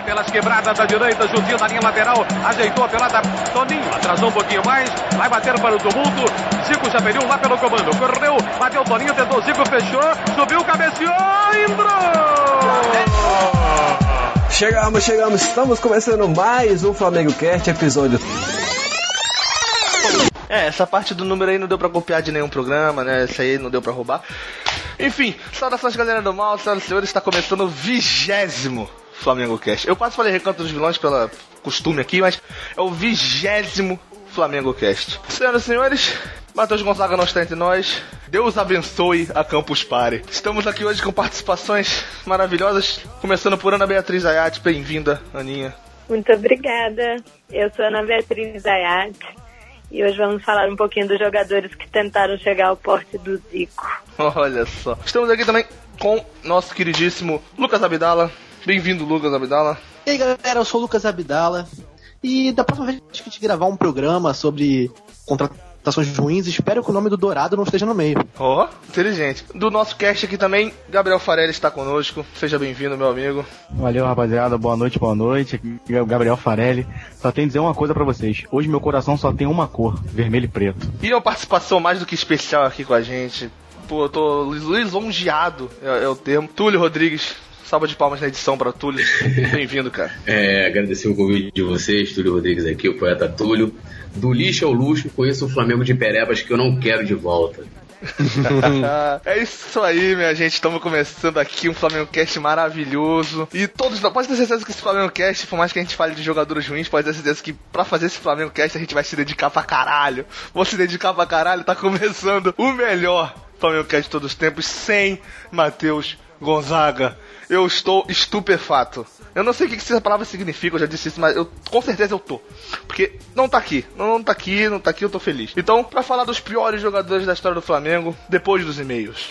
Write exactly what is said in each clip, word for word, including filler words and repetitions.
pelas quebradas da direita, Juntinho na linha lateral, ajeitou a pelada, Toninho, atrasou um pouquinho mais, vai bater para o tumulto, Zico já pediu lá pelo comando, correu, bateu Toninho, tentou Zico, fechou, subiu, cabeceou, entrou! Chegamos, chegamos, estamos começando mais um Flamengo Cast, episódio... É, essa parte do número aí não deu pra copiar de nenhum programa, né? Essa aí não deu pra roubar. Enfim, saudações galera do mal, senhoras e senhores, está começando o vigésimo Flamengo Cast. Eu quase falei Recanto dos Vilões pelo costume aqui, mas é o vigésimo Flamengo Cast. Senhoras e senhores, Matheus Gonzaga não está entre nós. Deus abençoe a Campus Party. Estamos aqui hoje com participações maravilhosas, começando por Ana Beatriz Ayat. Bem-vinda, Aninha. Muito obrigada. Eu sou Ana Beatriz Ayat. E hoje vamos falar um pouquinho dos jogadores que tentaram chegar ao porte do Zico. Olha só. Estamos aqui também com nosso queridíssimo Lucas Abdala. Bem-vindo, Lucas Abdala. E aí, galera, eu sou o Lucas Abdala. E da próxima vez que a gente gravar um programa sobre contratações ruins, espero que o nome do Dourado não esteja no meio. Ó, oh, inteligente. Do nosso cast aqui também, Gabriel Farelli está conosco. Seja bem-vindo, meu amigo. Valeu, rapaziada. Boa noite, boa noite. Aqui é o Gabriel Farelli. Só tenho que dizer uma coisa pra vocês. Hoje meu coração só tem uma cor, vermelho e preto. E uma participação mais do que especial aqui com a gente. Pô, eu tô lisonjeado, é, é o termo. Túlio Rodrigues. Salva de palmas na edição pra Túlio. Bem-vindo, cara. É, agradecer o convite de vocês, Túlio Rodrigues aqui, o poeta Túlio. Do lixo ao luxo, conheço o Flamengo de Perebas que eu não quero de volta. É isso aí, minha gente. Estamos começando aqui um Flamengo Cast maravilhoso. E todos, pode ter certeza que esse Flamengo Cast, por mais que a gente fale de jogadores ruins, pode ter certeza que pra fazer esse Flamengo Cast a gente vai se dedicar pra caralho. Vou se dedicar pra caralho, tá começando o melhor Flamengo Cast de todos os tempos, sem Matheus Gonzaga. Eu estou estupefato. Eu não sei o que essa palavra significa, eu já disse isso, mas eu, com certeza eu tô. Porque não tá aqui, não, não tá aqui, não tá aqui, eu tô feliz. Então, pra falar dos piores jogadores da história do Flamengo, depois dos e-mails.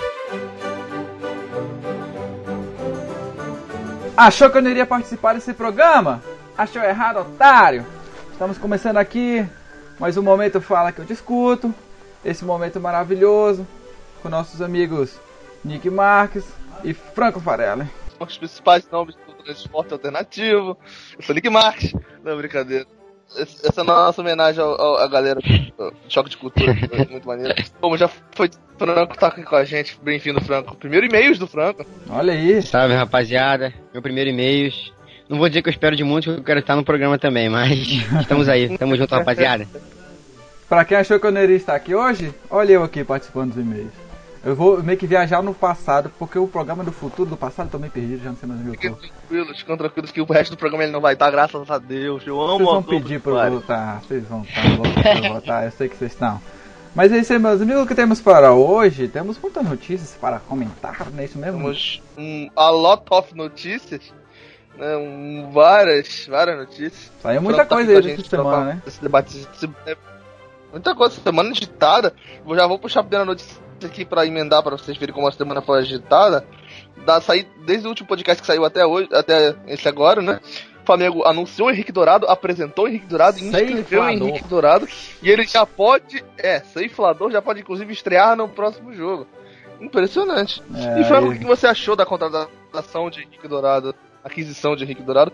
Achou que eu não iria participar desse programa? Achou errado, otário? Estamos começando aqui, mais um momento Fala Que Eu Discuto. Esse momento maravilhoso, com nossos amigos Nick Marques e Franco Farelli. Os principais nomes do esporte alternativo. Eu sou Nick Marques. Não, brincadeira. Essa é a nossa homenagem à galera do Choque de Cultura. Muito maneiro. Como já foi, Franco tá aqui com a gente. Bem-vindo, Franco. Primeiro e-mails do Franco. Olha aí. Salve, rapaziada. Meu primeiro e-mails. Não vou dizer que eu espero de muito, porque eu quero estar no programa também, mas estamos aí. Tamo junto, rapaziada. Pra quem achou que eu não iria estar aqui hoje, olha eu aqui participando dos e-mails. Eu vou meio que viajar no passado, porque o programa do futuro, do passado, eu tô meio perdido, já não sei mais onde eu tô. Fiquem tranquilos, fiquem tranquilos que o resto do programa ele não vai estar, graças a Deus. Eu amo Vocês vão pedir pra eu voltar, vocês vão estar loucos pra eu voltar, eu sei que vocês estão. Mas é isso aí, meus amigos, o que temos para hoje? Temos muitas notícias para comentar, não é isso mesmo? Temos um, a lot of notícias, né, um, várias, várias notícias. Saiu muita coisa aí essa semana, né? Esse debate, esse, é, muita coisa, semana agitada. Eu já vou puxar a primeira notícia aqui pra emendar, pra vocês verem como a semana foi agitada. Da, sair, desde o último podcast que saiu até hoje, até esse agora, né? O Flamengo anunciou o Henrique Dourado, apresentou o Henrique Dourado e inscreveu o Henrique Dourado. E ele já pode, é, ceiflador, já pode inclusive estrear no próximo jogo. Impressionante. É, e Franco, o que você achou da contratação de Henrique Dourado, aquisição de Henrique Dourado?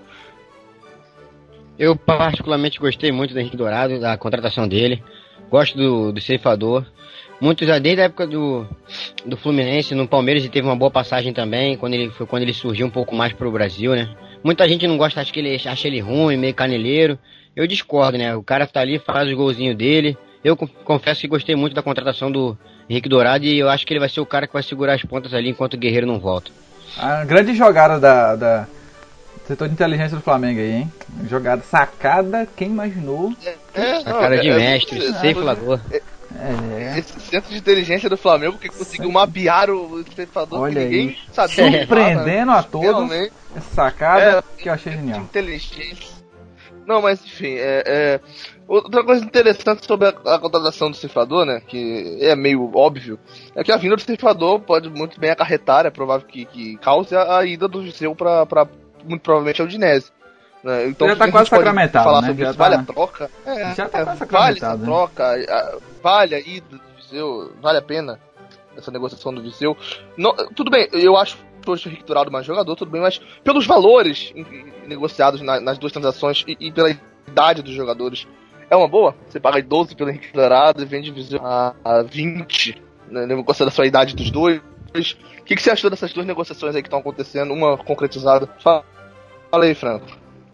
Eu particularmente gostei muito do Henrique Dourado, da contratação dele. Gosto do, do ceifador. Muitos, desde a época do, do Fluminense, no Palmeiras ele teve uma boa passagem também, quando ele, foi quando ele surgiu um pouco mais pro Brasil, né? Muita gente não gosta, acha, que ele, acha ele ruim, meio caneleiro. Eu discordo, né? O cara tá ali, faz os golzinhos dele. Eu confesso que gostei muito da contratação do Henrique Dourado e eu acho que ele vai ser o cara que vai segurar as pontas ali enquanto o Guerreiro não volta. A grande jogada da, da setor de inteligência do Flamengo aí, hein? Jogada sacada, quem imaginou? É, a cara de é, mestre, é, ceifador. É, É. Esse centro de inteligência do Flamengo que conseguiu mapear o ceifador que ninguém aí. Sabia. Surpreendendo nada, né? A todos. Realmente. Essa sacada é, que eu achei genial. Inteligência. Não, mas enfim, é, é... outra coisa interessante sobre a, a contratação do ceifador, né, que é meio óbvio, é que a vinda do ceifador pode muito bem acarretar, é provável que, que cause a, a ida do Viseu pra, pra muito provavelmente a Udinese. Né? Então, já tá quase sacramentado, falar né? sobre Já isso, tá... vale a troca? É, já tá é, quase sacramentado. Vale essa né? troca, a, vale a ida do Viseu, vale a pena essa negociação do Viseu. Não, tudo bem, eu acho hoje o Henrique Dourado mais jogador, tudo bem, mas pelos valores em, em, negociados na, nas duas transações e, e pela idade dos jogadores, é uma boa? Você paga doze pelo Henrique Dourado e vende a, a vinte, né, negociando a sua idade dos dois. O que, que você achou dessas duas negociações aí que estão acontecendo, uma concretizada? Fala, fala aí, Franco.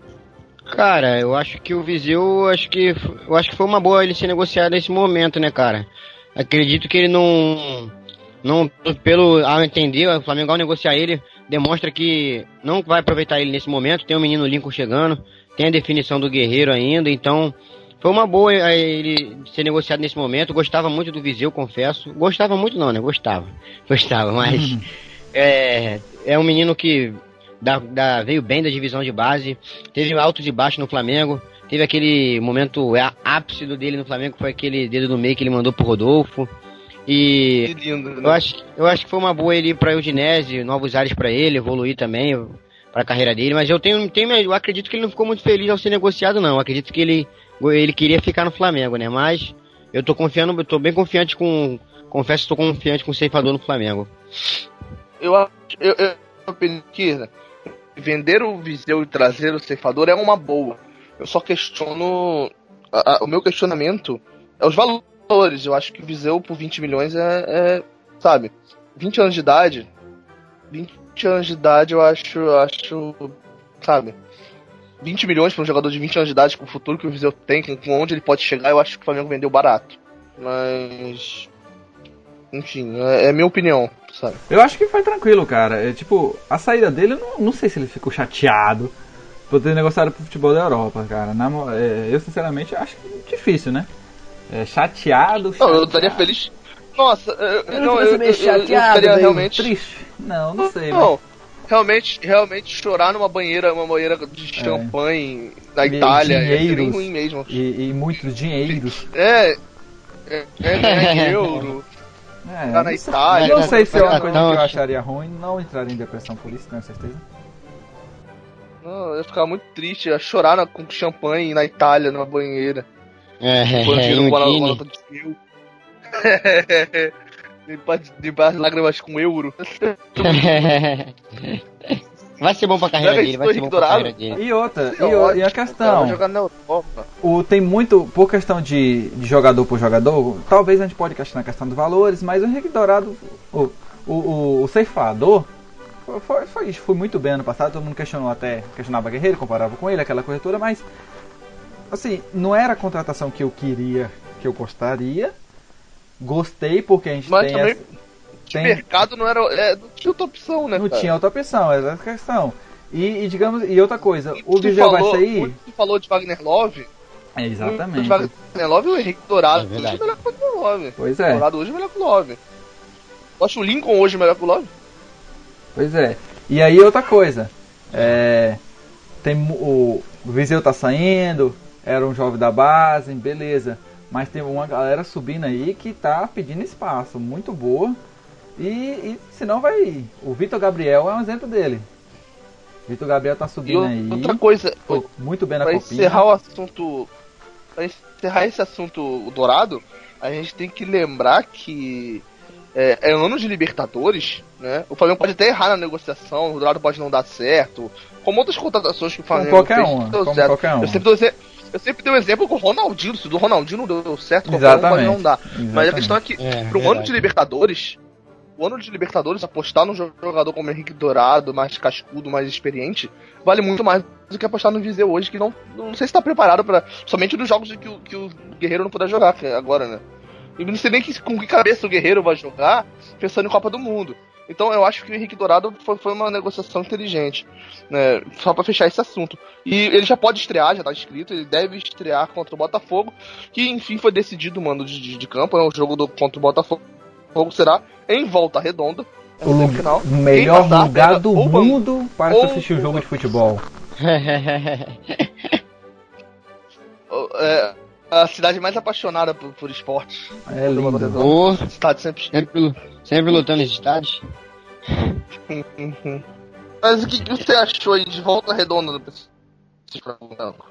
Cara, eu acho que o Viseu, acho que, eu acho que foi uma boa ele ser negociado nesse momento, né, cara? Acredito que ele não, não pelo, ao entender, o Flamengo ao negociar ele, demonstra que não vai aproveitar ele nesse momento. Tem o menino Lincoln chegando, tem a definição do Guerreiro ainda, então foi uma boa ele ser negociado nesse momento. Gostava muito do Viseu, confesso. Gostava muito não, né? Gostava. Gostava, mas uhum. é, é um menino que Da, da, veio bem da divisão de base, teve altos e baixos no Flamengo, teve aquele momento é, ápice dele no Flamengo, foi aquele dedo no meio que ele mandou pro Rodolfo, e que lindo, né? eu, acho, eu acho que foi uma boa ele ir pra Udinese, novos ares pra ele, evoluir também pra carreira dele, mas eu tenho, tenho eu acredito que ele não ficou muito feliz ao ser negociado não, eu acredito que ele, ele queria ficar no Flamengo, né, mas eu tô confiando, eu tô bem confiante com, confesso que tô confiante com o ceifador no Flamengo. Eu acho, eu, eu, eu que vender o Viseu e trazer o ceifador é uma boa. Eu só questiono. A, a, o meu questionamento é os valores. Eu acho que o Viseu por vinte milhões é, é. Sabe? vinte anos de idade. vinte anos de idade eu acho. Eu acho. Sabe? vinte milhões para um jogador de vinte anos de idade, com o futuro que o Viseu tem, com onde ele pode chegar, eu acho que o Flamengo vendeu barato. Mas. Enfim, é, é minha opinião, sabe? Eu acho que foi tranquilo, cara. É, tipo, a saída dele, eu não, não sei se ele ficou chateado por ter negociado pro futebol da Europa, cara. Na, é, eu, sinceramente, acho que difícil, né? É, chateado, chateado. Não, eu estaria feliz. Nossa, eu, eu não, eu, eu, meio chateado, eu, eu estaria meio realmente triste. Não, não sei, não. Mas... Realmente, realmente chorar numa banheira, uma banheira de champanhe é. na Itália, é bem ruim mesmo. E, e muitos dinheiros. É, é, é, é euro. É, tá na Itália. Não sei se é uma coisa que eu acharia ruim, não entraria em depressão por isso, tenho certeza. Não, eu ia ficar muito triste, ia chorar na, com champanhe na Itália, numa banheira. É, quando é, uma nota de mil. Limpar as lágrimas com euro. Vai ser bom pra carreira dele, vai ser bom pra carreira dele. E outra, e, o, e a questão, vai jogar na Europa. O, tem muito, por questão de, de jogador por jogador, talvez a gente pode questionar a questão dos valores, mas o Henrique Dourado, o, o, o, o ceifador, foi, foi, foi muito bem ano passado, todo mundo questionou até, questionava Guerreiro, comparava com ele, aquela corretora, mas, assim, não era a contratação que eu queria, que eu gostaria, gostei porque a gente mas tem... Também... essa, O mercado não era. É, não tinha outra opção, né? Não cara? tinha outra opção, essa é a questão. E, e digamos, e outra coisa, e o Viseu vai sair. Tu falou de Wagner Love. É, exatamente. De Wagner Love e o Henrique Dourado. É hoje é melhor que o Wagner Love. Pois é. O Dourado hoje é melhor que o Love. Eu acho o Lincoln hoje melhor que o Love. Pois é. E aí outra coisa. É, tem o, o Viseu tá saindo, era um jovem da base, beleza. Mas tem uma galera subindo aí que tá pedindo espaço, muito boa. E, e senão vai. O Vitor Gabriel é um exemplo dele. Vitor Gabriel tá subindo e aí. Outra coisa, foi muito bem na pra copinha. Encerrar o assunto. Pra encerrar esse assunto o Dourado, a gente tem que lembrar que é, é ano de Libertadores, né? O Flamengo pode até errar na negociação, o Dourado pode não dar certo. Como outras contratações que o Flamengo como qualquer fez, uma, deu como certo. qualquer uma. Eu sempre dou Eu sempre dei um exemplo com o Ronaldinho. Se do Ronaldinho não deu certo, qualquer Exatamente. um pode não dar. Exatamente. Mas a questão é que, É, pro verdade. ano de Libertadores, o ano de Libertadores, apostar num jogador como Henrique Dourado, mais cascudo, mais experiente, vale muito mais do que apostar no Viseu hoje, que não, não sei se tá preparado para somente nos jogos que o, que o Guerreiro não puder jogar agora, né? E não sei nem que, com que cabeça o Guerreiro vai jogar pensando em Copa do Mundo. Então eu acho que o Henrique Dourado foi, foi uma negociação inteligente, né? Só pra fechar esse assunto. E ele já pode estrear, já tá escrito, ele deve estrear contra o Botafogo, que enfim foi decidido o mando de, de, de campo, é um jogo do, contra o Botafogo, será em Volta Redonda. O lu- final. melhor Quem passar, lugar pega do ou mundo para ou- assistir um jogo de futebol. É, a cidade mais apaixonada por, por esporte. É lindo. Volta Redonda. Ô, Estádio sempre sempre, sempre lutando nos estádios. Uhum. Mas o que, que você achou aí de Volta Redonda do Branco?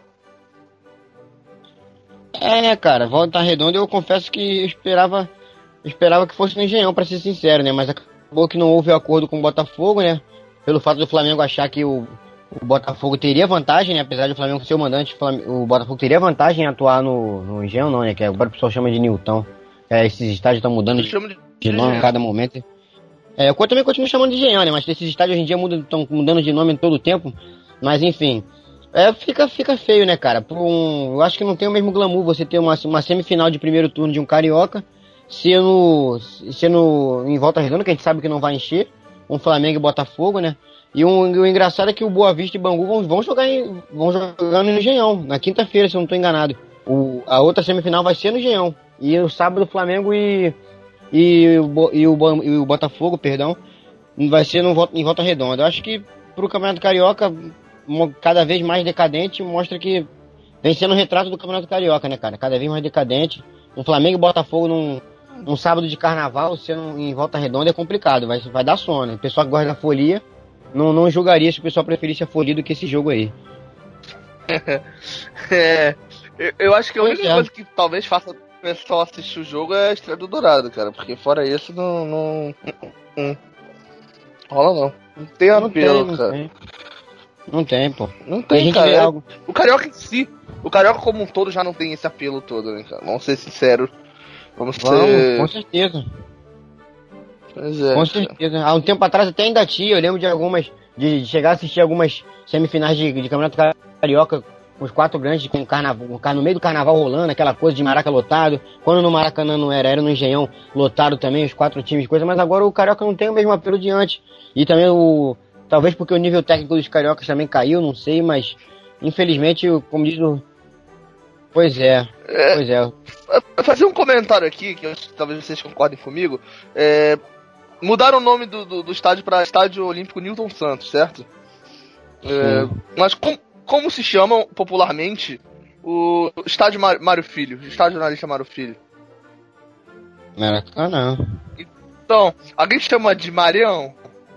É, cara, Volta Redonda eu confesso que eu esperava, eu esperava que fosse no Engenhão, pra ser sincero, né? Mas acabou que não houve acordo com o Botafogo, né? pelo fato do Flamengo achar que o, o Botafogo teria vantagem, né? Apesar do Flamengo ser o mandante, o, Flamengo, o Botafogo teria vantagem em atuar no, no Engenhão, não, né? Que agora o pessoal chama de Newton. É, esses estádios estão mudando de, de, de nome a cada momento. É, eu também continuo chamando de Engenhão, né? Mas esses estádios hoje em dia estão mudando de nome todo o tempo. Mas enfim, é, fica, fica feio, né, cara? Por um, eu acho que não tem o mesmo glamour você ter uma, uma semifinal de primeiro turno de um Carioca, sendo, sendo em Volta Redonda, que a gente sabe que não vai encher, um Flamengo e Botafogo, né? E, um, e o engraçado é que o Boa Vista e Bangu vão, vão, jogar, em, vão jogar no Engenhão, na quinta-feira, se eu não estou enganado. O, a outra semifinal vai ser no Engenhão. E o sábado o Flamengo e, e, o, e, o, e o Botafogo, perdão, vai ser no, em Volta Redonda. Eu acho que pro Campeonato Carioca, cada vez mais decadente, mostra que vem sendo um retrato do Campeonato Carioca, né, cara? Cada vez mais decadente. Um Flamengo e Botafogo num, num sábado de carnaval, sendo em Volta Redonda, é complicado, vai, vai dar sono. O pessoal que gosta da folia não, não julgaria se o pessoal preferisse a folia do que esse jogo aí. É, eu, eu acho que a única Pois é. coisa que talvez faça o pessoal assistir o jogo é a estreia do Dourado, cara, porque fora isso não. não, não rola não. Não tem Não apelo, tem, não cara. tem. Não tem, pô. Não A tem, gente cara. vê algo. O Carioca em si, o Carioca como um todo já não tem esse apelo todo, né, cara? Vamos ser sinceros. Vamos, Vamos, ser. com certeza. Pois é, Com cara. certeza. Há um tempo atrás até ainda tinha, eu lembro de algumas, de chegar a assistir algumas semifinais de, de Campeonato Carioca com os quatro grandes, com o carnaval, com o car- no meio do carnaval rolando, aquela coisa de Maraca lotado. Quando no Maracanã não era, era no Engenhão lotado também, os quatro times de coisa, mas agora o Carioca não tem o mesmo apelo de antes. E também o... Talvez porque o nível técnico dos cariocas também caiu, não sei, mas infelizmente, como diz o... Pois é, É. pois é. Vou fazer um comentário aqui, que eu acho que talvez vocês concordem comigo. É, mudaram o nome do, do, do estádio para Estádio Olímpico Newton Santos, certo? É, mas com, como se chamam popularmente o Estádio Mário, Mário Filho, o Estádio Jornalista Mário Filho? Maracanã. Então, alguém chama de Marião?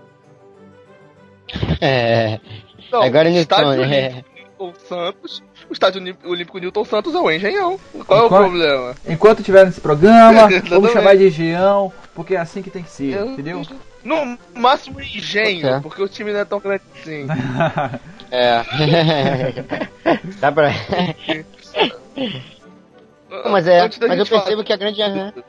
É. Não, Agora o Newton, Estádio é. Olímpico Newton Santos, o Estádio Olí- Olímpico Newton Santos é o Engenhão. Qual é o Enquanto- problema? Enquanto tiver nesse programa, vamos Exatamente. chamar de Engenhão, porque é assim que tem que ser, entendeu? No máximo Engenho, É. porque o time não é tão grande assim. É. Dá pra. Não, mas é, Antes da mas eu gente falar- percebo que a grande.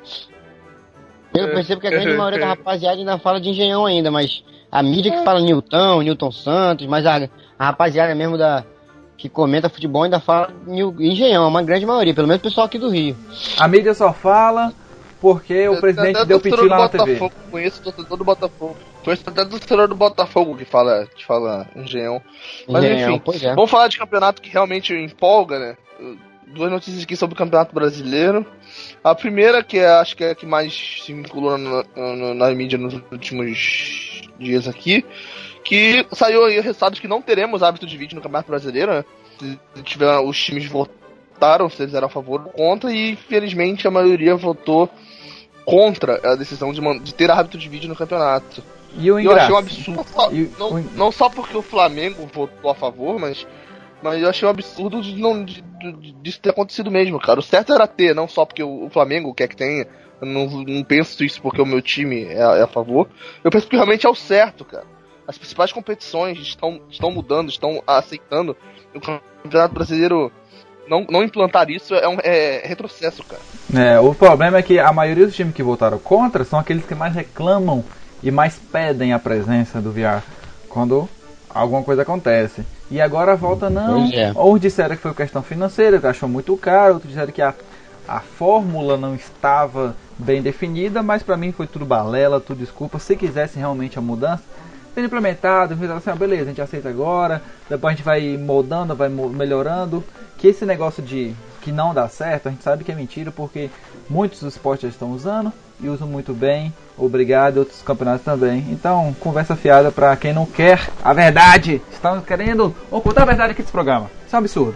Eu percebo que a grande maioria da rapaziada ainda fala de Engenhão ainda, mas a mídia que fala Newton, Newton Santos, mas a, a rapaziada mesmo da que comenta futebol ainda fala New- Engenhão, uma grande maioria, pelo menos o pessoal aqui do Rio. A mídia só fala porque o presidente Até deu torcedor piti lá do na T V. Botafogo, conheço o torcedor do Botafogo. Conheço até o torcedor do Botafogo que fala, que fala Engenhão. Mas Engenhão, enfim, pois é. vamos falar de campeonato que realmente empolga, né? Duas notícias aqui sobre o Campeonato Brasileiro. A primeira, que é, acho que é a que mais se vinculou na, na, na mídia nos últimos dias aqui, que saiu aí resultados que não teremos hábito de vídeo no Campeonato Brasileiro, né? Se tiver, os times votaram se eles eram a favor ou contra, e infelizmente a maioria votou contra a decisão de, man- de ter hábito de vídeo no campeonato. E o E eu achei um ingresso? absurdo, só- E não, o- não só porque o Flamengo votou a favor, mas, mas eu achei um absurdo de não de, de, disso ter acontecido mesmo, cara. O certo era ter, não só porque o, o Flamengo quer que tenha. Eu não, não penso isso porque o meu time é, é a favor. Eu penso que realmente é o certo, cara. As principais competições estão, estão mudando, estão aceitando. O Campeonato Brasileiro não, não implantar isso é um é retrocesso, cara. É, o problema é que a maioria dos times que votaram contra são aqueles que mais reclamam e mais pedem a presença do V A R quando alguma coisa acontece. E agora volta não. Pois é. Ou disseram que foi questão financeira, que achou muito caro, outros disseram que a, a fórmula não estava bem definida, mas pra mim foi tudo balela, tudo desculpa. Se quisesse realmente a mudança, ter implementado, fizeram assim, ah, beleza, a gente aceita agora, depois a gente vai moldando, vai mo- melhorando. Que esse negócio de que não dá certo, a gente sabe que é mentira, porque muitos dos esportes já estão usando e usam muito bem, obrigado, outros campeonatos também. Então, conversa fiada pra quem não quer a verdade. Estamos querendo ocultar a verdade aqui desse programa. Isso é um absurdo.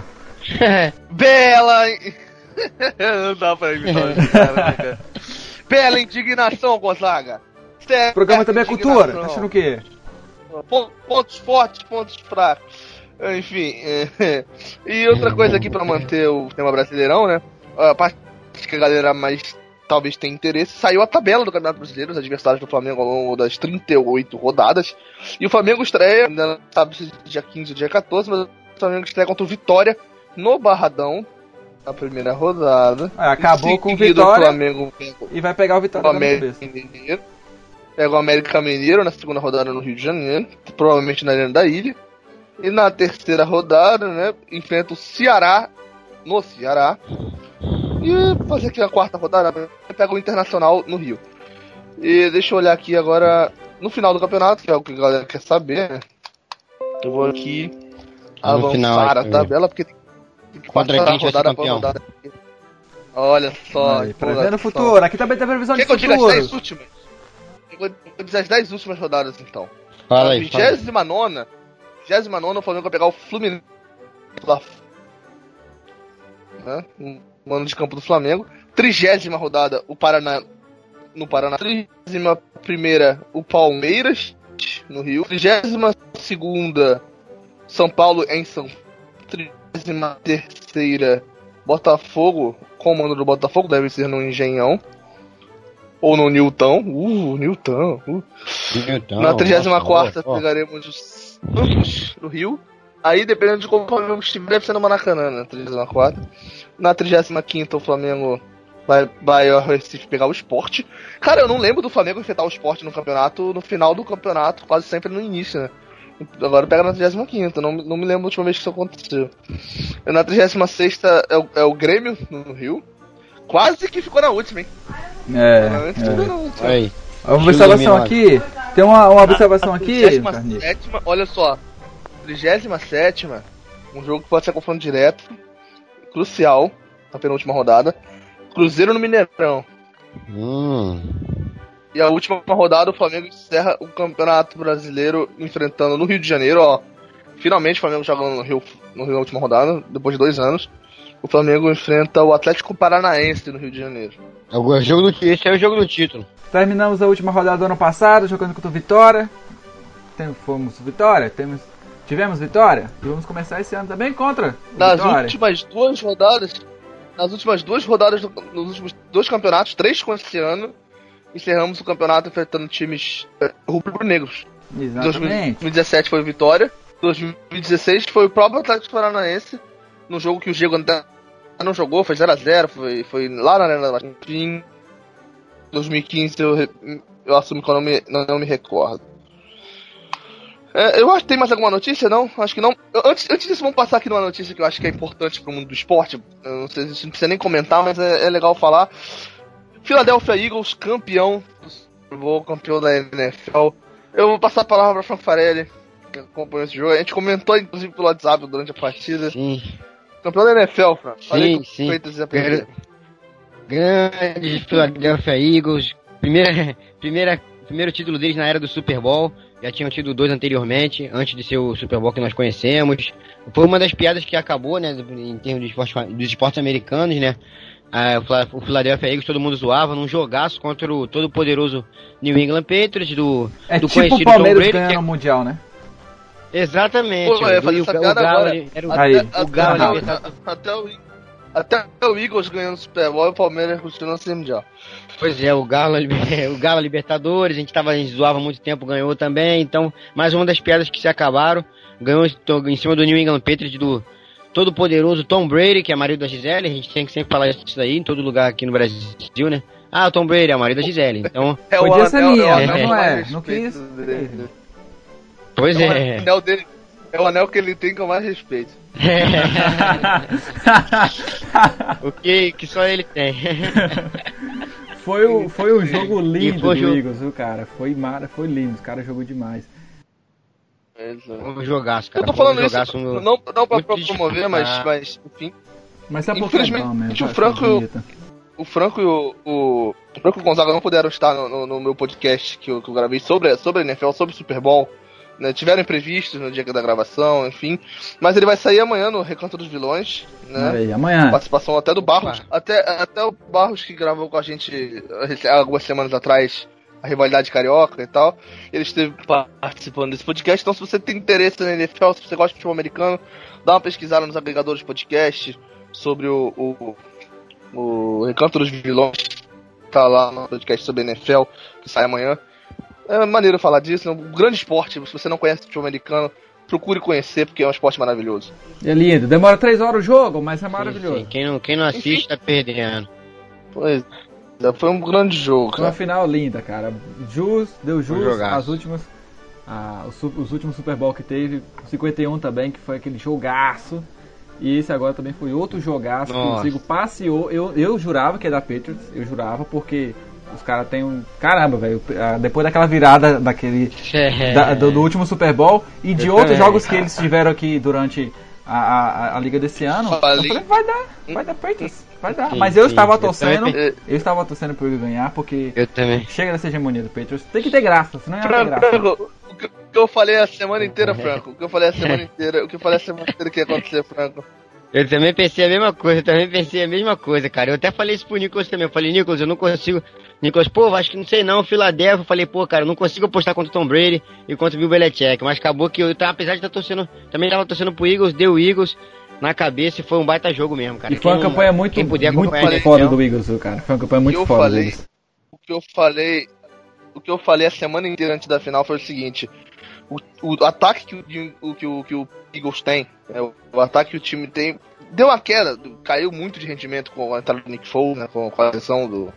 Bela. Não dá pra imitar esse cara, né, cara? Bela indignação, Gonzaga. O programa também é cultura. Tá achando o quê? Pon- Pontos fortes, pontos fracos. Enfim. é. E outra coisa aqui pra manter o tema brasileirão, né? A parte que a galera mais talvez tenha interesse, saiu a tabela do Campeonato Brasileiro, os adversários do Flamengo ao longo das trinta e oito rodadas. E o Flamengo estreia, ainda não sabe se dia quinze ou dia quatorze, mas o Flamengo estreia contra o Vitória no Barradão, na primeira rodada. Ah, acabou com o Vitória o Flamengo e vai pegar o Vitória o América Mineiro. Pega o América Mineiro na segunda rodada no Rio de Janeiro, provavelmente na Arena da Ilha. E na terceira rodada, né, enfrenta o Ceará, no Ceará. E fazer aqui a quarta rodada, pega o Internacional no Rio. E deixa eu olhar aqui agora, no final do campeonato, que é o que a galera quer saber, né? Eu vou aqui No avançar final, a tabela, porque tem que Contra passar quem vai ser rodada por campeão? rodada. Olha só. Aí, prevendo o futuro, aqui também tem previsão de Quer que eu diga as futuro. dez últimas? Eu vou dizer as dez últimas rodadas, então. Fala Na aí, fala aí. vigésima nona, vigésima nona, o Flamengo vai pegar o Fluminense lá, né? Um mano de campo do Flamengo. Trigésima rodada, o Paraná no Paraná. Trigésima primeira, o Palmeiras no Rio. Trigésima segunda, São Paulo em São Paulo. Trigésima terceira, Botafogo, comando do Botafogo, deve ser no Engenhão. Ou no Newton. Uh, Newton. Uh. Newton, Na trigésima quarta nossa, ó, ó. pegaremos os Santos do Rio. Aí, dependendo de como o Flamengo estiver, deve ser no Maracanã, na trigésima quarta. Na trigésima quinta, o Flamengo vai, vai ao Recife pegar o Sport. Cara, eu não lembro do Flamengo enfrentar o Sport no campeonato, no final do campeonato, quase sempre no início, né? Agora pega na trigésima quinta, não, não me lembro da última vez que isso aconteceu. Na trigésima sexta é o, é o Grêmio, no Rio. Quase que ficou na última, hein? É, Antes ficou na última. Aí. Uma observação aqui, tem uma, uma observação aqui, trigésima Carneiro. sétima, olha só. trigésima sétima, um jogo que pode ser confronto direto, crucial, na penúltima rodada. Cruzeiro no Mineirão. Hum. E a última rodada, o Flamengo encerra o Campeonato Brasileiro enfrentando no Rio de Janeiro, ó. Finalmente o Flamengo jogando no Rio, no Rio na última rodada, depois de dois anos. O Flamengo enfrenta o Atlético Paranaense no Rio de Janeiro. É o jogo do, esse é o jogo do título. Terminamos a última rodada do ano passado, jogando contra o Vitória. Tem, fomos Vitória, temos, tivemos Vitória. E vamos começar esse ano também contra o Nas Vitória. últimas duas rodadas, nas últimas duas rodadas, do, nos últimos dois campeonatos, três com esse ano, encerramos o campeonato enfrentando times é, rubro-negros. Exatamente. dois mil e dezessete foi o Vitória, dois mil e dezesseis foi o próprio Atlético Paranaense, no jogo que o Diego não jogou, foi zero a zero, foi, foi lá na Arena da Enfim, dois mil e quinze eu, eu assumo que eu não me, não, não me recordo. É, eu acho que tem mais alguma notícia, não? Acho que não. Eu, antes, antes disso, vamos passar aqui numa notícia que eu acho que é importante pro mundo do esporte. Eu não sei se a gente não precisa nem comentar, mas é, é legal falar. Philadelphia Eagles, campeão do Super Bowl, campeão da N F L. Eu vou passar a palavra para Franco Farelli, que acompanhou esse jogo. A gente comentou, inclusive, pelo WhatsApp durante a partida. Sim. Campeão da N F L, Franco. Sim, sim. Grande, grande Philadelphia Eagles. Primeira, primeira, primeiro título deles na era do Super Bowl. Já tinham tido dois anteriormente, antes de ser o Super Bowl que nós conhecemos. Foi uma das piadas que acabou, né, em termos de esporte, dos esportes americanos, né. Ah, o Philadelphia Eagles todo mundo zoava num jogaço contra o todo poderoso New England Patriots do, é do tipo conhecido o Palmeiras Tom Brady, ganhando o que... Mundial, né? Exatamente. Pô, eu ia fazer o, essa o, piada o Galo, agora. era o, Aí. Até, o Galo até, Libertador. até, o, até o Eagles ganhando o Super Bowl e o Palmeiras continuando sem mundial. Pois é, o Galo, o Galo Libertadores, a gente, tava, a gente zoava há muito tempo, ganhou também, então, mais uma das piadas que se acabaram, ganhou em cima do New England Patriots, do todo poderoso Tom Brady, que é marido da Gisele, a gente tem que sempre falar isso daí, em todo lugar aqui no Brasil, né? Ah, o Tom Brady é o marido da Gisele, então... É Podia o ser anel, minha, é o mas anel não é, mais não respeito quis. dele. Pois É o é. anel dele. É o anel que ele tem que eu mais respeito. O que, que só ele tem. Foi, o, foi um jogo lindo foi do jogo- Eagles, viu, cara? Foi, mara, foi lindo, os caras jogou demais. Um jogaço, Eu cara. tô foi um falando isso, jogaço no- não, não pra muito promover, mas, disputado. mas, enfim. Mas é Infelizmente, pouco mesmo. o Franco- O Franco e o, o, o Franco e o Gonzaga não puderam estar no, no, no meu podcast que eu, que eu gravei sobre, sobre a N F L, sobre o Super Bowl. Né? Tiveram imprevistos no dia da gravação, enfim. Mas ele vai sair amanhã no Recanto dos Vilões. Né? Aí, amanhã. Participação até do Barros. Até, até o Barros que gravou com a gente há algumas semanas atrás a rivalidade carioca e tal. Ele esteve participando desse podcast. Então, se você tem interesse na N F L, se você gosta de futebol americano, dá uma pesquisada nos agregadores de podcast sobre o, o, o Recanto dos Vilões. escutar lá no podcast sobre N F L, que sai amanhã. É maneiro falar disso, é um grande esporte. Se você não conhece o futebol americano, procure conhecer, porque é um esporte maravilhoso. É lindo, demora três horas o jogo, mas é maravilhoso. Sim, sim. Quem, não, quem não assiste Enfim. tá perdendo. Pois foi um grande jogo, cara. Uma final linda, cara. Jus, deu jus as últimas, ah, os, os últimos Super Bowl que teve, cinquenta e um também, que foi aquele jogaço. E esse agora também foi outro jogaço. Nossa. Que o Zico passeou. Eu, eu jurava que é da Patriots, eu jurava, porque os caras têm um... Caramba, velho, depois daquela virada daquele é. da, do, do último Super Bowl e de eu outros também. Jogos que eles tiveram aqui durante a, a, a liga desse ano, eu falei, vai dar, vai dar Patriots. Vai dar, sim, mas eu sim, estava torcendo, eu, eu estava torcendo para ele ganhar, porque eu também. Chega dessa hegemonia do Patriots, tem que ter graça, senão não tem graça. Franco, o que eu falei a semana inteira, Franco, o que eu falei a semana inteira, o que eu falei a semana inteira que ia acontecer, Franco. Eu também pensei a mesma coisa, eu também pensei a mesma coisa, cara. Eu até falei isso pro Nicolas também, eu falei, Nicolas, eu não consigo... Nicolas, pô, acho que não sei não, Philadelphia, eu falei, pô, cara, eu não consigo apostar contra o Tom Brady e contra o Bill Belichick, mas acabou que eu, apesar de estar torcendo, também estava torcendo pro Eagles, deu o Eagles na cabeça e foi um baita jogo mesmo, cara. E foi uma quem, campanha muito, muito foda do Eagles, cara. Foi uma campanha muito foda do Eagles. O que eu falei, o que eu falei a semana inteira antes da final foi o seguinte: o, o ataque que o, o, que o, que o Eagles tem, é, o, o ataque que o time tem, deu uma queda, caiu muito de rendimento com a entrada do Nick Foles, né, com a lesão do,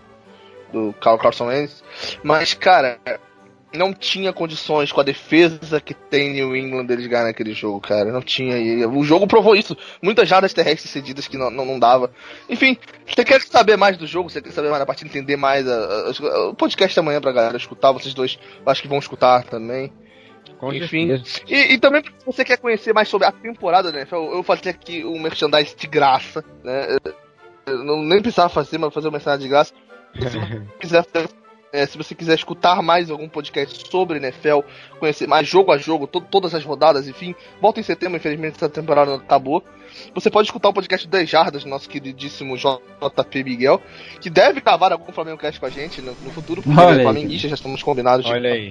do Carl Carson Wentz, mas, cara, não tinha condições com a defesa que tem New England deles ganhar naquele jogo, cara. Não tinha. E o jogo provou isso. Muitas jardas terrestres cedidas que não, não, não dava. Enfim, você quer saber mais do jogo, você quer saber mais da partida, entender mais a, a, a, o podcast amanhã pra galera escutar. Vocês dois acho que vão escutar também. Com Enfim. E, e também, se você quer conhecer mais sobre a temporada, né? Eu, eu fazia aqui um merchandise de graça, né? Eu, eu não, nem precisava fazer, mas vou fazer um merchandise de graça. Se você quiser fazer. É, se você quiser escutar mais algum podcast sobre N F L, conhecer mais jogo a jogo, to- todas as rodadas, enfim, volta em setembro, infelizmente essa temporada acabou. Você pode escutar o podcast dez Jardas do nosso queridíssimo J P Miguel, que deve gravar algum Flamengo Cast com a gente no, no futuro, porque ele é flamenguista, já estamos combinados. Olha aí.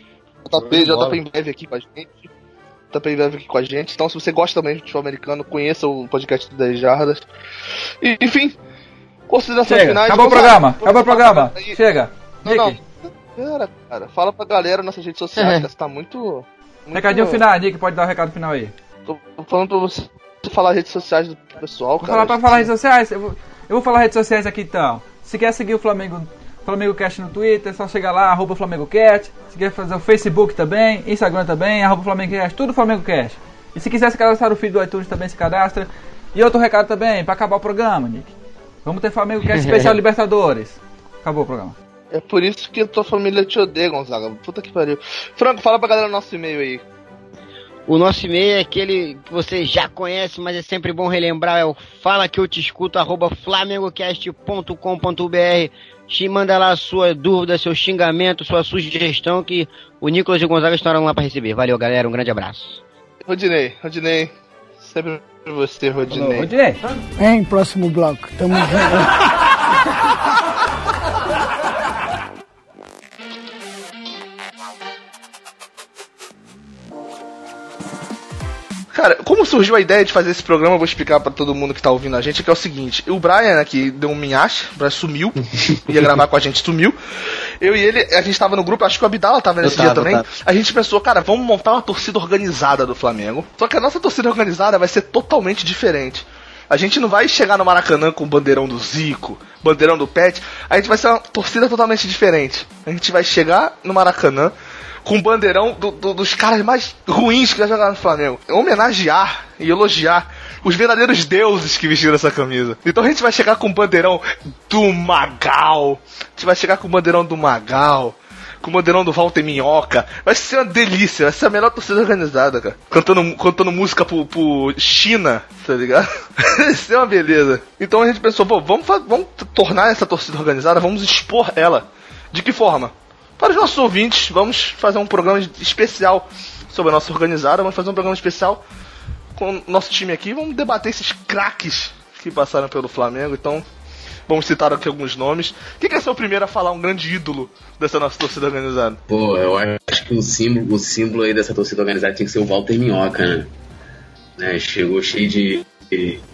J P, J P em breve aqui com a gente. J P em breve aqui com a gente. Então, se você gosta também de futebol americano, conheça o podcast do dez Jardas. E, enfim, considerações Chega. finais. Acabou o programa, acabou o programa. Chega. Não, não. Pera, cara. Fala pra galera nas nossas redes sociais, que você tá muito, muito... Recadinho final, Nick, pode dar o um recado final aí. Tô falando pra você falar as redes sociais do pessoal, vou cara. Falar pra falar redes sociais? Eu vou, eu vou falar redes sociais aqui então. Se quer seguir o Flamengo, Flamengo Cast no Twitter, é só chegar lá, arroba Flamengo Cast. Se quer fazer o Facebook também, Instagram também, arroba Flamengo Cast, tudo Flamengo Cast. E se quiser se cadastrar no feed do iTunes também se cadastra. E outro recado também, pra acabar o programa, Nick. Vamos ter Flamengo Cast especial Libertadores. Acabou o programa. É por isso que a tua família te odeia, Gonzaga. Puta que pariu. Franco, fala pra galera o nosso e-mail aí. O nosso e-mail é aquele que você já conhece, mas é sempre bom relembrar. É o fala que eu te escuto, arroba flamengocast ponto com ponto b r. Te manda lá a sua dúvida, seu xingamento, sua sugestão, que o Nicolas e o Gonzaga estarão lá pra receber. Valeu, galera. Um grande abraço. Rodinei, Rodinei. Sempre você, Rodinei. Alô, Rodinei. Em próximo bloco. Tamo junto. Cara, como surgiu a ideia de fazer esse programa, eu vou explicar pra todo mundo que tá ouvindo a gente, que é o seguinte: o Brian aqui deu um minhache, o Brian sumiu, ia gravar com a gente, sumiu. Eu e ele, a gente tava no grupo, acho que o Abdala tava nesse tava, dia também. Tava. A gente pensou, cara, vamos montar uma torcida organizada do Flamengo. Só que a nossa torcida organizada vai ser totalmente diferente. A gente não vai chegar no Maracanã com o bandeirão do Zico, bandeirão do Pet. A gente vai ser uma torcida totalmente diferente. A gente vai chegar no Maracanã com o bandeirão do, do, dos caras mais ruins que já jogaram no Flamengo. Homenagear e elogiar os verdadeiros deuses que vestiram essa camisa. Então a gente vai chegar com o bandeirão do Magal. A gente vai chegar com o bandeirão do Magal, com o bandeirão do Walter Minhoca. Vai ser uma delícia, vai ser a melhor torcida organizada, cara. Cantando, cantando música pro, pro China, tá ligado? Vai ser uma beleza. Então a gente pensou, pô, vamos, vamos tornar essa torcida organizada, vamos expor ela. De que forma? Para os nossos ouvintes, vamos fazer um programa especial sobre a nossa organizada. Vamos fazer um programa especial com o nosso time aqui. Vamos debater esses craques que passaram pelo Flamengo. Então, vamos citar aqui alguns nomes. Quem quer ser o primeiro a falar um grande ídolo dessa nossa torcida organizada? Pô, eu acho que o símbolo, o símbolo aí dessa torcida organizada tinha que ser o Walter Minhoca, né? É, chegou cheio de, de,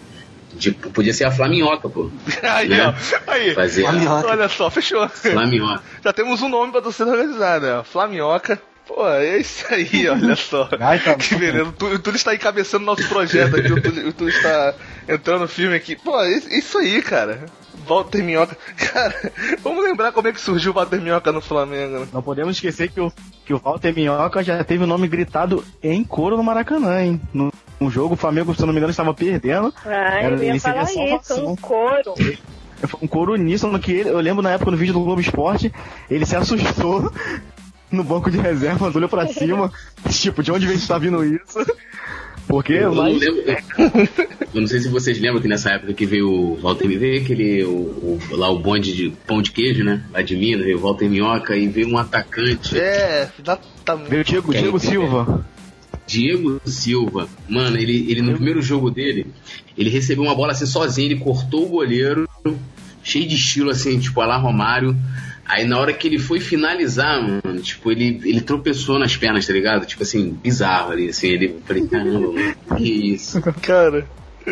Tipo, podia ser a Flaminhoca, pô. Aí, né? ó. Aí. Fazer a... Olha só, fechou. Flaminhoca. Já temos um nome pra torcida organizada, ó. Flaminhoca. Pô, é isso aí, olha só. Ai, tá que beleza. O Túlio está encabeçando nosso projeto aqui. O Túlio, o Túlio está entrando no filme aqui. Pô, é isso aí, cara. Walter Minhoca. Cara, vamos lembrar como é que surgiu o Walter Minhoca no Flamengo. Né? Não podemos esquecer que o, que o Walter Minhoca já teve o nome gritado em coro no Maracanã, hein? No, no jogo, o Flamengo, se eu não me engano, estava perdendo. Ah, eu ia falar isso, um coro. Foi um coro uníssono que ele, eu lembro na época no vídeo do Globo Esporte, ele se assustou no banco de reservas, olhou pra cima, tipo, de onde vem que tá vindo isso? Porque eu, mas... não lembro, eu não sei se vocês lembram que nessa época que veio o Walter veio aquele, o, o, lá o bonde de pão de queijo, né? Lá de Minas, veio o Walter Minhoca e veio um atacante. É, exatamente. Veio o Diego, Diego Silva. Diego Silva. Mano, ele, ele no primeiro jogo dele, ele recebeu uma bola assim sozinho, ele cortou o goleiro, cheio de estilo assim, tipo, a lá Romário. Aí na hora que ele foi finalizar, mano, tipo, ele, ele tropeçou nas pernas, tá ligado? Tipo assim, bizarro ali, assim, ele, falei, caramba, mano, que isso? Cara,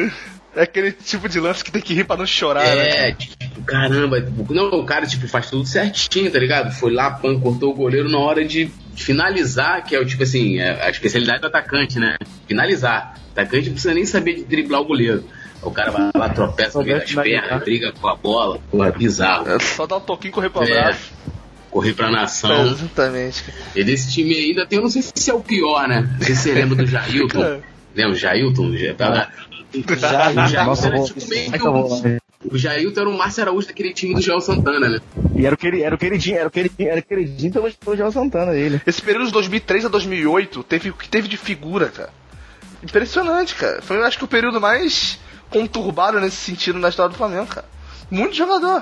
é aquele tipo de lance que tem que rir pra não chorar, é, né? É, tipo, caramba, não, o cara, tipo, faz tudo certinho, tá ligado? Foi lá, pã, cortou o goleiro na hora de finalizar, que é o, tipo assim, é a especialidade do atacante, né? Finalizar. O atacante não precisa nem saber de driblar o goleiro. O cara vai lá, tropeça, vira as pernas, briga com a bola. Porra, bizarro. É só dar um toquinho e correr pro é, abraço. Correr pra nação. É, exatamente. E desse time aí ainda tem, eu não sei se é o pior, né? Não sei se você lembra do Jailton. É. Lembra o Jailton? Já, já, já, já, Nossa, era tipo meio que o, o Jailton era o Márcio Araújo daquele time do Joel Santana, né? E era o, queridinho, era o queridinho, era o queridinho, era o queridinho pelo, pelo Joel Santana, ele. Esse período de dois mil e três a dois mil e oito teve o que teve de figura, cara. Impressionante, cara. Foi, eu acho que o período mais conturbado nesse sentido na história do Flamengo, cara. Muito jogador.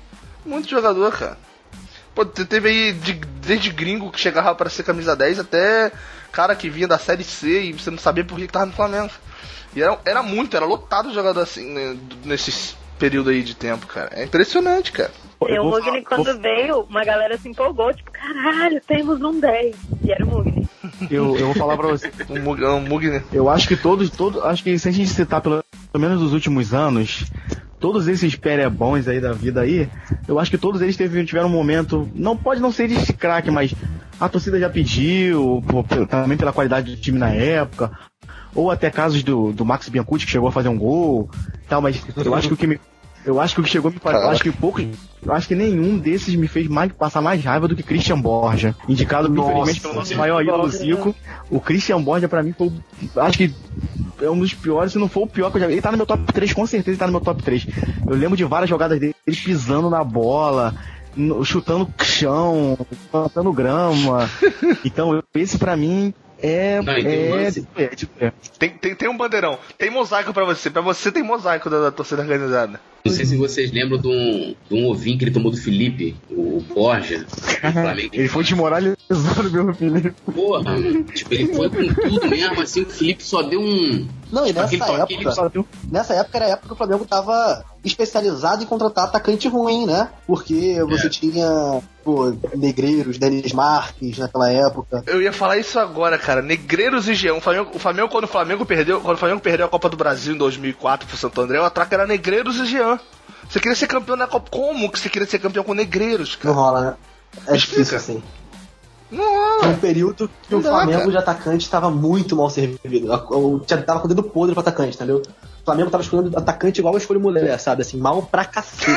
Muito jogador, cara. Pô, teve aí de, desde gringo que chegava pra ser camisa dez até cara que vinha da Série C e você não sabia por que tava no Flamengo. E era, era muito, era lotado de jogador assim, né, nesse período aí de tempo, cara. É impressionante, cara. E o Mugni, quando veio, uma galera se empolgou, tipo, caralho, temos um dez. E era o Mugni. Eu, eu vou falar pra você. um, Mug, um Mugni. Eu acho que todos, todos, acho que se a gente citar pelo, pelo menos os últimos anos, todos esses perebons aí da vida aí, eu acho que todos eles teve, tiveram um momento, não pode não ser de craque, mas a torcida já pediu, por, também pela qualidade do time na época, ou até casos do, do Max Biancucci que chegou a fazer um gol, tal, mas eu acho que o que me Eu acho que o que chegou me fazer, eu acho que pouco, eu acho que nenhum desses me fez mais, passar mais raiva do que Christian Borja, indicado Nossa, infelizmente pelo nosso maior ídolo do Zico. O Christian Borja pra mim foi, acho que é um dos piores, se não for o pior que eu já vi. Ele tá no meu top três, com certeza ele tá no meu top três. Eu lembro de várias jogadas dele, ele pisando na bola, chutando chão, plantando grama. Então esse pra mim É, Não, é, um é, é. Tem, tem, tem um bandeirão. Tem mosaico pra você. Pra você tem mosaico da, da torcida organizada. Não sei se vocês lembram de um, de um ovinho que ele tomou do Felipe, o Borja. Ele foi desmoralizado pelo Felipe. Porra, tipo, ele foi com tudo mesmo, assim, o Felipe só deu um... Não, e nessa época, nessa época era a época que o Flamengo tava especializado em contratar atacante ruim, né? Porque você é. tinha, pô, Negreiros, Denis Marques naquela época. Eu ia falar isso agora, cara. Negreiros e Jean. O Flamengo, o Flamengo quando o Flamengo perdeu, quando o Flamengo perdeu a Copa do Brasil em dois mil e quatro pro Santo André, o ataque era Negreiros e Jean. Você queria ser campeão na Copa? Como que você queria ser campeão com Negreiros, cara? Não rola, né? É difícil assim. Não rola. Foi um período que não o Flamengo dá, de atacante estava muito mal servido. Eu tava com o dedo podre pro atacante, entendeu? O Flamengo tava escolhendo atacante igual eu escolho mulher, sabe? Assim, mal pra cacete.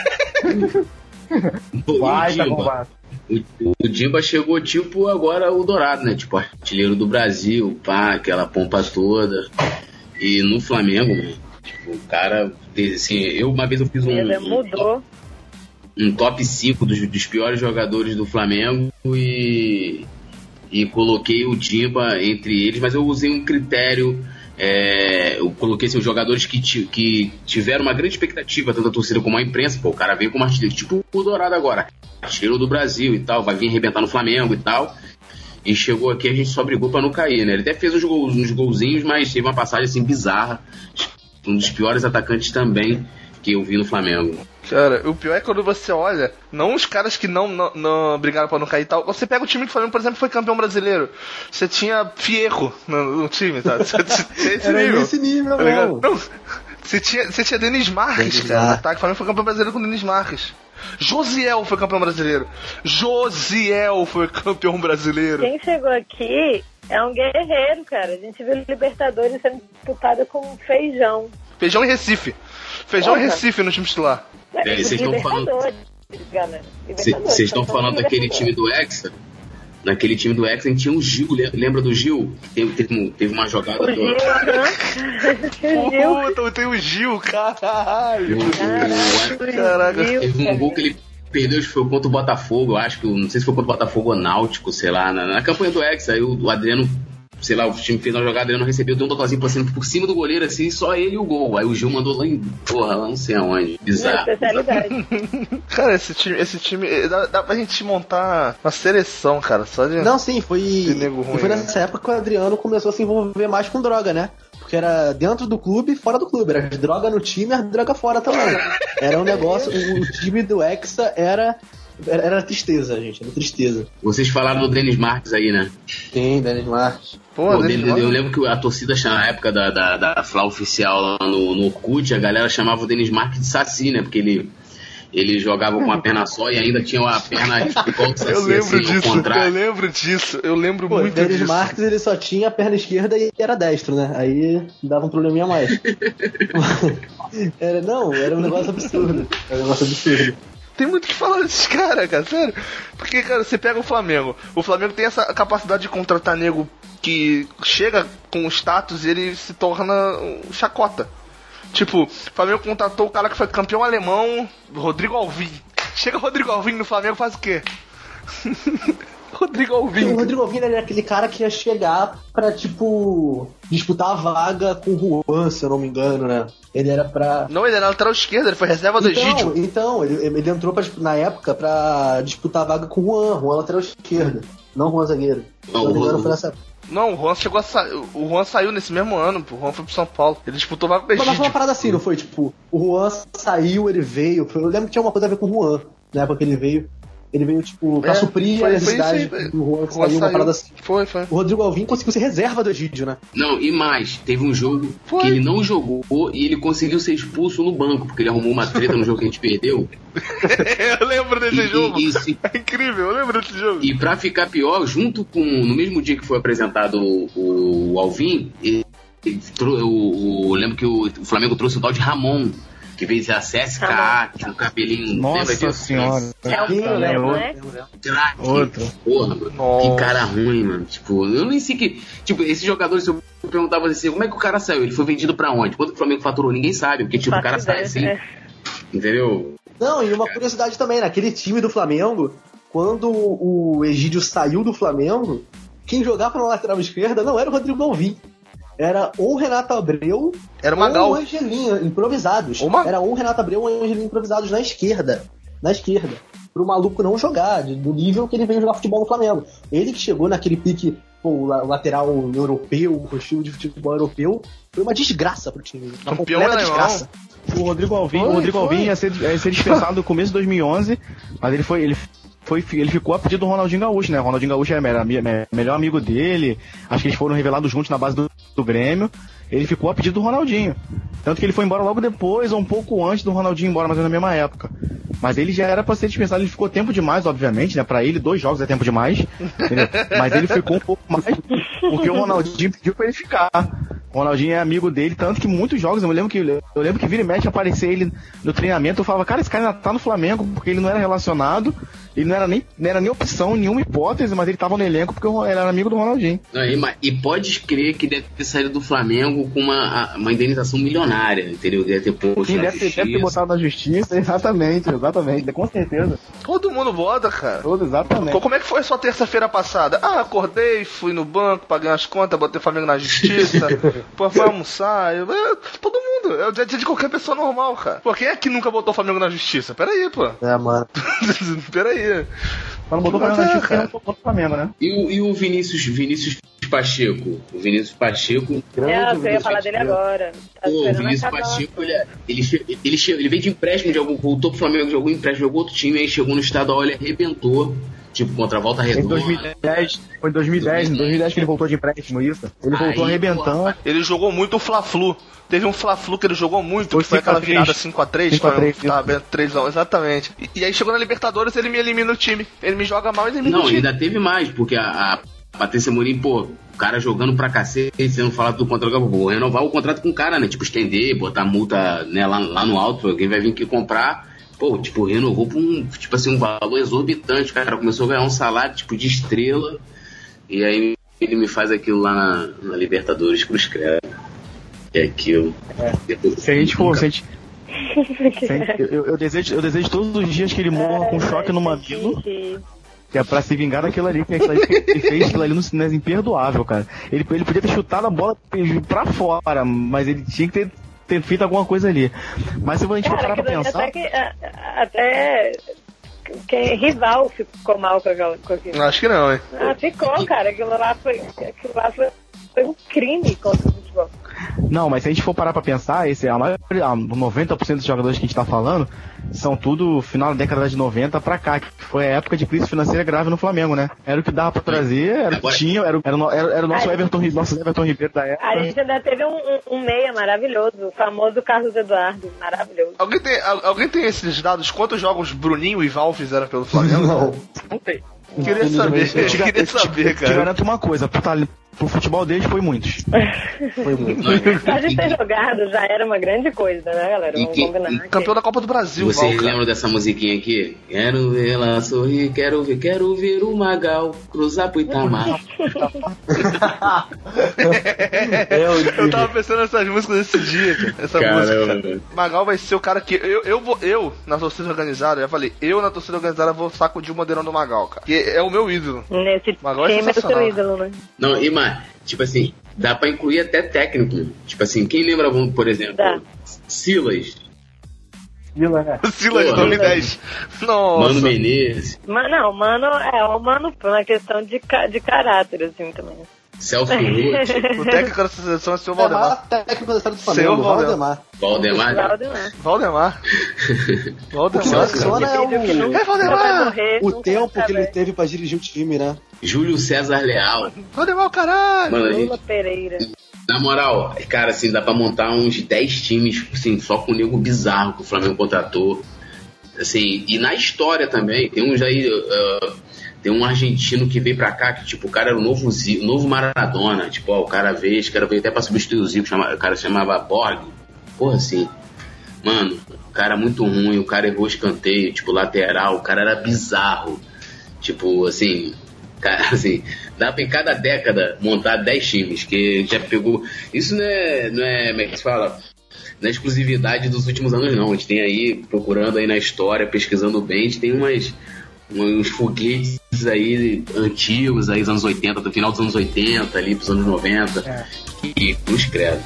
Vai, tá o, o Dimba chegou tipo agora o Dourado, né? Tipo, artilheiro do Brasil, pá, aquela pompa toda. E no Flamengo, mano, tipo, o cara, assim, eu uma vez eu fiz um... Ele mudou. um top cinco dos, dos piores jogadores do Flamengo e, e coloquei o Dimba entre eles, mas eu usei um critério, é, eu coloquei assim, os jogadores que, ti, que tiveram uma grande expectativa, tanto a torcida como a imprensa. Pô, o cara veio como artilheiro, tipo o Dourado agora, artilheiro do Brasil e tal, vai vir arrebentar no Flamengo e tal, e chegou aqui, a gente só brigou pra não cair, né? Ele até fez uns, gol, uns golzinhos, mas teve uma passagem assim bizarra, um dos piores atacantes também que eu vi no Flamengo. Cara, o pior é quando você olha, não os caras que não, não, não brigaram pra não cair e tal. Você pega o time do Flamengo, por exemplo, foi campeão brasileiro. Você tinha Fierro no, no time, tá? Você tinha esse Era nível. esse nível, tá não. não. Você tinha, você tinha Denis Marques, cara. Tá? Que o Flamengo foi campeão brasileiro com Denis Marques. Josiel foi campeão brasileiro. Josiel foi campeão brasileiro. Quem chegou aqui é um guerreiro, cara. A gente viu Libertadores sendo disputada com Feijão. Feijão e Recife. Feijão Porra. e Recife no time titular. É, vocês estão falando. Vocês estão falando daquele time do Hexa? Naquele time do Hexa, a gente tinha o Gil, lembra do Gil? Que teve, teve, teve uma jogada. O do... Gil, aham. Puta, tem o Gil, caralho. O, Caraca. Teve um gol que ele perdeu, acho que foi contra o Botafogo, eu acho que, não sei se foi contra o Botafogo ou Náutico, sei lá, na, na campanha do Hexa, aí o, o Adriano, sei lá, o time fez uma jogada, o Adriano recebeu, deu um toquezinho por cima, por cima do goleiro, assim, só ele e o gol. Aí o Gil mandou lá em, porra, lá não sei aonde. Bizarro. Cara, esse time, esse time, dá, dá pra gente montar uma seleção, cara, só de... Não, sim, foi, ruim, foi né? nessa época que o Adriano começou a se envolver mais com droga, né? Porque era dentro do clube e fora do clube. Era droga no time e a droga fora também. Era um negócio, o, o time do Hexa era... Era, era tristeza, gente, era tristeza. Vocês falaram do Denis Marques aí, né? Sim, Denis Marques. Pô, Pô Denis, eu lembro que a torcida, na época da, da, da Fla Oficial lá no, no Orkut, a galera chamava o Denis Marques de Saci, né? Porque ele, ele jogava com uma perna só e ainda tinha uma perna igual de Saci. Eu lembro assim, disso, eu lembro disso, eu lembro Pô, muito Denis disso. Denis Marques, ele só tinha a perna esquerda e era destro, né? Aí dava um probleminha a mais. era, não, era um negócio absurdo. Era um negócio absurdo. Tem muito o que falar desses caras, cara, sério. Porque, cara, você pega o Flamengo. O Flamengo tem essa capacidade de contratar nego que chega com status e ele se torna um chacota. Tipo, o Flamengo contratou o cara que foi campeão alemão, Rodrigo Alvim. Chega o Rodrigo Alvim no Flamengo, faz o quê? Rodrigo Alvim. O Rodrigo Alvim era aquele cara que ia chegar pra, tipo, disputar a vaga com o Juan, se eu não me engano, né? Ele era pra... Não, ele era lateral esquerdo, ele foi reserva do então, Egídio. Então, ele, ele entrou pra, na época pra disputar a vaga com o Juan, Juan lateral esquerdo, não Juan zagueiro. Se eu não me engano, foi nessa época. Não, o Juan chegou a sa... o Juan saiu nesse mesmo ano, pô. O Juan foi pro São Paulo. Ele disputou vaga com o Egídio. Mas foi uma parada assim, não foi? Tipo, o Juan saiu, ele veio. Eu lembro que tinha uma coisa a ver com o Juan, na época que ele veio. Ele veio, tipo, pra é, suprir foi, a necessidade do Juan, que saiu, uma parada assim. Foi, foi. O Rodrigo Alvim conseguiu ser reserva do Egídio, né? Não, e mais, teve um jogo foi. que ele não jogou e ele conseguiu ser expulso no banco, porque ele arrumou uma treta no jogo que a gente perdeu. Eu lembro desse e, jogo. E, e se... É incrível, eu lembro desse jogo. E pra ficar pior, junto com, no mesmo dia que foi apresentado o, o Alvim, ele, ele, o, o, lembro que o, o Flamengo trouxe o tal de Ramon, que fez a C S K A, que tinha um cabelinho... Nossa senhora. É o é outro, né? Outro. Porra, que cara ruim, mano. Tipo, eu nem sei que... Tipo, esse jogador, se eu perguntava assim, como é que o cara saiu? Ele foi vendido pra onde? Quanto que o Flamengo faturou? Ninguém sabe, porque tipo, o cara sai assim... É. Entendeu? Não, e uma curiosidade também, naquele time do Flamengo, quando o Egídio saiu do Flamengo, quem jogava na lateral esquerda não era o Rodrigo Alvim. Era ou o Renato Abreu era o Magal. ou o Angelinho, improvisados. Uma... Era ou o Renato Abreu ou o Angelinho improvisados na esquerda. Na esquerda. Pro maluco não jogar, do nível que ele veio jogar futebol no Flamengo. Ele que chegou naquele pique, pô, o lateral europeu, o estilo de futebol europeu, foi uma desgraça pro time. Uma campeão completa desgraça. O Rodrigo Alvim, foi, o Rodrigo Alvim ia ser, ia ser dispensado no começo de dois mil e onze, mas ele foi... Ele... Foi, ele ficou a pedido do Ronaldinho Gaúcho, né? O Ronaldinho Gaúcho era o melhor, melhor amigo dele. Acho que eles foram revelados juntos na base do, do Grêmio. Ele ficou a pedido do Ronaldinho. Tanto que ele foi embora logo depois, ou um pouco antes do Ronaldinho ir embora, mas na mesma época. Mas ele já era pra ser dispensado. Ele ficou tempo demais, obviamente, né? Pra ele, dois jogos é tempo demais. Entendeu? Mas ele ficou um pouco mais porque o Ronaldinho pediu pra ele ficar. O Ronaldinho é amigo dele, tanto que muitos jogos, eu lembro que eu lembro que vira e mexe aparecer ele no treinamento, eu falava, cara, esse cara ainda tá no Flamengo, porque ele não era relacionado, ele não era nem, não era nem opção, nenhuma hipótese, mas ele tava no elenco porque ele era amigo do Ronaldinho. Não, e, e pode crer que deve ter saído do Flamengo com uma, uma indenização milionária, entendeu? Deve ter posto Sim, deve, ter, deve ter botado na justiça, exatamente, exatamente, com certeza. Todo mundo bota, cara. Todo, exatamente. Como é que foi a sua terça-feira passada? Ah, acordei, fui no banco, paguei umas contas, botei o Flamengo na justiça, pô, foi almoçar, eu, é, todo mundo, é o dia a dia de qualquer pessoa normal, cara. Pô, quem é que nunca botou o Flamengo na justiça? Pera aí, pô. É, mano. Pera aí. Mas não botou o Flamengo na justiça porque não botou o Flamengo, né? E o, e o Vinícius, Vinícius Pacheco? O Vinícius Pacheco... É, eu ia falar dele agora. Tá Pô, o Vinícius Pacheco, ele, ele, ele, ele, ele veio de empréstimo de algum... Voltou pro Flamengo, jogou empréstimo, jogou outro time, aí chegou no estadual, ele arrebentou. tipo contra a Volta Redonda. Em dois mil e dez, foi em dois mil e dez, em dois mil e dez que ele voltou de empréstimo, isso. Ele Aí, voltou arrebentando. porra. Ele jogou muito o Fla-Flu. Teve um Fla-Flu que ele jogou muito, Foi que foi aquela cinco a três. virada cinco a três, cinco a três, tá aberto três a um, exatamente. E, e aí chegou na Libertadores, ele me elimina o time. Ele me joga mal e elimina Não, o time. ainda teve mais, porque a, a Patrícia Amorim, pô, o cara jogando pra cacete, sendo falado do contrato, vou renovar o contrato com o cara, né? Tipo, estender, botar multa, né, lá, lá no alto, alguém vai vir aqui comprar. Pô, tipo, renovou por um, tipo assim, um valor exorbitante, cara. Começou a ganhar um salário, tipo, de estrela. E aí ele me faz aquilo lá na, na Libertadores, cruz credo. É aquilo. É. Se a gente for, se a gente... se a gente- eu, eu, desejo, eu desejo todos os dias que ele morra com choque no mamilo, que é pra se vingar daquilo ali, que aquilo ali que ele fez, aquilo ali no cinema é imperdoável, cara. Ele, ele podia ter chutado a bola pra fora, mas ele tinha que ter, ter feito alguma coisa ali. Mas se a gente for parar pra pensar... Até, que, a- até quem rival ficou mal com aquilo. Com aquilo. Acho que não, hein? Ah, ficou, cara. Aquilo lá foi, aquilo lá foi, foi um crime contra o futebol. Não, mas se a gente for parar pra pensar, esse, a maioria, a noventa por cento dos jogadores que a gente tá falando são tudo final da década de noventa pra cá, que foi a época de crise financeira grave no Flamengo, né? Era o que dava pra trazer, era o que tinha, era, o- era, o no- era, era o nosso A Everton, nosso Everton Ribeiro da A época. gente ainda teve um, um, um meia maravilhoso, o famoso Carlos Eduardo, maravilhoso. Alguém tem, al- alguém tem esses dados? Quantos jogos Bruninho e Val fizeram pelo Flamengo? Não. Não tem. Queria saber, Eu te, queria eu te- saber, eu te cara. garanto uma coisa, pro, talento- pro futebol deles foi muitos. Foi muito. Só de ter jogado já era uma grande coisa, né, galera? E Vamos que- combinar. e que- Campeão da Copa do Brasil, Val, Vocês cara. lembram dessa musiquinha aqui? Quero ver ela sorrir, quero ver, quero ver o Magal cruzar pro Itamar. Eu tava pensando nessas músicas esse dia, cara. Essa Caramba. música. Magal vai ser o cara que. Eu, eu vou. Eu, na torcida organizada, eu já falei, eu na torcida organizada vou sacudir o bandeirão do Magal, cara. Que é o meu ídolo. Nesse Magal é time é o seu sensacional. ídolo, né? Não, e mas, tipo assim, dá pra incluir até técnico. Tipo assim, quem lembra, por exemplo, Dá. Silas, O Silas de Porra. dois mil e dez. Nossa. Mano Menezes, Mas não, mano, é o mano por uma questão de, ca- de caráter, assim, também. Celso Ruth, O técnico dessa seleção é o seu É o Valdemar. maior técnico da história do Senhor Flamengo, Valdemar. Valdemar. Valdemar. Valdemar. Valdemar. O que me Valdemar. impressiona é Filho que o, nunca É, Valdemar. vai morrer, o nunca tempo vai que ele saber. teve pra dirigir o time, né? Júlio César Leal. Valdemar, caralho. Mano, a Lula gente, Pereira. na moral, cara, assim, dá pra montar uns dez times, assim, só com o nego bizarro que o Flamengo contratou. Assim, e na história também, tem uns aí, uh, tem um argentino que veio pra cá, que tipo, o cara era o novo, Zico, o novo Maradona, tipo, ó, o cara veio, esse cara veio até pra substituir o Zico, chama, o cara se chamava Borg, porra, assim, mano, o cara muito ruim, o cara errou escanteio, tipo, lateral, o cara era bizarro, tipo, assim, cara, assim, dá pra em cada década montar dez times, que já pegou, isso não é, não é, como é que se fala? Na exclusividade dos últimos anos, não. A gente tem aí, procurando aí na história, pesquisando bem, a gente tem umas, uns foguetes aí antigos, aí dos anos oitenta, do final dos anos oitenta, ali pros anos noventa, É. e cruz credo.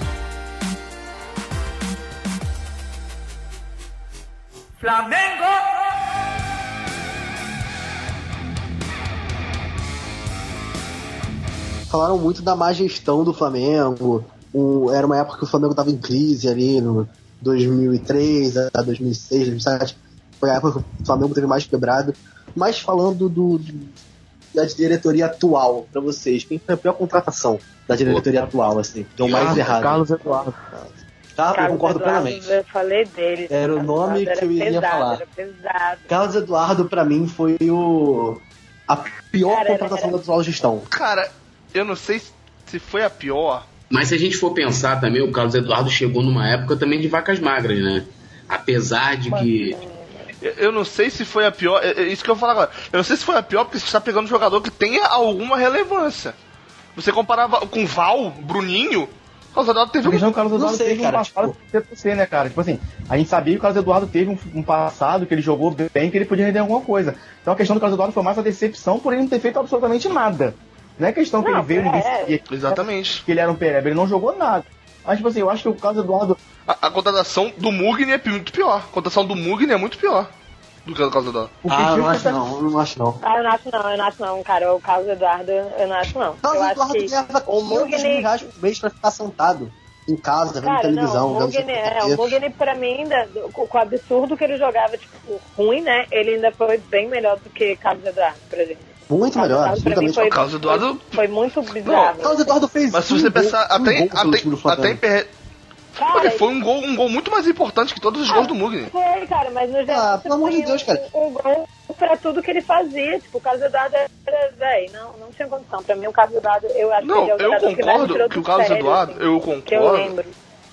Falaram muito da má gestão do Flamengo. O- era uma época que o Flamengo tava em crise ali no dois mil e três a dois mil e seis, dois mil e sete. Foi a época que o Flamengo teve mais quebrado. Mas falando do, do- da diretoria atual, pra vocês, quem foi a pior contratação da diretoria atual, assim? Deu mais Carlos- errado. Carlos Eduardo. Tá, eu Carlos concordo Eduardo, plenamente. Eu falei dele. Era o Carlos nome Eduardo que eu era iria pesado, falar. Era pesado. Carlos Eduardo, pra mim, foi o a pior Cara, contratação era- da atual gestão. Cara, eu não sei se foi a pior. Mas se a gente for pensar também, o Carlos Eduardo chegou numa época também de vacas magras, né? Apesar de que... Eu- Eu não sei se foi a pior. é- é Isso que eu vou falar agora. Eu não sei se foi a pior porque você está pegando um jogador que tenha alguma relevância. Você comparava com Val, Bruninho. O Carlos Eduardo teve A um. questão do Carlos Não Eduardo sei, teve cara, um passado tipo- que T P C, né, cara? Tipo assim, a gente sabia que o Carlos Eduardo teve um, um passado que ele jogou bem, que ele podia render alguma coisa. Então a questão do Carlos Eduardo foi mais a decepção por ele não ter feito absolutamente nada. Não é questão que Não, ele veio, é, ninguém é. sabia Exatamente. que ele era um pereba, ele não jogou nada. Mas, tipo assim, eu acho que o Carlos Eduardo... A, a contratação do Mugni é muito pior. A contratação do Mugni é muito pior do que a do Carlos Eduardo. o Ah, Pichico eu não acho tá- não, eu não acho não. Ah, eu não acho não, eu não acho não, cara. O Carlos Eduardo, eu não acho não. Carlos eu acho Eduardo que ganhava o quinhentos mil Mugni... reais por mês pra ficar sentado. em casa, vendo Cara, televisão. não, o Mugni, é, o Mugni pra mim, ainda, com o absurdo que ele jogava, tipo, ruim, né? Ele ainda foi bem melhor do que Carlos Eduardo, por exemplo. Muito Carlos melhor, Eduardo, pra mim, absolutamente. foi, O Carlos Eduardo... Foi, foi muito bizarro. O Carlos Eduardo fez Mas se um você gol, pensar, um até, gol pelo time do até, até Flamengo. em perre... Cara, Olha, foi um gol, um gol muito mais importante que todos os ah, gols do Mugni. Foi, cara, mas no geral Ah, pelo amor de Deus, cara. Um, um gol pra tudo que ele fazia. Tipo, o Carlos Eduardo era, velho, não, não tinha condição. Pra mim, o Carlos Eduardo, eu acho Não, que ele é o eu jogador que mais concordo tirou que o do Carlos sério, Eduardo, assim, eu que eu concordo. lembro.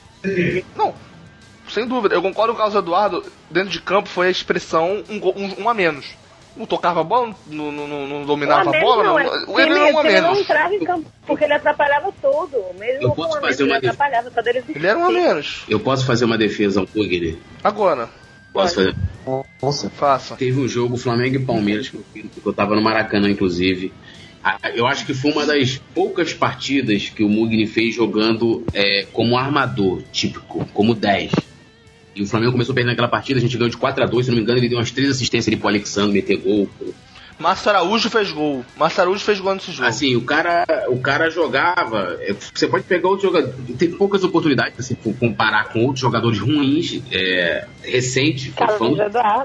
Não, sem dúvida, eu concordo com o Carlos Eduardo, dentro de campo foi a expressão um, gol, um, um a menos. Não tocava a bola, não, não, não, não dominava a bola, não. É, Ele era um a ele não menos. entrava em campo, porque ele atrapalhava tudo. Mesmo Eu com posso um a fazer menos, uma ele atrapalhava, só dele Ele era um a menos. Eu posso fazer uma defesa ao Mugni? Agora, Posso fazer? Nossa. faça. Teve um jogo Flamengo e Palmeiras, que eu, que eu tava no Maracanã, inclusive. Ah, eu acho que foi uma das poucas partidas que o Mugni fez jogando é, como armador, típico, como dez. E o Flamengo começou perdendo aquela partida, a gente ganhou de quatro a dois, se não me engano, ele deu umas três assistências ali pro Alexandre meter gol. Márcio Araújo fez gol. Márcio Araújo fez gol nesse jogo. Assim, o cara, o cara jogava. Você pode pegar outro jogador. Tem poucas oportunidades, assim, por comparar com outros jogadores ruins, é, recentes, Carlos Eduardo.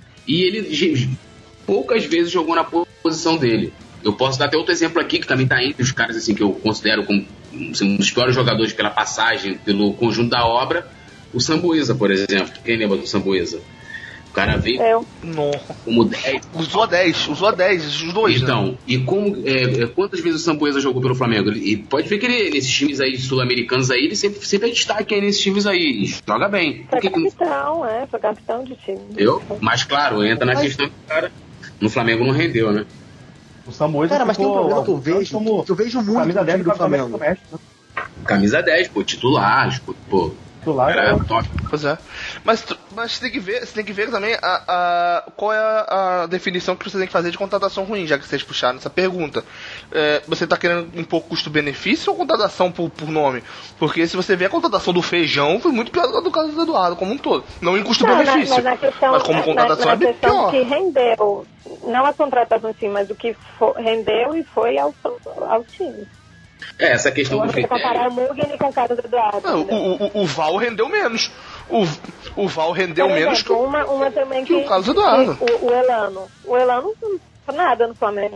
e ele poucas vezes jogou na posição dele. Eu posso dar até outro exemplo aqui, que também está entre os caras assim, que eu considero como assim, um dos piores jogadores pela passagem, pelo conjunto da obra, o Sambueza, por exemplo. Quem lembra do Sambueza? O cara veio Eu. como dez. Usou a dez, usou a dez, os dois. Então, né? e como é, quantas vezes o Sambueza jogou pelo Flamengo? E pode ver que ele, nesses times aí sul-americanos aí, ele sempre, sempre é destaque aí nesses times aí. E joga bem. Foi Por que que não- capitão, é, foi capitão de time. Eu? Mas claro, entra na Mas- questão que o cara no Flamengo não rendeu, né? O Sambueza Cara, mas tem um ficou- problema que eu vejo, como que eu vejo muito camisa no dez time do Flamengo. Flamengo. Camisa dez, pô, titular, pô. Titular, Era é. top. Pois é. Mas, tu- mas você tem que ver, você tem que ver também a, a, qual é a, a definição que você tem que fazer de contratação ruim, já que vocês puxaram essa pergunta. É, você tá querendo um pouco custo-benefício ou contratação por, por nome? Porque se você ver a contratação do Feijão, foi muito pior do caso do Eduardo, como um todo. Não em Não, custo-benefício. mas, mas, na questão, mas como na- contratação na, é bem questão pior. que rendeu, não a contratação em si, mas o que fo- rendeu e foi ao, ao time. É, essa questão do Você comparar critério. o Mugni com o Carlos Eduardo. Não, entendeu? o, o, o Val rendeu menos. O, o Val rendeu Por menos que exemplo, o. uma, uma também que que, o Carlos Eduardo. que o, o Elano. O Elano não faz nada no Flamengo.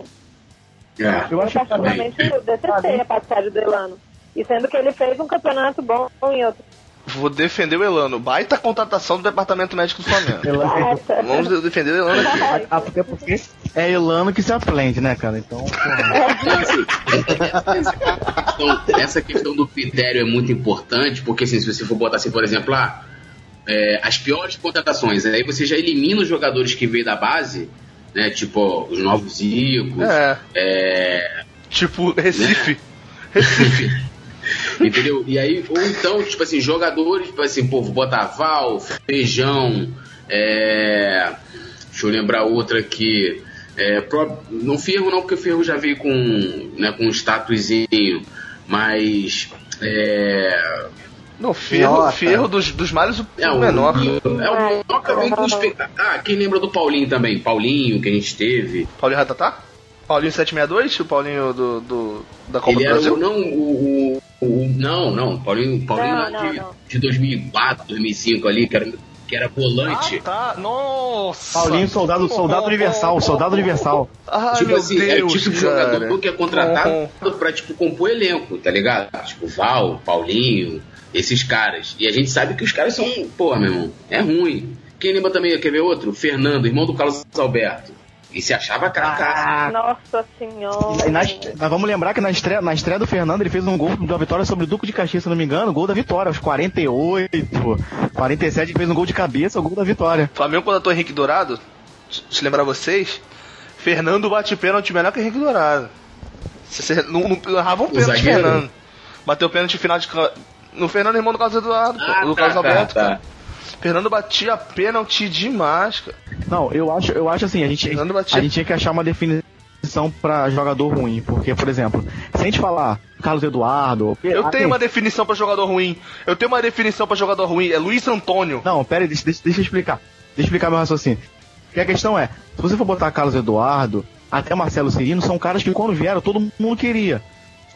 É. Eu Eu acho que também. particularmente detestei a passagem do Elano. E sendo que ele fez um campeonato bom em outro. Vou defender o Elano. Baita contratação do Departamento Médico do Flamengo. Nossa. Vamos defender o Elano aqui. Até porque é Elano que se aprende, né, cara? Então, porra. Então, assim, essa, questão, essa questão do critério é muito importante, porque assim, se você for botar assim, por exemplo, ah, é, as piores contratações, aí você já elimina os jogadores que veio da base, né? Tipo, ó, os novos Zicos, É. é, Tipo, Recife. Recife. entendeu? E aí, ou então, tipo assim, jogadores, tipo assim, pô, vou botar Val, Feijão, é, deixa eu lembrar outra aqui. É, pro, não Ferro não, porque o Ferro já veio com, né, com um statusinho, mas é, Não, ferro, Nossa. ferro dos, dos males o é o menor. É o menor que vem com os pe- Ah, quem lembra do Paulinho também? Paulinho, que a gente teve. Paulinho Ratatá? Paulinho sete seis dois? O Paulinho do, do, da Copa Ele do era Brasil? o, não, o, o, o- não, não, Paulinho, Paulinho Não, lá não, de, não. de dois mil e quatro, dois mil e cinco ali, que era, que era volante. Ah, tá. Nossa. Paulinho, soldado, soldado universal, soldado universal. Ai, Tipo meu assim, é o Deus, tipo de cara. jogador que é contratado Uhum. pra, tipo, compor elenco, tá ligado? Tipo, Val, Paulinho, esses caras. E a gente sabe que os caras são, porra, meu irmão, é ruim. Quem lembra também, quer ver outro? Fernando, irmão do Carlos Alberto. E se achava cracaço. Nossa senhora. E na est- mas vamos lembrar que na estreia, na estreia do Fernando ele fez um gol da vitória sobre o Duque de Caxias, se não me engano, gol da vitória, aos quarenta e oito, quarenta e sete ele fez um gol de cabeça, o gol da vitória. Flamengo contratou Henrique Dourado. Deixa eu lembrar vocês. Fernando bate pênalti melhor que Henrique Dourado. Você não, não errava um O pênalti, zagueiro? Fernando. Bateu pênalti final de. ca- No Fernando, irmão do Carlos Eduardo, Ah, do tá, Carlos tá, Alberto. tá. cara. Fernando batia pênalti demais, cara. Não, eu acho, eu acho assim, a gente, Fernando batia. a gente tinha que achar uma definição pra jogador ruim, porque, por exemplo, se a gente falar Carlos Eduardo... Eu assim, tenho uma definição pra jogador ruim. Eu tenho uma definição pra jogador ruim. É Luiz Antônio. Não, pera aí, deixa, deixa, deixa eu explicar. Deixa eu explicar meu raciocínio. Porque a questão é, se você for botar Carlos Eduardo, até Marcelo Cirino, são caras que quando vieram todo mundo queria.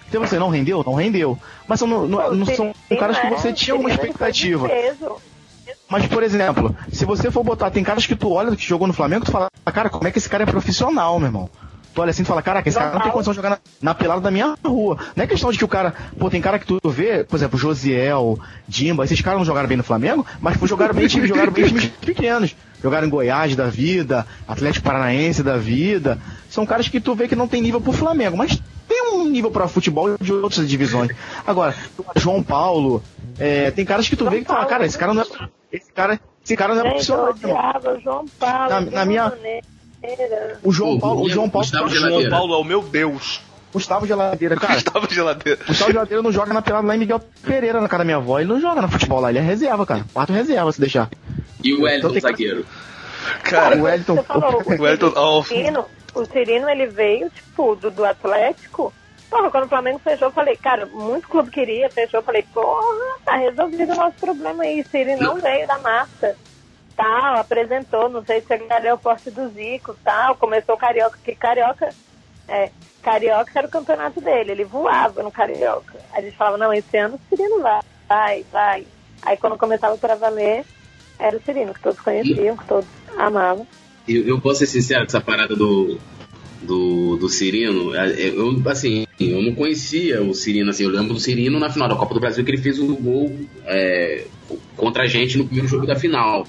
Então você não rendeu? Não rendeu. Mas são, não, não, não são caras que você tinha uma expectativa. Mas, por exemplo, se você for botar, tem caras que tu olha que jogou no Flamengo, tu fala, cara, como é que esse cara é profissional, meu irmão? Tu olha assim e fala, caraca, esse cara não tem condição de jogar na, na pelada da minha rua. Não é questão de que o cara, pô, tem cara que tu vê, por exemplo, Josiel, Dimba, esses caras não jogaram bem no Flamengo, mas pô, jogaram bem times, jogaram bem times pequenos. Jogaram em Goiás da vida, Atlético Paranaense da vida. São caras que tu vê que não tem nível pro Flamengo, mas tem um nível pra futebol de outras divisões. Agora, João Paulo, é, tem caras que tu vê que tu fala, cara, esse cara não é, esse cara, esse cara não é profissional. João Paulo, na, na minha... O João Paulo, o João Paulo, Gustavo João Paulo é o meu Deus. Gustavo Geladeira, cara. Gustavo Geladeira. Gustavo Geladeira não joga na pelada lá em Miguel Pereira, na cara da minha avó. Ele não joga no futebol lá, ele é reserva, cara. Quarto reserva, se deixar. E o Wellington, então, zagueiro? Cara, o Wellington... Você falou, o Wellington... O Cirino, o Cirino, ele veio, tipo, do, do Atlético. Porra, quando o Flamengo fechou, eu falei, cara, muito clube queria, fechou. Eu falei, porra, tá resolvido o nosso problema aí. O Cirino não veio da massa. Tal, apresentou, não sei se ele o porte do Zico, tal, começou o Carioca, que Carioca, é, Carioca era o campeonato dele, ele voava no Carioca. A gente falava, não, esse ano o Cirino vai, vai, vai. Aí quando começava para valer, era o Cirino, que todos conheciam, que todos amavam. Eu, eu posso ser sincero com essa parada do, do, do Cirino, eu, assim, eu não conhecia o Cirino, assim, eu lembro do Cirino na final da Copa do Brasil, que ele fez um gol é, contra a gente no primeiro jogo da final.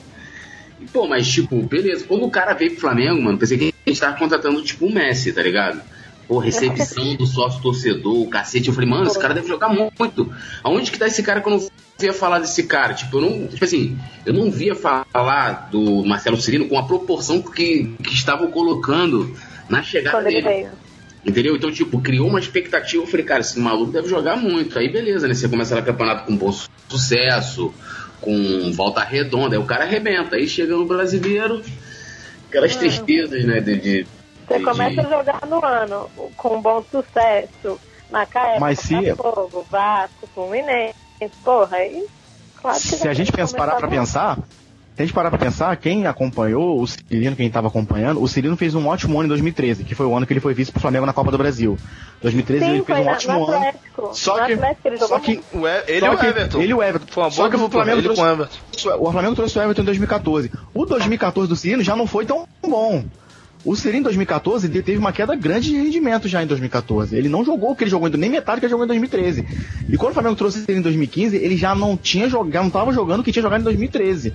Pô, mas tipo, beleza, quando o cara veio pro Flamengo, mano, pensei que a gente tava contratando tipo o Messi, tá ligado? Pô, recepção do sócio torcedor, o cacete, eu falei, mano, esse cara deve jogar muito. Aonde que tá esse cara que eu não via falar desse cara? Tipo, eu não, tipo assim, eu não via falar do Marcelo Cirino com a proporção que, que estavam colocando na chegada quando ele dele. veio. Entendeu? Então, tipo, criou uma expectativa, eu falei, cara, esse maluco deve jogar muito. Aí beleza, né? Você começa no campeonato com bom sucesso, com volta redonda, aí o cara arrebenta. Aí chega no brasileiro, aquelas hum. tristezas, né? De, de, Você de, começa de... a jogar no ano com bom sucesso, Macaé, Mas se... Botafogo, Vasco, Fluminense, porra, aí... Claro que se a gente pensa, parar pra pensar, se a gente parar pra pensar, quem acompanhou o Cirino, quem tava acompanhando, o Cirino fez um ótimo ano em dois mil e treze, que foi o ano que ele foi vice pro Flamengo na Copa do Brasil. dois mil e treze Sim, ele fez um na, ótimo ano. Atlético. Só que, ele só que o e, ele e o Everton. Ele e o Everton. Foi uma só que o Flamengo ele trouxe, com o Everton. O Flamengo trouxe o Everton em dois mil e catorze. O dois mil e catorze do Cirino já não foi tão bom. O Cirino em dois mil e catorze ele teve uma queda grande de rendimento já em dois mil e catorze. Ele não jogou o que ele jogou, nem metade que ele jogou em dois mil e treze. E quando o Flamengo trouxe ele em dois mil e quinze, ele já não tinha jogado, não estava jogando o que tinha jogado em dois mil e treze.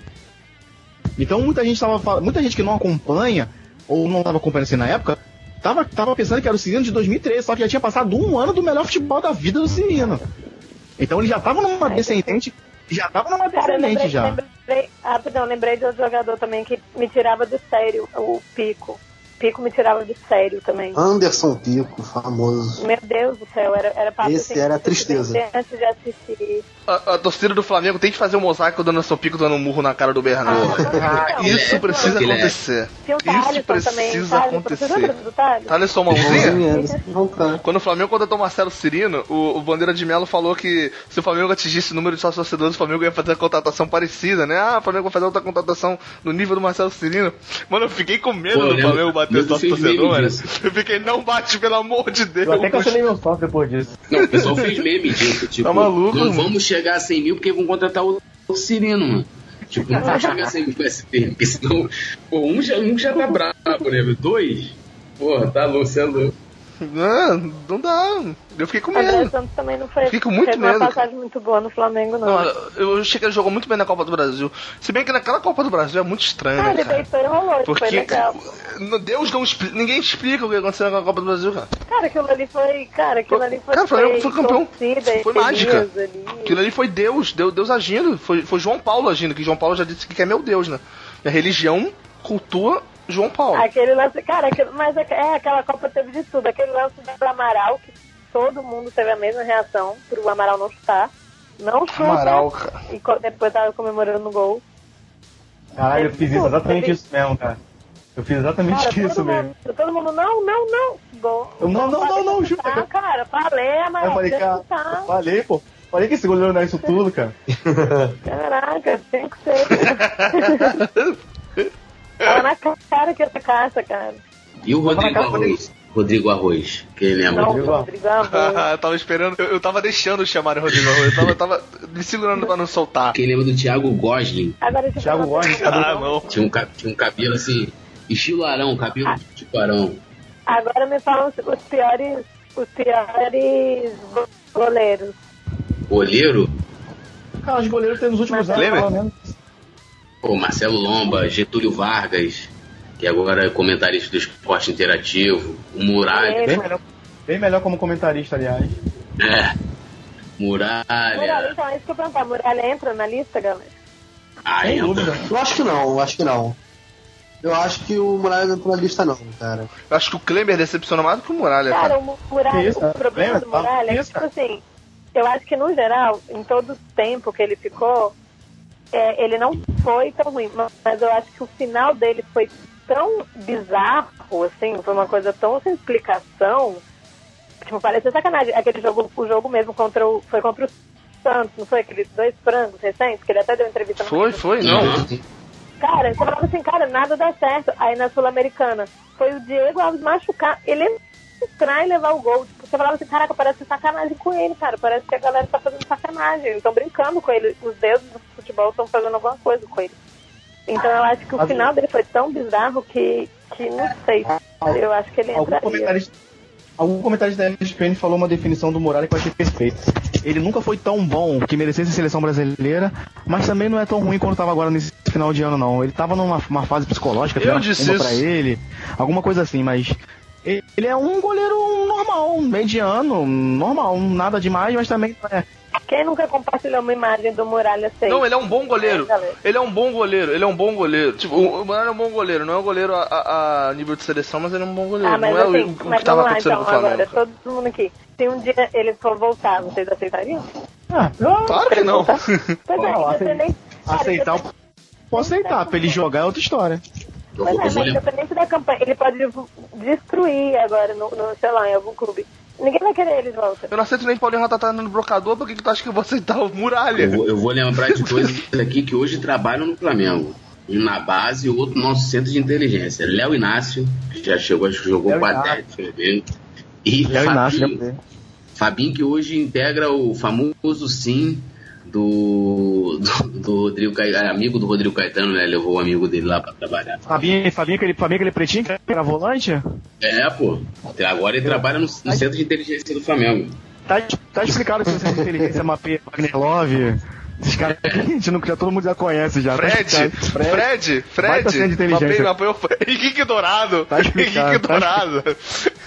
Então muita gente tava, muita gente que não acompanha ou não estava acompanhando assim na época, tava, tava pensando que era o Cirino de dois mil e treze, só que já tinha passado um ano do melhor futebol da vida do Cirino. Então ele já estava numa descendente, já estava numa descendente já. Lembrei, ah, perdão, lembrei de outro jogador também que me tirava do sério, o Pico. Pico me tirava de sério também. Anderson Pico, famoso. Meu Deus do céu, era, era papo Esse era a tristeza. Antes de assistir. A, a torcida do Flamengo tem que fazer um mosaico do Anderson Pico dando um murro na cara do Bernardo. Ah, isso precisa é. acontecer. Isso precisa também. acontecer. Thaleson Mãozinha? Quando o Flamengo contratou o Marcelo Cirino, o, o Bandeira de Melo falou que se o Flamengo atingisse o número de sócios torcedores, o Flamengo ia fazer a contratação parecida, né? Ah, o Flamengo vai fazer outra contratação no nível do Marcelo Cirino. Mano, eu fiquei com medo Pô, do Flamengo bater o sócio torcedor, mano. Eu fiquei, não bate, pelo amor de Deus. Eu até cancelei meu sócio depois disso. Não, o pessoal fez meme disso, tipo, tá maluco, não vamos chegar a cem mil porque vão contratar o, o Cirino, mano. Tipo, não vai chegar a cem mil com S P, porque senão, pô, um já, um já tá bravo, né? Dois? Porra, tá louco, você é louco. Não, não dá. Eu fiquei com medo. André Santos também não foi. Fiquei com muito teve medo. uma passagem muito boa no Flamengo, não. não. Eu achei que ele jogou muito bem na Copa do Brasil. Se bem que naquela Copa do Brasil é muito estranho, ah, né, ele cara? deitou e rolou, porque foi legal. Deus não explica, ninguém explica o que aconteceu na Copa do Brasil, cara. Cara, aquilo ali foi, cara, aquilo ali foi. Cara, foi, foi campeão. Torcida, foi mágica. Ali. Aquilo ali foi Deus, Deus, Deus agindo. Foi, foi João Paulo agindo, que João Paulo já disse que é meu Deus, né? A religião cultua João Paulo. Aquele lance, cara, aquele, mas é, é, aquela Copa teve de tudo. Aquele lance do Amaral, que todo mundo teve a mesma reação pro Amaral não chutar. Não chuta. Amaral, cara. E depois tava comemorando no gol. Caralho, eu fiz isso, exatamente isso mesmo, cara. Eu fiz exatamente cara, isso todo mesmo. Mundo, todo mundo, não, não, não. Gol. Eu, não, não, não, não, chuta. Ah, cara, falei, Amaral. Eu falei, cara, eu falei, pô. Falei que esse goleiro não é isso tudo, cara. Caraca, tem que ser. Tava na cara que essa caça, cara. E o Rodrigo Arroz? Rodrigo Arroz. Quem lembra? Não, Rodrigo, Rodrigo Arroz. Eu tava esperando, eu, eu tava deixando chamar o Rodrigo Arroz. Eu tava, eu tava me segurando pra não soltar. Quem lembra do Thiago Gosling? Agora Thiago Gosling. Ah, não. Tinha um, tinha um cabelo assim, estilo Arão, cabelo ah. tipo Arão. Agora me falam os piores, os piores goleiros. Goleiro? Cara, os goleiros tem nos últimos anos, pelo menos. Pô, Marcelo Lomba, Getúlio Vargas, que agora é comentarista do Esporte Interativo, o Muralha. Bem melhor, bem melhor como comentarista, aliás. É. Muralha. Muralha, então, é isso que eu perguntar. Muralha entra na lista, galera? Ah, entra. Eu acho que não, eu acho que não. Eu acho que o Muralha não entra na lista, não, cara. Eu acho que o Kleber decepcionou mais do que o Muralha, cara. Cara, o Muralha, isso, o problema do Muralha é que, tipo assim, eu acho que no geral, em todo o tempo que ele ficou, é, ele não foi tão ruim, mas eu acho que o final dele foi tão bizarro, assim, foi uma coisa tão sem explicação, tipo, parecia sacanagem. Aquele jogo, o jogo mesmo contra o, foi contra o Santos, não foi? Aqueles dois frangos recentes, que ele até deu entrevista no Foi, foi, não. Cara, você falava assim, cara, nada dá certo. Aí na Sul-Americana, foi o Diego Alves machucar, ele entrar e levar o gol. Tipo, você falava assim, caraca, parece sacanagem com ele, cara. Parece que a galera tá fazendo sacanagem. Eles estão brincando com ele. Os deuses do futebol estão fazendo alguma coisa com ele. Então eu acho que o final dele foi tão bizarro que, que não sei. Eu acho que ele entraria. Algum comentarista, algum comentarista da E S P N falou uma definição do Muralha que eu achei perfeita. Ele nunca foi tão bom que merecesse a seleção brasileira, mas também não é tão ruim quanto estava agora nesse final de ano, não. Ele estava numa uma fase psicológica, eu disse isso pra ele, alguma coisa assim, mas ele, ele é um goleiro normal, mediano, normal, nada demais, mas também é. Quem nunca compartilhou uma imagem do Muralha seis? Não, ele é um bom goleiro. Ele é um bom goleiro, ele é um bom goleiro. Tipo, o Muralha é um bom goleiro, não é um goleiro a, a, a nível de seleção, mas ele é um bom goleiro. Ah, mas não assim, é o, o mas que tava lá, acontecendo então, com o Flamengo. agora, todo mundo aqui. Se um dia ele for voltar, vocês aceitariam? Ah, eu... Claro que não. Pois é, Não, você nem... Aceitar, eu posso aceitar, pra ele jogar é outra história. Mas é, mas independente da campanha, ele pode destruir agora, no, no, sei lá, em algum clube. Ninguém vai querer ele de volta. Eu não aceito nem Paulinho Ratatá no brocador, por que, que tu acha que eu vou aceitar o Muralha? Eu vou, eu vou lembrar de dois aqui que hoje trabalham no Flamengo. Um na base e o outro no nosso centro de inteligência. Léo Inácio, que já chegou, acho que jogou com a Tete, Flamengo. E Léo Fabinho, Inácio, Fabinho, que hoje integra o famoso sim do, do, do Rodrigo Caetano, amigo do Rodrigo Caetano, né? Levou o amigo dele lá pra trabalhar. Fabinho, Fabinho, aquele, Fabinho, aquele pretinho que era volante? É, pô. Agora ele trabalha no, no centro de inteligência do Flamengo. Tá, tá explicado que o centro de inteligência mapeia Wagner Love. Esses caras que a gente não, já todo mundo já conhece já. Fred, tá Fred, Fred, Fred. Mapeia, mapeia, Henrique Dourado. Tá explicado, Henrique Dourado. Tá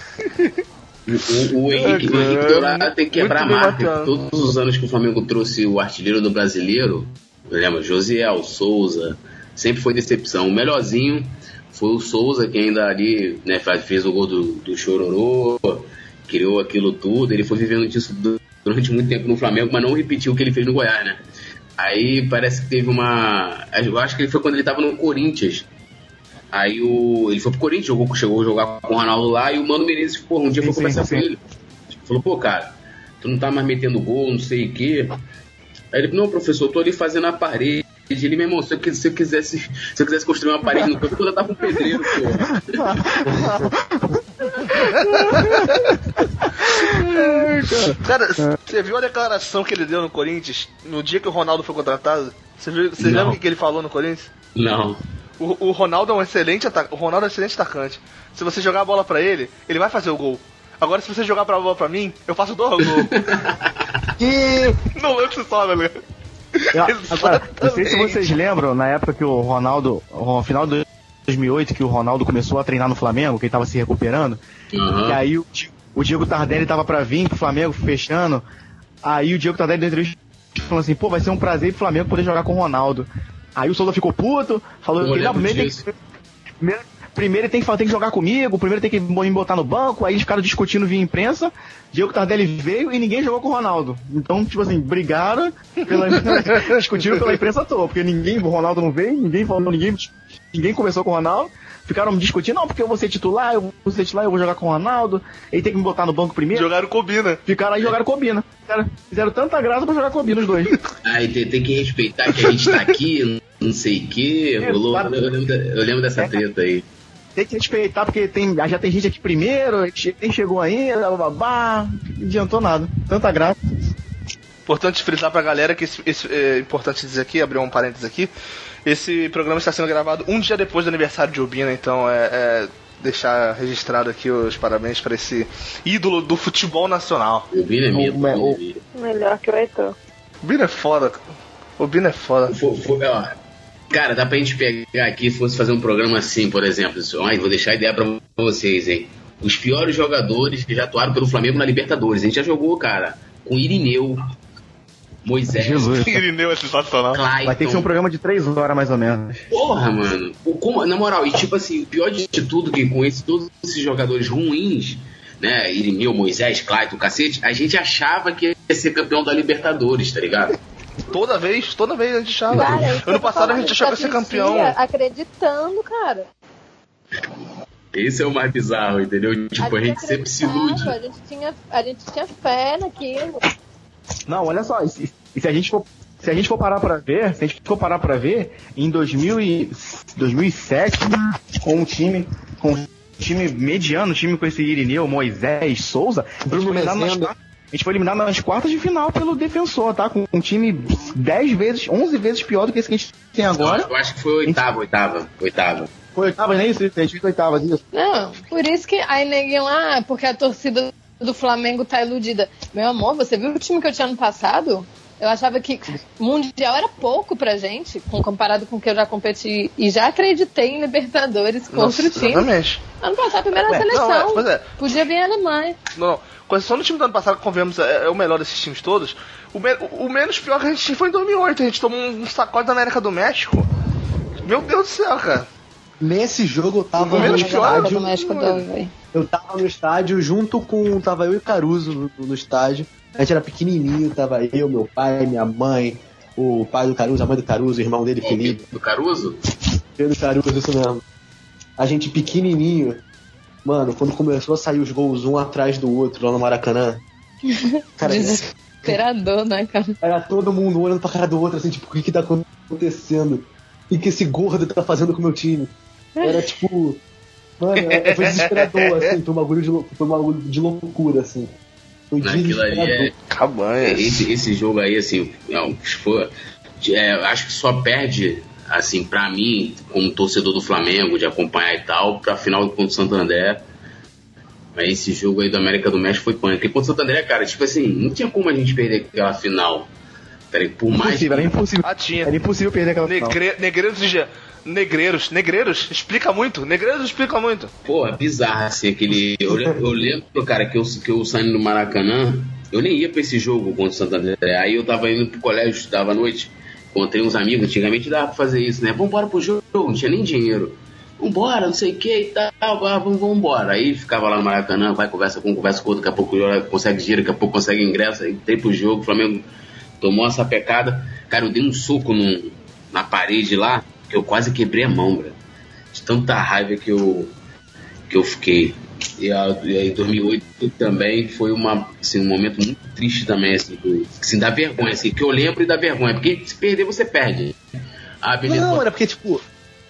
O, o, Henrique, o Henrique Dourado tem que quebrar a marca. Todos os anos que o Flamengo trouxe o artilheiro do brasileiro, lembra? Josiel, Souza, sempre foi decepção. O melhorzinho foi o Souza, que ainda ali, né, fez o gol do, do Chororô, criou aquilo tudo. Ele foi vivendo disso durante muito tempo no Flamengo, mas não repetiu o que ele fez no Goiás, né? Aí parece que teve uma... Eu acho que ele foi quando ele tava no Corinthians. Aí o, ele foi pro Corinthians, jogou, chegou a jogar com o Ronaldo lá, e o Mano Menezes, porra, um dia foi conversar com ele. Falou, pô, cara, tu não tá mais metendo gol, não sei o quê. Aí ele, não, professor, eu tô ali fazendo a parede. Ele, meu irmão, se eu, se eu quisesse se eu quisesse construir uma parede no campo, eu já tava um pedreiro, pô. Cara, você viu a declaração que ele deu no Corinthians no dia que o Ronaldo foi contratado? Você viu, você lembra o que ele falou no Corinthians? Não. O, o Ronaldo é um excelente atacante. O Ronaldo é um excelente atacante. Se você jogar a bola pra ele, ele vai fazer o gol. Agora, se você jogar a bola pra mim, eu faço dois gols. E... Não lembro se sobra, né? Agora, não sei se vocês lembram, na época que o Ronaldo, no final de dois mil e oito, que o Ronaldo começou a treinar no Flamengo, que ele tava se recuperando, uhum. E aí o, o Diego Tardelli tava pra vir pro Flamengo, fechando. Aí o Diego Tardelli deu entrevista falando assim, pô, vai ser um prazer pro Flamengo poder jogar com o Ronaldo. Aí o Souza ficou puto, falou que não, primeiro, tem que, primeiro, primeiro ele tem que, tem que jogar comigo, primeiro tem que me botar no banco. Aí eles ficaram discutindo via imprensa, Diego Tardelli veio e ninguém jogou com o Ronaldo. Então, tipo assim, brigaram, pela, discutiram pela imprensa toda, porque ninguém, o Ronaldo não veio, ninguém falou, ninguém, ninguém conversou com o Ronaldo. Ficaram discutindo, não, porque eu vou ser titular, eu vou ser titular, eu vou jogar com o Ronaldo, ele tem que me botar no banco primeiro. Jogaram combina. Ficaram aí e jogaram combina. Fizeram, fizeram tanta graça pra jogar combina os dois. Aí tem, tem que respeitar que a gente tá aqui, não sei o que. Eu, eu, lembro, eu lembro dessa treta aí. tem que respeitar, porque tem, já tem gente aqui primeiro, nem chegou ainda, babá, não adiantou nada. Tanta graça. Importante frisar pra galera que esse, esse, é importante dizer aqui, abrir um parênteses aqui, esse programa está sendo gravado um dia depois do aniversário de Obina, então é, é deixar registrado aqui os parabéns pra esse ídolo do futebol nacional. Obina é mito. O... Melhor que o Heitor. Obina é foda, Obina é foda. Foi, foi, ó, cara, dá pra gente pegar aqui, se fosse fazer um programa assim, por exemplo, ó, vou deixar a ideia pra vocês, hein. Os piores jogadores que já atuaram pelo Flamengo na Libertadores. A gente já jogou, cara, com Irineu, Moisés. Jesus. Irineu é sensacional. Clayton. Vai ter que ser um programa de três horas, mais ou menos. Porra, mano. Como, na moral, e tipo assim, o pior de tudo que com esse, todos esses jogadores ruins, né, Irineu, Moisés, Clayton, cacete, a gente achava que ia ser campeão da Libertadores, tá ligado? Toda vez, toda vez a gente achava. Cara, ano passado a gente achava que ia ser campeão. Acreditando, cara. Esse é o mais bizarro, entendeu? Tipo, a gente, a gente sempre se ilude. A gente, tinha, a gente tinha fé naquilo. Não, olha só, e se, e se a gente for, se a gente for parar pra ver, se a gente for parar pra ver, em dois mil e sete, com um time, com um time mediano, um time com esse Irineu, Moisés, Souza, Bruno Rezende, a gente foi eliminado nas quartas de final pelo Defensor, tá? Com um time dez vezes, onze vezes pior do que esse que a gente tem agora. Eu acho que foi oitava, oitava, oitava. Foi oitava, nem isso, a gente foi oitava disso. Não, por isso que aí neguinho lá, porque a torcida do Flamengo tá iludida. Meu amor, você viu o time que eu tinha ano passado? Eu achava que Mundial era pouco pra gente, comparado com o que eu já competi e já acreditei em Libertadores contra Nossa, o time. Exatamente. Ano passado, a primeira Ué, seleção. Não, é, pois é. Podia vir a Alemanha. Não, com exceção do time do ano passado, que convenhamos, é, é o melhor desses times todos. O, me, o, o menos pior que a gente foi em dois mil e oito. A gente tomou um, um sacode da América do México. Meu Deus do céu, cara. Nesse jogo eu tava o menos no pior estádio. Do México do... Eu tava no estádio junto com. Tava eu e Caruso no, no estádio. A gente era pequenininho, tava eu, meu pai, minha mãe, o pai do Caruso, a mãe do Caruso, o irmão dele, Felipe. Do Caruso? Pedro Caruso, isso mesmo. A gente pequenininho. Mano, quando começou a sair os gols um atrás do outro lá no Maracanã. Cara, desesperador, né, cara? Era todo mundo olhando pra cara do outro, assim, tipo, o que que tá acontecendo? O que esse gordo tá fazendo com o meu time? Era tipo. Mano, foi desesperador, assim, foi um bagulho de, foi um bagulho de loucura, assim. Foi Naquilo ali é. Cabanhas. Esse, esse jogo aí, assim, não, foi, é, acho que só perde, assim, pra mim, como torcedor do Flamengo, de acompanhar e tal, pra final contra o Santo André. Mas esse jogo aí do América do México foi pânico. E contra o Santo André, cara, tipo assim, não tinha como a gente perder aquela final. Peraí, por mais. Impossível, era impossível. Ah, tinha. Era impossível perder aquela Negre... final. Negreiros de. Negreiros, negreiros, explica muito, negreiros explica muito. Pô, é bizarro assim, aquele. Eu lembro, eu lembro, cara, que eu, que eu saindo do Maracanã, eu nem ia pra esse jogo contra o Santo André. Aí eu tava indo pro colégio, estudava à noite, encontrei uns amigos, antigamente dava pra fazer isso, né? Vambora pro jogo, não tinha nem dinheiro. Vambora, não sei o que e tal, ah, vamos, vamos embora. Aí ficava lá no Maracanã, vai, conversa com um, conversa com outro, daqui a pouco consegue dinheiro, daqui a pouco consegue ingresso, aí entrei pro jogo, o Flamengo tomou essa pecada. Cara, eu dei um soco no, na parede lá, que eu quase quebrei a mão, bro. De tanta raiva que eu, que eu fiquei. E aí, dois mil e oito também foi uma, assim, um momento muito triste também, assim, que, assim, dá vergonha, assim, que eu lembro e dá vergonha, porque se perder, você perde. Ah, beleza. Não, era porque, tipo,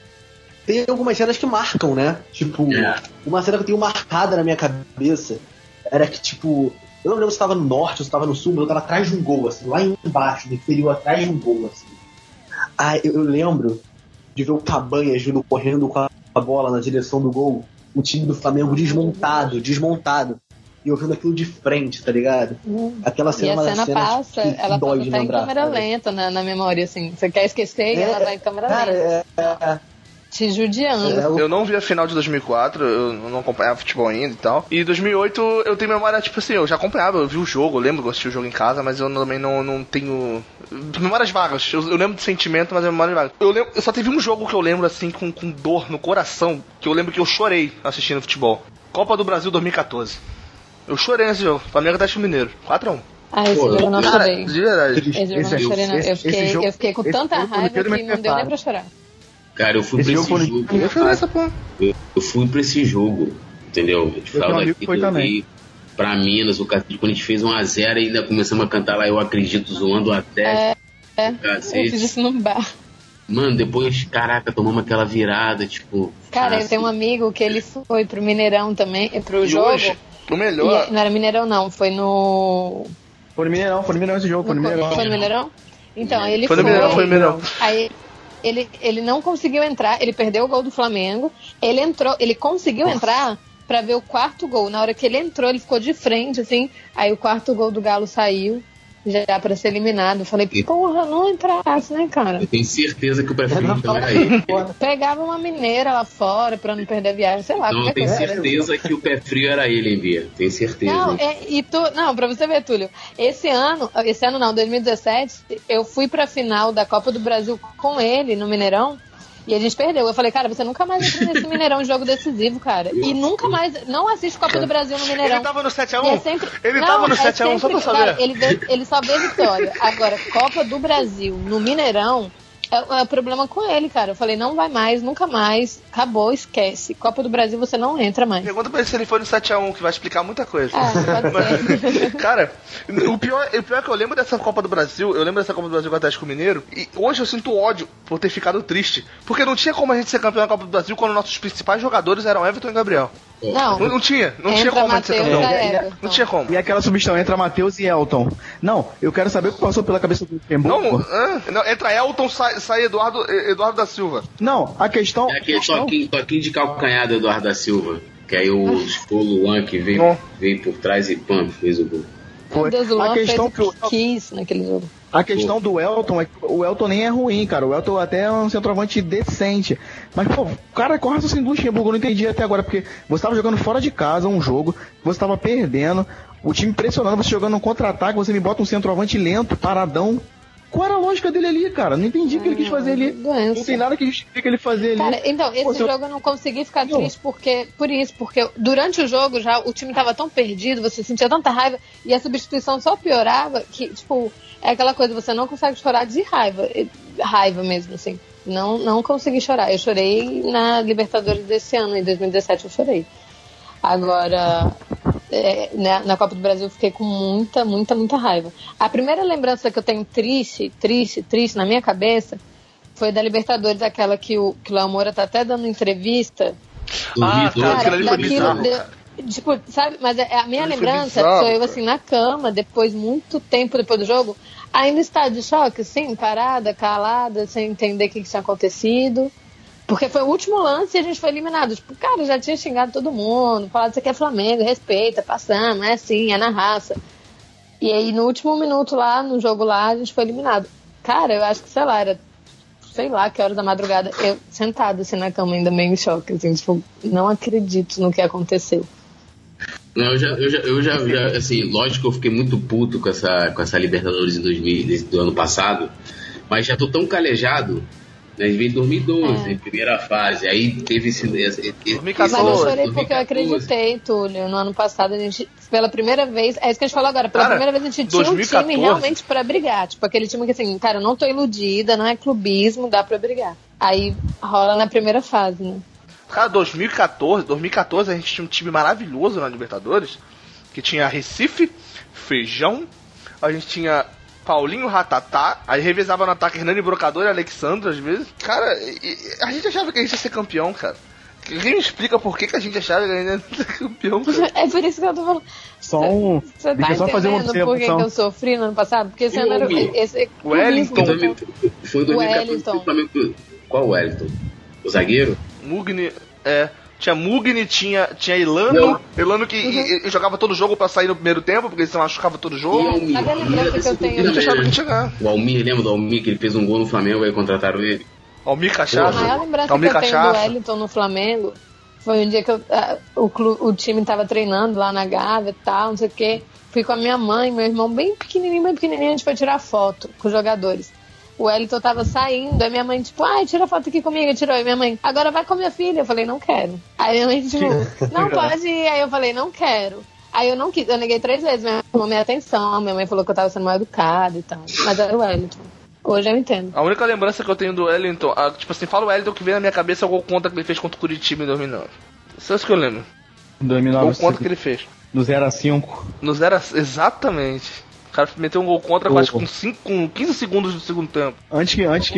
tem algumas cenas que marcam, né? Tipo, é. Uma cena que eu tenho marcada na minha cabeça era que, tipo, eu não lembro se estava no norte ou se estava no sul, mas eu estava atrás de um gol, assim, lá embaixo, no inferior, atrás de um gol, assim. Ah, eu, eu lembro de ver o Cabanhas vindo correndo com a bola na direção do gol, o time do Flamengo desmontado, desmontado, e eu vendo aquilo de frente, tá ligado? Aquela cena, e a cena cena passa, que, que ela passa até em câmera cara. lenta na, na memória, assim, você quer esquecer e é, ela vai em câmera cara, lenta. É, é, te judiando. É, eu não vi a final de dois mil e quatro, eu não acompanhava futebol ainda e tal. E em dois mil e oito eu tenho memória, tipo assim, eu já acompanhava, eu vi o jogo, eu lembro que eu assisti o jogo em casa, mas eu também não, não tenho memórias vagas. Eu, eu lembro do sentimento, mas é memórias vagas. Eu, lembro, eu só teve um jogo que eu lembro, assim, com, com dor no coração, que eu lembro que eu chorei assistindo futebol. Copa do Brasil dois mil e catorze. Eu chorei nesse jogo, Flamengo Atlético Mineiro, quatro a um. Ah, esse Pô, jogo eu não cara, chorei. De verdade. Esse jogo eu não chorei, não. Eu fiquei, jogo, eu fiquei com tanta raiva que não deu nem pra chorar. Cara, eu fui esse pra esse jogo. jogo eu, fui nessa, pô. Eu, eu fui pra esse jogo, entendeu? A gente fala daqui, eu fui pra Minas, o cacete, quando a gente fez um a zero e ainda começamos a cantar lá, eu acredito, zoando até. É, é eu fiz isso no bar. Mano, depois, caraca, tomamos aquela virada, tipo... Cara, assim. eu tenho um amigo que ele foi pro Mineirão também, pro E jogo. hoje, o melhor... E, não era Mineirão não, foi no... Foi no Mineirão, foi no Mineirão esse jogo, foi no Mineirão. Foi no Mineirão? Então, ele foi. Foi no Mineirão, foi no Mineirão. Aí ele, ele não conseguiu entrar, ele perdeu o gol do Flamengo, ele entrou, ele conseguiu Nossa. entrar pra ver o quarto gol. Na hora que ele entrou, ele ficou de frente, assim, aí o quarto gol do Galo saiu. Já pra ser eliminado. Eu falei, porra, não entrasse, né, cara? Eu tenho certeza que o prefeito não era ele. Pegava uma mineira lá fora pra não perder a viagem, sei lá. Não, eu tenho coisa. certeza que o pé frio era ele, hein, Bia? Tenho certeza. Não, é, e tu, não, pra você ver, Túlio, esse ano, esse ano não, dois mil e dezessete, eu fui pra final da Copa do Brasil com ele no Mineirão. E a gente perdeu. Eu falei, cara, você nunca mais entra nesse Mineirão, jogo decisivo, cara. E nunca mais, não assiste Copa do Brasil no Mineirão. Ele tava no sete a um? É sempre, ele não, tava no é sete a um, sempre, só pra saber. Cara, ele, vê, ele só vê vitória. Agora, Copa do Brasil no Mineirão, é, é problema com ele, cara. Eu falei, não vai mais, nunca mais. Acabou, esquece. Copa do Brasil você não entra mais. Pergunta pra ele se ele foi no sete a um, que vai explicar muita coisa. Ah, pode ser. Cara, o pior, o pior é que eu lembro dessa Copa do Brasil, eu lembro dessa Copa do Brasil com o Atlético Mineiro, e hoje eu sinto ódio por ter ficado triste. Porque não tinha como a gente ser campeão da Copa do Brasil quando nossos principais jogadores eram Everton e Gabriel. Não, não, não tinha, não tinha como a gente ser campeão. Não, não tinha como. E aquela substituição entra Matheus e Elton. Não, eu quero saber o que passou pela cabeça do Luxemburgo. Não, ah, não, entra Elton, sai, sai Eduardo, Eduardo da Silva. Não, a questão... É aquele questão... toquinho, toquinho de calcanhar do Eduardo da Silva. Que aí o, o Luan que veio, veio por trás e pam, fez o gol. Meu Deus, o Luan a questão fez que o... quis naquele jogo. A questão do Elton é que o Elton nem é ruim, cara. O Elton até é um centroavante decente. Mas, pô, o cara corre assim do Luxemburgo, eu não entendi até agora, porque você tava jogando fora de casa um jogo, você tava perdendo, o time pressionando, você jogando um contra-ataque, você me bota um centroavante lento, paradão. Qual era a lógica dele ali, cara? Não entendi o que ele quis fazer ali. Doença. Não tem nada que justifique ele fazer ali. Cara, então, esse Pô, jogo eu... eu não consegui ficar não. triste porque, por isso, porque durante o jogo já o time tava tão perdido, você sentia tanta raiva e a substituição só piorava que, tipo, é aquela coisa, você não consegue chorar de raiva, raiva mesmo, assim. Não, não consegui chorar. Eu chorei na Libertadores desse ano, em dois mil e dezessete eu chorei. Agora, é, na, na Copa do Brasil eu fiquei com muita, muita, muita raiva. A primeira lembrança que eu tenho triste, triste, triste na minha cabeça foi da Libertadores, aquela que o, que o Léo Moura tá até dando entrevista. Ah, cara, aquilo ali foi bizarro, de, tipo, sabe, mas a minha Ele lembrança bizarro, sou eu cara. assim na cama, depois, muito tempo depois do jogo, ainda em estado de choque, assim, parada, calada, sem entender o que, que tinha acontecido. Porque foi o último lance e a gente foi eliminado. Tipo, cara, já tinha xingado todo mundo, falado isso aqui é Flamengo, respeita, passamos, é assim, é na raça. E aí no último minuto lá, no jogo lá, a gente foi eliminado. Cara, eu acho que, sei lá, era, sei lá, que horas da madrugada, eu sentada assim na cama, ainda meio em choque, assim, tipo, não acredito no que aconteceu. Não, eu já, eu já, eu já, já assim, lógico que eu fiquei muito puto com essa, com essa Libertadores em dois mil, do ano passado, mas já tô tão calejado. Nós veio em dois mil e doze, É. primeira fase, aí teve esse... esse, esse dois mil e quatorze. Mas eu chorei porque eu dois mil e quatorze. acreditei, Túlio. No ano passado, a gente, pela primeira vez, é isso que a gente falou agora, pela Cara, primeira vez a gente tinha dois mil e um time quatorze. realmente pra brigar. Tipo, aquele time que assim, cara, eu não tô iludida, não é clubismo, dá pra brigar. Aí rola na primeira fase, né? Cara, dois mil e quatorze, dois mil e quatorze a gente tinha um time maravilhoso na Libertadores, que tinha Recife, Feijão, a gente tinha Paulinho Ratatá, aí revezava no ataque Hernani Brocador e Alexandre às vezes. Cara, e, e, a gente achava que a gente ia ser campeão, cara. Quem me explica por que, que a gente achava que a gente ia ser campeão, cara? É por isso que eu tô falando. Só um... Você tá Deixa eu só fazer uma entendendo por que que observação. eu sofri no ano passado? Porque esse E ano o era Wellington? esse O Wellington. clubismo. Foi em dois mil e quatorze Wellington. que o Flamengo... Qual o Wellington? O zagueiro? Mugni, é... Tinha Mugni, tinha, tinha Elano, Não. Elano que Uhum. e, e jogava todo jogo pra sair no primeiro tempo, porque ele se machucava todo E jogo. Almir. Sabe a lembrança que eu tenho? A gente achava que ia chegar. O Almir, lembra do Almir que ele fez um gol no Flamengo e contrataram ele? Almir A Cachaça. maior lembrança Almir que eu tenho do Cachaça. Wellington no Flamengo foi um dia que eu, ah, o, clu, o time tava treinando lá na Gávea e tal, não sei o quê. Fui com a minha mãe e meu irmão bem pequenininho, bem pequenininho, a gente foi tirar foto com os jogadores. O Wellington tava saindo, aí minha mãe, tipo, ai, tira foto aqui comigo, tirou. Aí minha mãe, agora vai com a minha filha. Eu falei, não quero. Aí minha mãe, tipo, não pode ir. Aí eu falei, não quero. Aí eu não quis, eu neguei três vezes, minha mãe chamou minha atenção, minha mãe falou que eu tava sendo mal educada e tal. Mas era o Wellington. Hoje eu entendo. A única lembrança que eu tenho do Wellington, ah, tipo assim, fala o Wellington, que vem na minha cabeça é o gol contra que ele fez contra o Curitiba em dois mil e nove. Só isso que eu lembro. dois mil e O nove, gol contra que ele fez. do zero a cinco. No zero, a- exatamente. O cara meteu um gol contra, O- acho que com, cinco, com quinze segundos do segundo tempo. Antes que, antes que,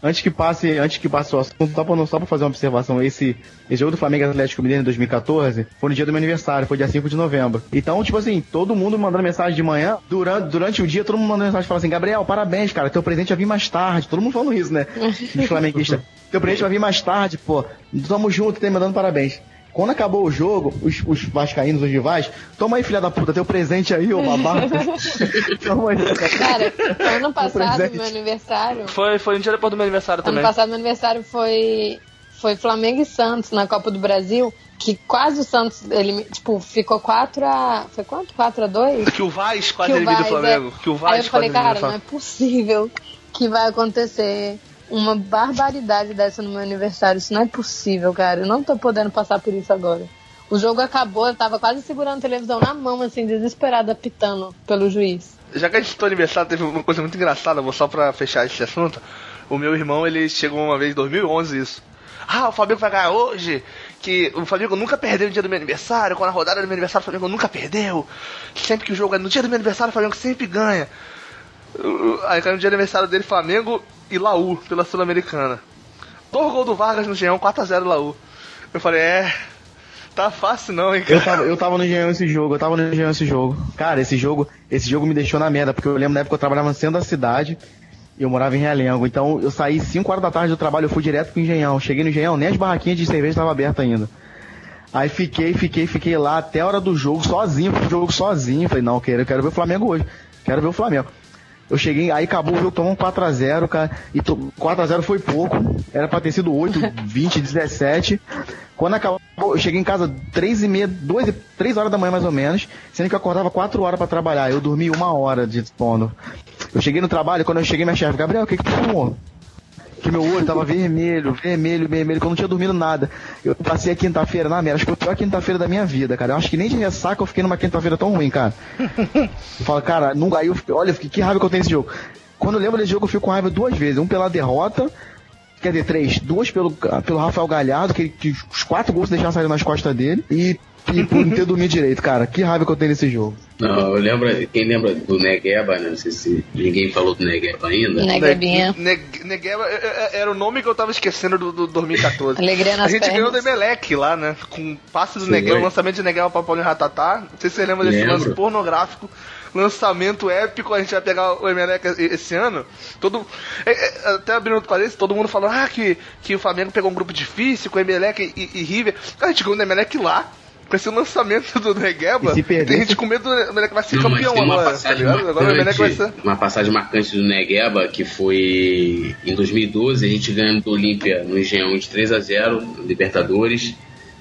Antes que passe, antes que passe o assunto, só pra, não, só pra fazer uma observação, esse, esse jogo do Flamengo e Atlético Mineiro em dois mil e quatorze foi no dia do meu aniversário, foi dia cinco de novembro. Então, tipo assim, todo mundo mandando mensagem de manhã, durante, durante o dia, todo mundo mandando mensagem falando assim, Gabriel, parabéns, cara, teu presente vai vir mais tarde. Todo mundo falando isso, né? De flamenguista. Teu presente vai vir mais tarde, pô. Tamo junto, tem mandando parabéns. Quando acabou o jogo, os, os vascaínos, os rivais, toma aí, filha da puta, teu presente aí, ô babaca. Toma aí. Cara, ano passado, meu aniversário... Foi, foi um dia depois do meu aniversário ano também. Ano passado, meu aniversário foi, foi Flamengo e Santos na Copa do Brasil, que quase o Santos, ele, tipo, ficou quatro a... Foi quanto? quatro a dois? Que o Vaz quase elimina o Flamengo. É... Que o Vaz aí eu falei, cara, não é possível que vai acontecer uma barbaridade dessa no meu aniversário. Isso não é possível, cara. Eu não tô podendo passar por isso agora. O jogo acabou, eu tava quase segurando a televisão na mão, assim, desesperada, pitando pelo juiz. Já que a gente tá no aniversário, teve uma coisa muito engraçada, vou só pra fechar esse assunto. O meu irmão, ele chegou uma vez em dois mil e onze, isso. Ah, o Flamengo vai ganhar hoje, que o Flamengo nunca perdeu no dia do meu aniversário, quando a rodada do meu aniversário o Flamengo nunca perdeu. Sempre que o jogo é no dia do meu aniversário, o Flamengo sempre ganha. Aí caiu no dia do aniversário dele, Flamengo e Laú, pela Sul-Americana. Dois gols do Vargas no Engenhão, quatro a zero Laú. Eu falei, é... Tá fácil não, hein, cara. Eu tava, eu tava no Engenhão esse jogo, eu tava no Engenhão esse jogo. Cara, esse jogo, esse jogo me deixou na merda, porque eu lembro na época que eu trabalhava no centro da cidade e eu morava em Realengo. Então eu saí cinco horas da tarde do trabalho, eu fui direto pro Engenhão. Cheguei no Engenhão, nem as barraquinhas de cerveja estavam abertas ainda. Aí fiquei, fiquei, fiquei lá até a hora do jogo, sozinho, pro jogo sozinho. Falei, não, eu quero, eu quero ver o Flamengo hoje. Quero ver o Flamengo. Eu cheguei, aí acabou o jogo, tomou um quatro a zero, cara, e to, quatro a zero foi pouco, era pra ter sido oito, vinte, dezessete. Quando acabou, eu cheguei em casa três e meia, duas, três horas da manhã mais ou menos, sendo que eu acordava quatro horas pra trabalhar, eu dormi uma hora de sono. Eu cheguei no trabalho, quando eu cheguei, minha chefe, Gabriel, o que que tu fumou? Que meu olho tava vermelho, vermelho, vermelho, que eu não tinha dormido nada. Eu passei a quinta-feira na merda, acho que foi a pior quinta-feira da minha vida, cara. Eu acho que nem de ressaca eu fiquei numa quinta-feira tão ruim, cara. Eu falo, cara, não, aí eu fiquei, olha, eu fiquei, que raiva que eu tenho nesse jogo. Quando eu lembro desse jogo, eu fico com raiva duas vezes. Um pela derrota, quer dizer, três. Duas pelo, pelo Rafael Galhardo, que, que os quatro gols deixaram sair nas costas dele. E, e por não ter dormido direito, cara. Que raiva que eu tenho nesse jogo. Não, eu lembro, quem lembra do Negueba, né? Não sei se ninguém falou do Negueba ainda. Neguebinha. Negueba era o nome que eu tava esquecendo do, do dois mil e quatorze. Alegria nas A gente pernas. ganhou do Emelec lá, né? Com o passe do Negueba, o lançamento de Negueba pra Paulinho Ratatá. Não sei se você lembra desse Lembro. lance pornográfico. Lançamento épico, a gente vai pegar o Emelec esse ano. Todo, é, é, até abrindo outro parênteses, todo mundo falou ah, que, que o Flamengo pegou um grupo difícil com o Emelec e, e River. Cara, a gente ganhou o Emelec lá. Com esse lançamento do Negueba, tem gente com medo do Emelec vai ser Não, campeão agora, tá ligado? Agora o Emelec vai ser... Uma passagem marcante do Negueba, que foi em dois mil e doze, a gente ganhando do Olímpia no Engenhão de três a zero, Libertadores.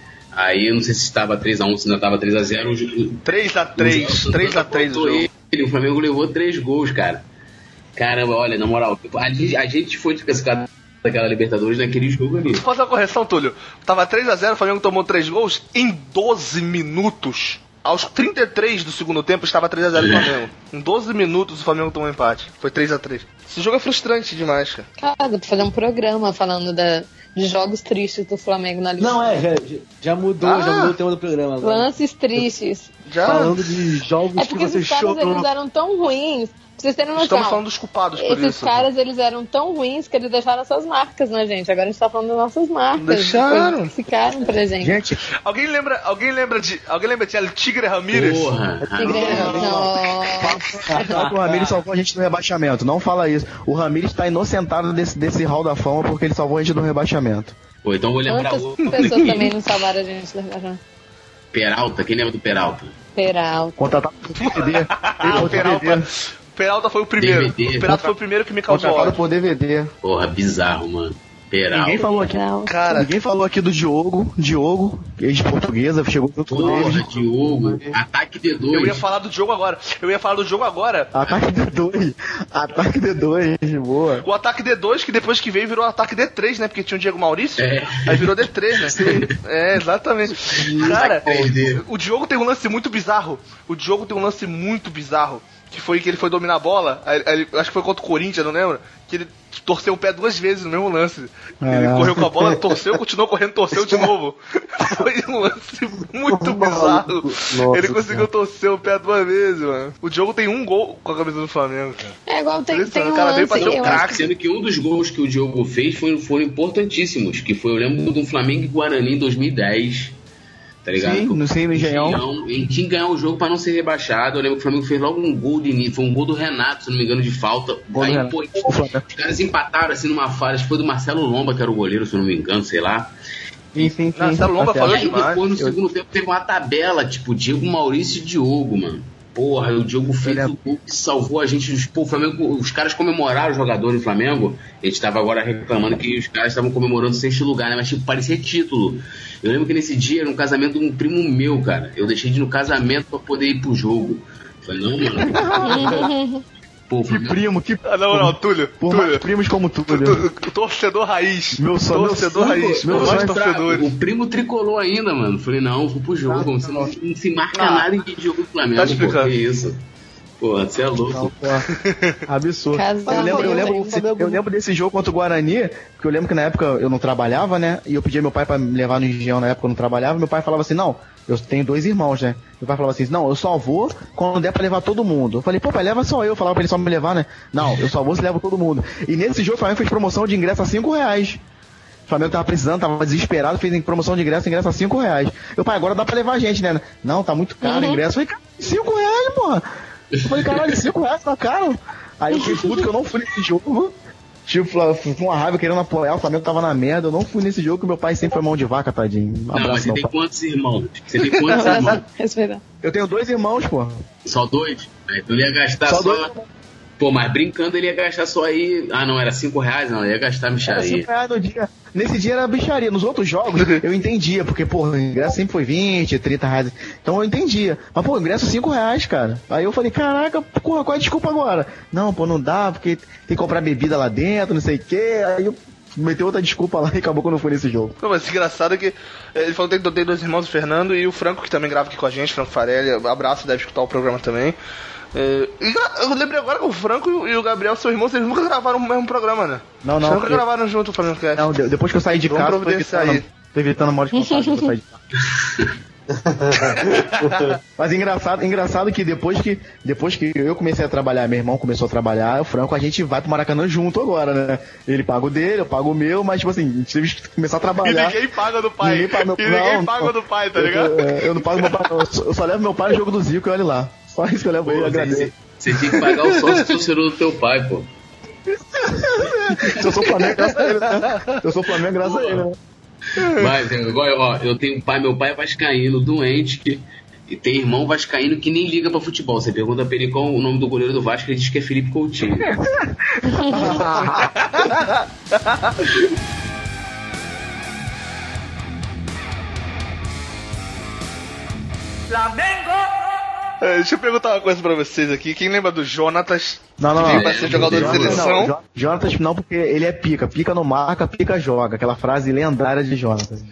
Aí eu não sei se estava três a um, se não estava três a zero. três a três, três a três o jogo. Ele, o Flamengo levou três gols, cara. Caramba, olha, na moral, a gente, a gente foi desclassificado daquela Libertadores naquele jogo ali. Deixa eu fazer uma correção, Túlio. Tava três a zero, o Flamengo tomou três gols em doze minutos. Aos trinta e três do segundo tempo estava três a zero o Flamengo. Em doze minutos o Flamengo tomou um empate. Foi três a três. Esse jogo é frustrante demais, cara. Cara, dá pra fazer um programa falando da, de jogos tristes do Flamengo na Liga. Não, é, já, já mudou, Ah. já mudou o tema do programa agora. Lances tristes. Já Falando de jogos É que porque você esses caras, chorou. eles eram tão ruins. Pra vocês terem noção. estamos falando dos culpados por Esses isso. caras, eles eram tão ruins que eles deixaram suas marcas na gente. Agora a gente tá falando das nossas marcas. Deixaram. coisas que ficaram pra gente. Gente, Alguém lembra, alguém lembra de, alguém lembra de El Tigre Ramírez? Porra. Tigre- fala que o Ramires salvou a gente do rebaixamento. Não fala isso. O Ramires tá inocentado desse, desse hall da fama porque ele salvou a gente do rebaixamento. Pô, então eu vou lembrar Quantas outro pessoas aqui. também não salvaram a gente da rebaixamento? Peralta, quem lembra do Peralta? Peralta. Contratado por D V D. Ah, o Peralta. Peralta foi o primeiro. D V D. O Peralta foi o primeiro que me causou Contratado ódio. por D V D. Porra, bizarro, mano. Peralta. Ninguém falou aqui. Cara, Ninguém falou aqui do Diogo. Diogo, ex-portuguesa, chegou junto com o Porra, David. Diogo. Ataque D dois. eu ia falar do jogo agora. Eu ia falar do jogo agora. Ataque D dois. Ataque D dois, boa. O ataque D dois, que depois que veio virou ataque D três, né? Porque tinha o Diego Maurício. É. Aí virou D três, né? É, exatamente. Cara, três D. o Diogo tem um lance muito bizarro. O Diogo tem um lance muito bizarro. Que foi que ele foi dominar a bola. Aí, aí, acho que foi contra o Corinthians, não lembro? Que ele torceu o pé duas vezes no mesmo lance. Ah, ele não. correu com a bola, torceu, continuou correndo, torceu de novo. Foi um lance muito bizarro. Nossa, ele conseguiu torcer o pé duas vezes, mano. O Diogo tem um gol com a camisa do Flamengo, cara. É igual tem, tem um O cara veio pra lance, ser um eu craque. acho Sendo que um dos gols que o Diogo fez foram, foram importantíssimos, que foi, eu lembro do Flamengo e Guarani em dois mil e dez, tá ligado? Sim, não sei, no Engenhão. Ele tinha que ganhar o jogo pra não ser rebaixado. Eu lembro que o Flamengo fez logo um gol de início, foi um gol do Renato, se não me engano, de falta. Gol do Aí, Renato. pô, os caras empataram assim numa falha, acho que foi do Marcelo Lomba, que era o goleiro, se eu não me engano, sei lá. Sim, sim, sim. Marcelo Lomba Tá falou E aí demais. depois no Eu- segundo tempo teve uma tabela, tipo, Diego, Maurício e Diogo, mano. Porra, o Diogo fez Ele é- o gol que salvou a gente. Os- Pô, o Flamengo, os caras comemoraram os jogadores do Flamengo. A gente tava agora reclamando que os caras estavam comemorando sexto lugar, né? Mas tipo, parecia título. Eu lembro que nesse dia era um casamento de um primo meu, cara. Eu deixei de ir no casamento pra poder ir pro jogo. Falei, não, mano. Pô, o Que Flamengo- primo, que. Ah, não, não, Túlio. Por mais Túlio. primos como tu, Tu- Túlio. tu- Torcedor raiz. Meu sonho- Torcedor meu sonho- raiz. meu Por sonho mais é torcedores. O primo tricolou ainda, mano. Falei, não, vou pro jogo. Não, não, não se marca Ah. nada em jogo do Flamengo. Tá Pô, explicando. que isso? Pô, você é louco. Não, pô, absurdo. Casal, Eu lembro, eu, lembro, hein? eu lembro desse jogo contra o Guarani, porque eu lembro que na época eu não trabalhava, né? E eu pedia meu pai pra me levar no Engenhão na época eu não trabalhava. Meu pai falava assim: não, eu tenho dois irmãos, né? Meu pai falava assim: não, eu só vou quando der pra levar todo mundo. Eu falei: pô, pai, leva só eu. Eu falava pra ele só me levar, né? Não, eu só vou se leva todo mundo. E nesse jogo o Flamengo fez promoção de ingresso a cinco reais. O Flamengo tava precisando, tava desesperado, fez em promoção de ingresso, ingresso a cinco reais. Eu, pai, agora dá pra levar a gente, né? Não, tá muito caro o Uhum. ingresso. Eu falei: cara, cinco reais, porra. Eu falei: caralho, cinco reais tá caro. Aí eu fiquei puto que eu não fui nesse jogo. Tipo, fui com uma raiva querendo apoiar, o Flamengo tava na merda. Eu não fui nesse jogo, que meu pai sempre foi mão de vaca, tadinho. Um Não, mas abraço, você meu tem pai. quantos irmãos? Você tem quantos irmãos? Respeitar. Eu tenho dois irmãos, pô. Só dois? Aí tu ia gastar Só só. dois. Pô, mas brincando ele ia gastar só aí. Ah, não, era cinco reais? Não, ele ia gastar Era micharia. cinco reais no dia. Nesse dia era bicharia. Nos outros jogos eu entendia, porque, pô, o ingresso sempre foi vinte, trinta reais. Então eu entendia. Mas, pô, o ingresso cinco reais, cara. Aí eu falei: caraca, porra, qual é a desculpa agora? Não, pô, não dá, porque tem que comprar bebida lá dentro, não sei o quê. Aí eu meteu outra desculpa lá e acabou que eu não fui nesse jogo. Não, mas engraçado é que eh, ele falou que tem dois irmãos, o Fernando e o Franco, que também grava aqui com a gente, Franco Farelli. Abraço, deve escutar o programa também. Eh, e gra- eu lembrei agora que o Franco e o- e o Gabriel, seus irmãos, eles nunca gravaram o mesmo programa, né? Não, não, Eles nunca porque- gravaram junto o Flamengo Cast. Não, de- depois que eu saí de Vamos casa, tô providenciar evitando, aí. tô evitando mal de contato, eu saí de casa. Mas engraçado, engraçado que depois que depois que eu comecei a trabalhar, meu irmão começou a trabalhar, o Franco, a gente vai pro Maracanã junto agora, né? Ele paga o dele, eu pago o meu, mas tipo assim, a gente teve que começar a E trabalhar. ninguém paga do pai. Ninguém paga meu- E ninguém não, paga não. do pai, tá Eu- ligado? Eu, eu não pago meu pai, não. Eu só- eu só levo meu pai no jogo do Zico e olha lá. Só isso que eu levo ele, eu agradeço. Você, você tinha que pagar o sócio torcedor do teu pai, pô. Se eu sou Flamengo, graças a ele, né? Se eu sou Flamengo, graças a ele, né? Mas, agora, ó, eu tenho um pai, meu pai é vascaíno, doente, que, e tem irmão vascaíno que nem liga pra futebol. Você pergunta pra ele qual o nome do goleiro do Vasco, ele diz que é Felipe Coutinho. É, deixa eu perguntar uma coisa pra vocês aqui. Quem lembra do Jonatas? Não, não, que não. veio pra ser jogador de Jonatas seleção. Não, Jo- Jonatas não, porque ele é pica. Pica não marca, pica joga. Aquela frase lendária de Jonatas.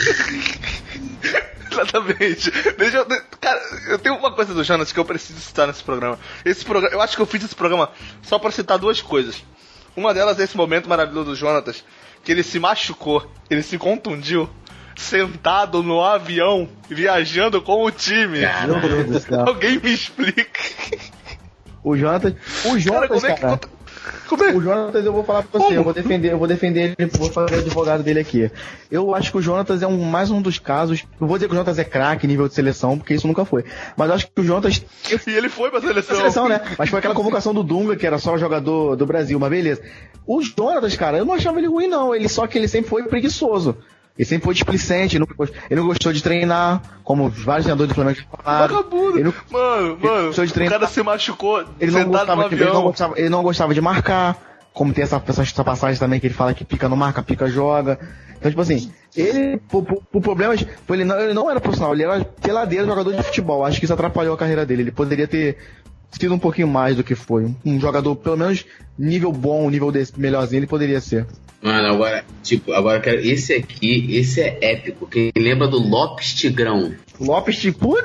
Exatamente. Deixa eu, de- cara, eu tenho uma coisa do Jonas que eu preciso citar nesse programa. Esse programa, eu acho que eu fiz esse programa só pra citar duas coisas. Uma delas é esse momento maravilhoso do Jonatas, que ele se machucou, ele se contundiu, sentado no avião, viajando com o time. Meu Deus do céu. Alguém me explica. O Jonatas. O Cara, Jonatas, como é que cara. Como é? O Jonatas eu vou falar pra você, Como? eu vou defender, eu vou defender ele, vou fazer o advogado dele aqui. Eu acho que o Jonatas é um, mais um dos casos. Não vou dizer que o Jonatas é craque nível de seleção, porque isso nunca foi. Mas eu acho que o Jonatas E ele foi pra seleção. seleção, né? Mas foi aquela convocação do Dunga, que era só jogador do Brasil, mas beleza. O Jonatas, cara, eu não achava ele ruim, não. Ele só que ele sempre foi preguiçoso. Ele sempre foi displicente, ele não, gost- ele não gostou de treinar, como vários treinadores do Flamengo já falaram. Vagabundo. Ele não, Mano, mano, gostou de o treinar. cara se machucou ele não, sentado no gostava, de- ele, não avião. gostava, ele não gostava de marcar, como tem essa, essa, essa passagem também que ele fala que pica não marca, pica joga. Então, tipo assim, ele, por, por, por problemas, por ele, não, ele não era profissional, ele era peladeiro, jogador de futebol. Acho que isso atrapalhou a carreira dele. Ele poderia ter sido um pouquinho mais do que foi. Um, um jogador, pelo menos, nível bom, nível desse, melhorzinho, ele poderia ser. Mano, agora, tipo, agora eu quero. Esse aqui, esse é épico. Quem lembra do Lopes Tigrão? Lopes de puta?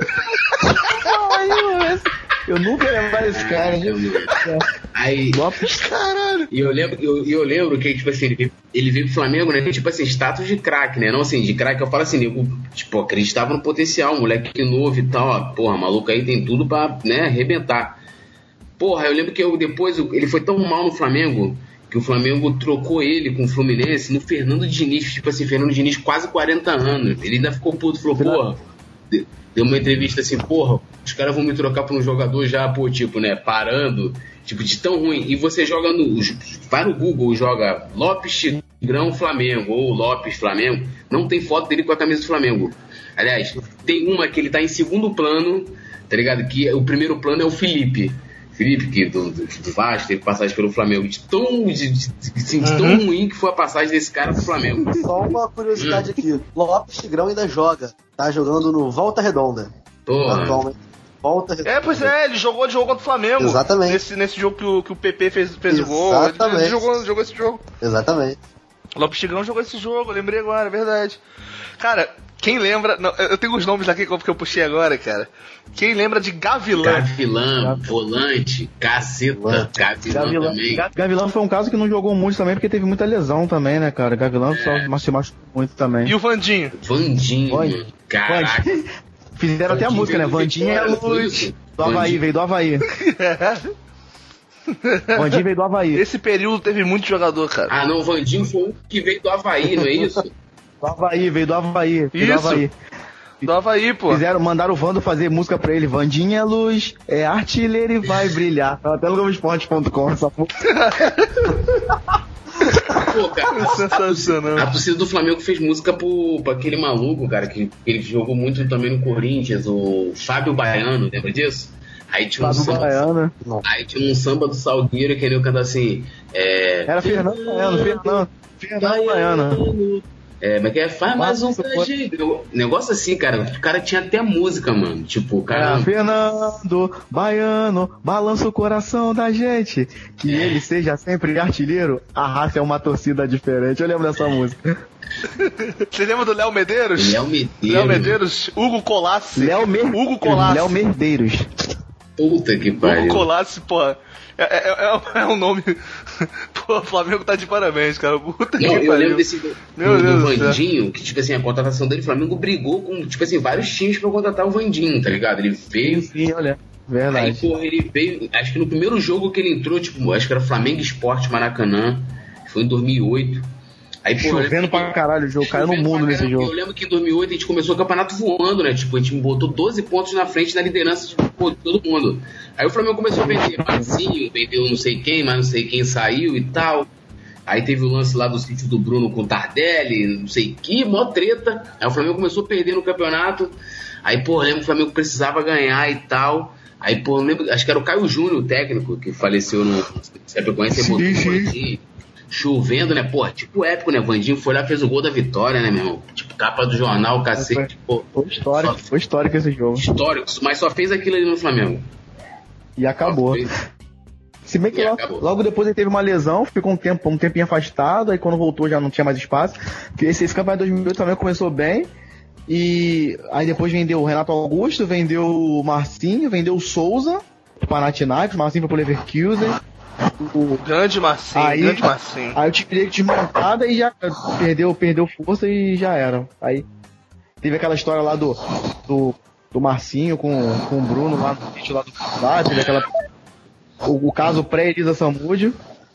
Eu nunca ia lembrar esse cara, gente. Aí, Lopes, Caralho, E eu lembro, eu, eu lembro que, tipo assim, ele veio, ele veio pro Flamengo, né? Tipo assim, status de craque, né? Não assim, de craque, eu falo assim, eu, tipo, acreditava no potencial, moleque novo e tal, ó, porra, maluco aí tem tudo pra, né, arrebentar. Porra, eu lembro que eu, depois ele foi tão mal no Flamengo que o Flamengo trocou ele com o Fluminense no Fernando Diniz, tipo assim, Fernando Diniz quase quarenta anos. Ele ainda ficou puto, falou, porra, deu uma entrevista assim, porra, os caras vão me trocar pra um jogador já, pô, tipo, né, parando, tipo, de tão ruim. E você joga no, vai no Google, joga Lopes Tigrão Flamengo, ou Lopes Flamengo, não tem foto dele com a camisa do Flamengo. Aliás, tem uma que ele tá em segundo plano, tá ligado? Que o primeiro plano é o Felipe. Felipe, que do, do, do Vasco, teve passagem pelo Flamengo, de tão, de, de, de, de tão ruim que foi a passagem desse cara pro Flamengo. Só uma curiosidade aqui, Lopes Tigrão ainda joga, tá jogando no Volta Redonda. Porra. Volta Redonda. É, pois é, ele jogou de jogo contra o Flamengo. Exatamente. Nesse, nesse jogo que o, que o P P fez, fez o gol, ele, ele jogou, jogou esse jogo. Exatamente. Lopes Tigrão jogou esse jogo, eu lembrei agora, é verdade. Cara, quem lembra... Não, eu tenho os nomes aqui que eu puxei agora, cara. Quem lembra de Gavilã? Gavilã, volante, caceta, Gavilã, Gavilã também. Gavilã foi um caso que não jogou muito também, porque teve muita lesão também, né, cara? Gavilã é. só se machucou muito também. E o Vandinho? Vandinho, mano. Caraca. Fizeram Vandinho até a música, né? Vandinho é luz. Do Havaí, veio do Havaí. Vandinho veio do Havaí. Esse período teve muito jogador, cara. Ah, não, o Vandinho foi o que veio do Havaí, não é isso? Do Havaí, veio do Havaí. Veio isso. Do Havaí. Do Havaí, pô. Fizeram, mandaram o Vando fazer música pra ele. Vandinha é luz, é artilheiro e vai brilhar. Até no globo esporte ponto com essa porra. Pô, cara, sensacional. A, a torcida do Flamengo fez música pro, pra aquele maluco, cara, que ele jogou muito também no Corinthians, o Fábio Baiano, lembra disso? Aí tinha um samba, Baiano. Aí tinha um samba do Salgueiro que ele cantava assim. É, Era Fernando Baiano, Fernando, Fernando Baiano. É, mas que é, faz mais um pra gente. Negócio assim, cara. O cara tinha até música, mano. Tipo, o cara. É, Fernando Baiano, balança o coração da gente. Que é. ele seja sempre artilheiro. A raça é uma torcida diferente. Eu lembro dessa música. Você lembra do Léo Medeiros? Léo Medeiros. Léo Medeiros, Hugo Colassi. Léo Mer... Hugo Colassi. Léo Medeiros. Puta que pariu. Hugo Colassi, porra. É, é, é, é um nome. Pô, o Flamengo tá de parabéns, cara. Puta Não, que eu pariu. lembro desse do, Meu do, Deus do Vandinho, que, tipo assim, a contratação dele, o Flamengo brigou com, tipo assim, vários times pra contratar o Vandinho, tá ligado? Ele veio. Sim, olha. Verdade. Aí, porra, ele veio. Acho que no primeiro jogo que ele entrou, tipo, acho que era Flamengo Esporte Maracanã. Foi em dois mil e oito. Aí, porra, chovendo pra caralho o jogo, caiu no mundo nesse jogo. Eu lembro que em dois mil e oito a gente começou o campeonato voando, né? Tipo, a gente botou doze pontos na frente na liderança de pô, todo mundo. Aí o Flamengo começou a vender Marcinho, vendeu não sei quem, mas não sei quem saiu e tal. Aí teve o lance lá do sítio do Bruno com o Tardelli, não sei que, mó treta. Aí o Flamengo começou a perder no campeonato. Aí, pô, lembro que o Flamengo precisava ganhar e tal. Aí, pô, lembro, acho que era o Caio Júnior, o técnico, que faleceu no Chapecoense, botou o Vandinho, chovendo, né? Pô, tipo épico, né? Vandinho foi lá, fez o gol da vitória, né, meu irmão? Tipo, capa do jornal, cacete. Foi, pô, foi histórico, só, foi histórico esse jogo. Histórico, mas só fez aquilo ali no Flamengo. E acabou. Se bem que logo, logo depois ele teve uma lesão, ficou um tempo, um tempinho afastado, aí quando voltou já não tinha mais espaço. Esse, esse campeonato de dois mil e oito também começou bem. E aí depois vendeu o Renato Augusto, vendeu o Marcinho, vendeu o Souza, o Panathinaikos, o Marcinho foi pro Leverkusen. O grande Marcinho, aí, grande Marcinho. Aí o time dele desmontada e já perdeu, perdeu força e já era. Aí teve aquela história lá do, do, do Marcinho com, com o Bruno lá no sítio lá do lá, teve aquela, o, o caso pré-Elisa Samúdio.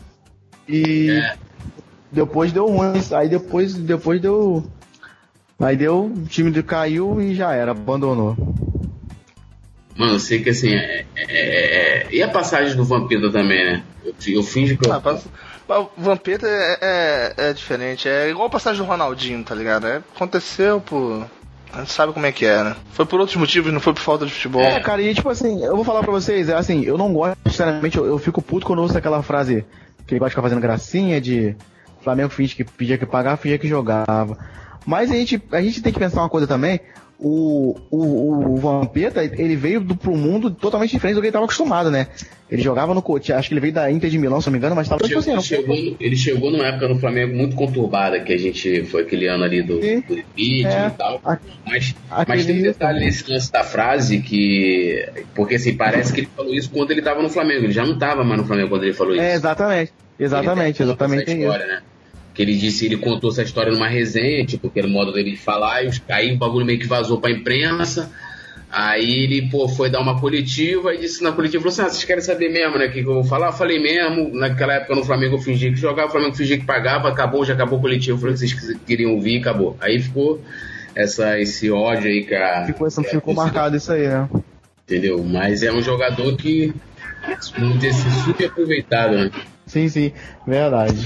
E é. depois deu ruim. Aí depois, depois deu. Aí deu, o time caiu e já era, abandonou. Mano, eu sei que assim, é, é, é, e a passagem do Vampeta também, né? Eu, eu finjo que eu... Ah, o Vampeta é, é, é diferente, é igual a passagem do Ronaldinho, tá ligado? É, aconteceu por... A gente sabe como é que é, né? Foi por outros motivos, não foi por falta de futebol. É, cara, e tipo assim, eu vou falar pra vocês, é assim, eu não gosto, sinceramente, eu, eu fico puto quando eu ouço aquela frase que ele gosta de ficar fazendo gracinha de Flamengo finge que pedia que pagava, fingia que jogava. Mas a gente, a gente tem que pensar uma coisa também. O, o, o Vampeta, ele veio do, pro mundo totalmente diferente do que ele estava acostumado, né? Ele jogava no Coutinho, acho que ele veio da Inter de Milão, se não me engano, mas estava tipo assim, ele, chegou, ele chegou numa época no Flamengo muito conturbada, que a gente foi aquele ano ali do, do vídeo é, e tal. A, mas, mas tem um detalhe nesse lance da frase que. Porque assim, parece que ele falou isso quando ele estava no Flamengo. Ele já não estava mais no Flamengo quando ele falou isso. É, exatamente. Exatamente, exatamente essa história, né? Que ele disse, ele contou essa história numa resenha, tipo, que era o modo dele de falar, e os, aí o bagulho meio que vazou pra imprensa. Aí ele, pô, foi dar uma coletiva e disse na coletiva, falou assim, ah, vocês querem saber mesmo, né, o que, que eu vou falar? Eu falei mesmo, naquela época no Flamengo eu fingi que jogava, o Flamengo fingia que pagava, acabou, já acabou o coletivo, eu falei que vocês queriam ouvir, acabou. Aí ficou essa, esse ódio aí que a... Ficou, essa, ficou marcado isso aí, né? Entendeu? Mas é um jogador que vamos ter sido super aproveitado, né? Sim, sim, verdade.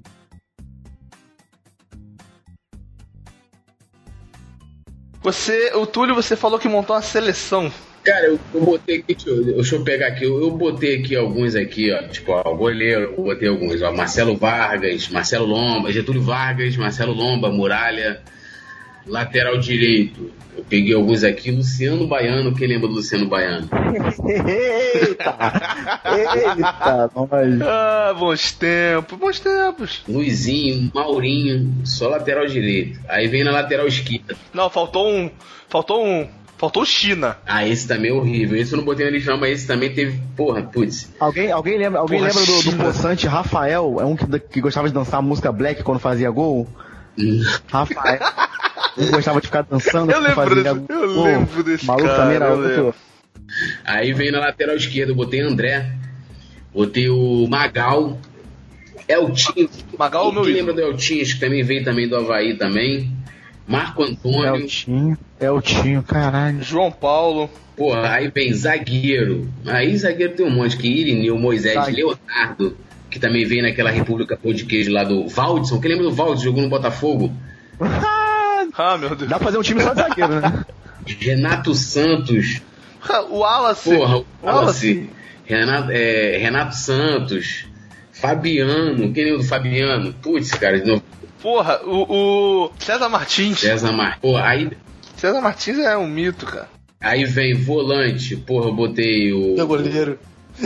Você, o Túlio, você falou que montou uma seleção. Cara, eu, eu botei aqui, deixa eu, deixa eu pegar aqui, eu, eu botei aqui alguns aqui, ó, tipo, ó, goleiro, eu botei alguns, ó, Marcelo Vargas, Marcelo Lomba, Getúlio Vargas, Marcelo Lomba, Muralha, lateral direito, eu peguei alguns aqui, Luciano Baiano, quem lembra do Luciano Baiano? Eita! Eita, nós. Ah, bons tempos, bons tempos. Luizinho, Maurinho, só lateral direito. Aí vem na lateral esquerda. Não, faltou um. Faltou um. Faltou o China. Ah, esse também é horrível. Esse eu não botei na lista, não, mas esse também teve. Porra, putz. Alguém, alguém lembra, alguém Porra, lembra do, do China. poçante Rafael? É um que, que gostava de dançar música black quando fazia gol? Rafael. Ele gostava de ficar dançando. Eu lembro fazia desse, gol. eu lembro desse Maluco cara, também era eu outro. lembro. Aí vem na lateral esquerda, eu botei André. Botei o Magal. Eltinho. Magal é o meu Quem ídolo. lembra do Eltinho? Acho que também veio também do Havaí também. Marco Antônio. Eltinho. Eltinho, caralho. João Paulo. Porra, aí vem zagueiro. Aí zagueiro tem um monte que Irineu, Moisés, Zagueiro. Leonardo, que também veio naquela República Pão de Queijo lá do Valdson. Quem lembra do Valdson? Jogou no Botafogo. Ah, meu Deus. Dá pra fazer um time só de zagueiro, né? Renato Santos. O Wallace. Porra, o Wallace. Wallace. Renato, é, Renato Santos. Fabiano. Quem lembra do Fabiano? Putz, cara, de novo. Porra, o, o César Martins. César Martins. Porra, aí, César Martins é um mito, cara. aí vem volante. Porra, eu botei o. Meu goleiro.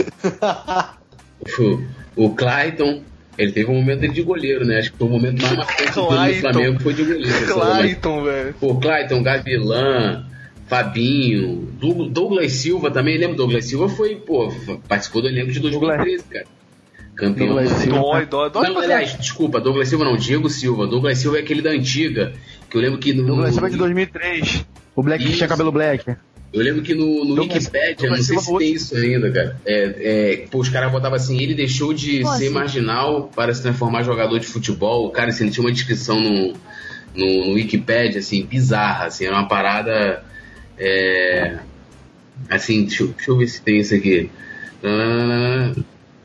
O, o Clayton. Ele teve um momento dele de goleiro, né? Acho que foi o momento mais marcante do Clayton. Flamengo foi de goleiro. Clayton, velho. Pô, Clayton, Gavilã, Fabinho, Doug- Douglas Silva também. Lembra? Douglas Silva foi, pô, participou do elenco de dois mil e treze, cara. Campeão. Douglas Silva. Dói, dói, dói. Não, pra aliás, desculpa, Douglas Silva não, Diego Silva. Douglas Silva é aquele da antiga, que eu lembro que no... Douglas Silva é de dois mil e três. O Black que Isso. tinha cabelo black. Eu lembro que no, no Douglas- Wikipedia, Douglas não sei Silva se foi tem isso ainda, cara. É, é, pô, os caras botavam assim, ele deixou de Como ser assim? marginal para se transformar em jogador de futebol. Cara, assim, ele tinha uma descrição no, no, no Wikipedia, assim, bizarra, assim, era uma parada... É, assim, deixa, eu- deixa eu ver se tem isso aqui. Ah,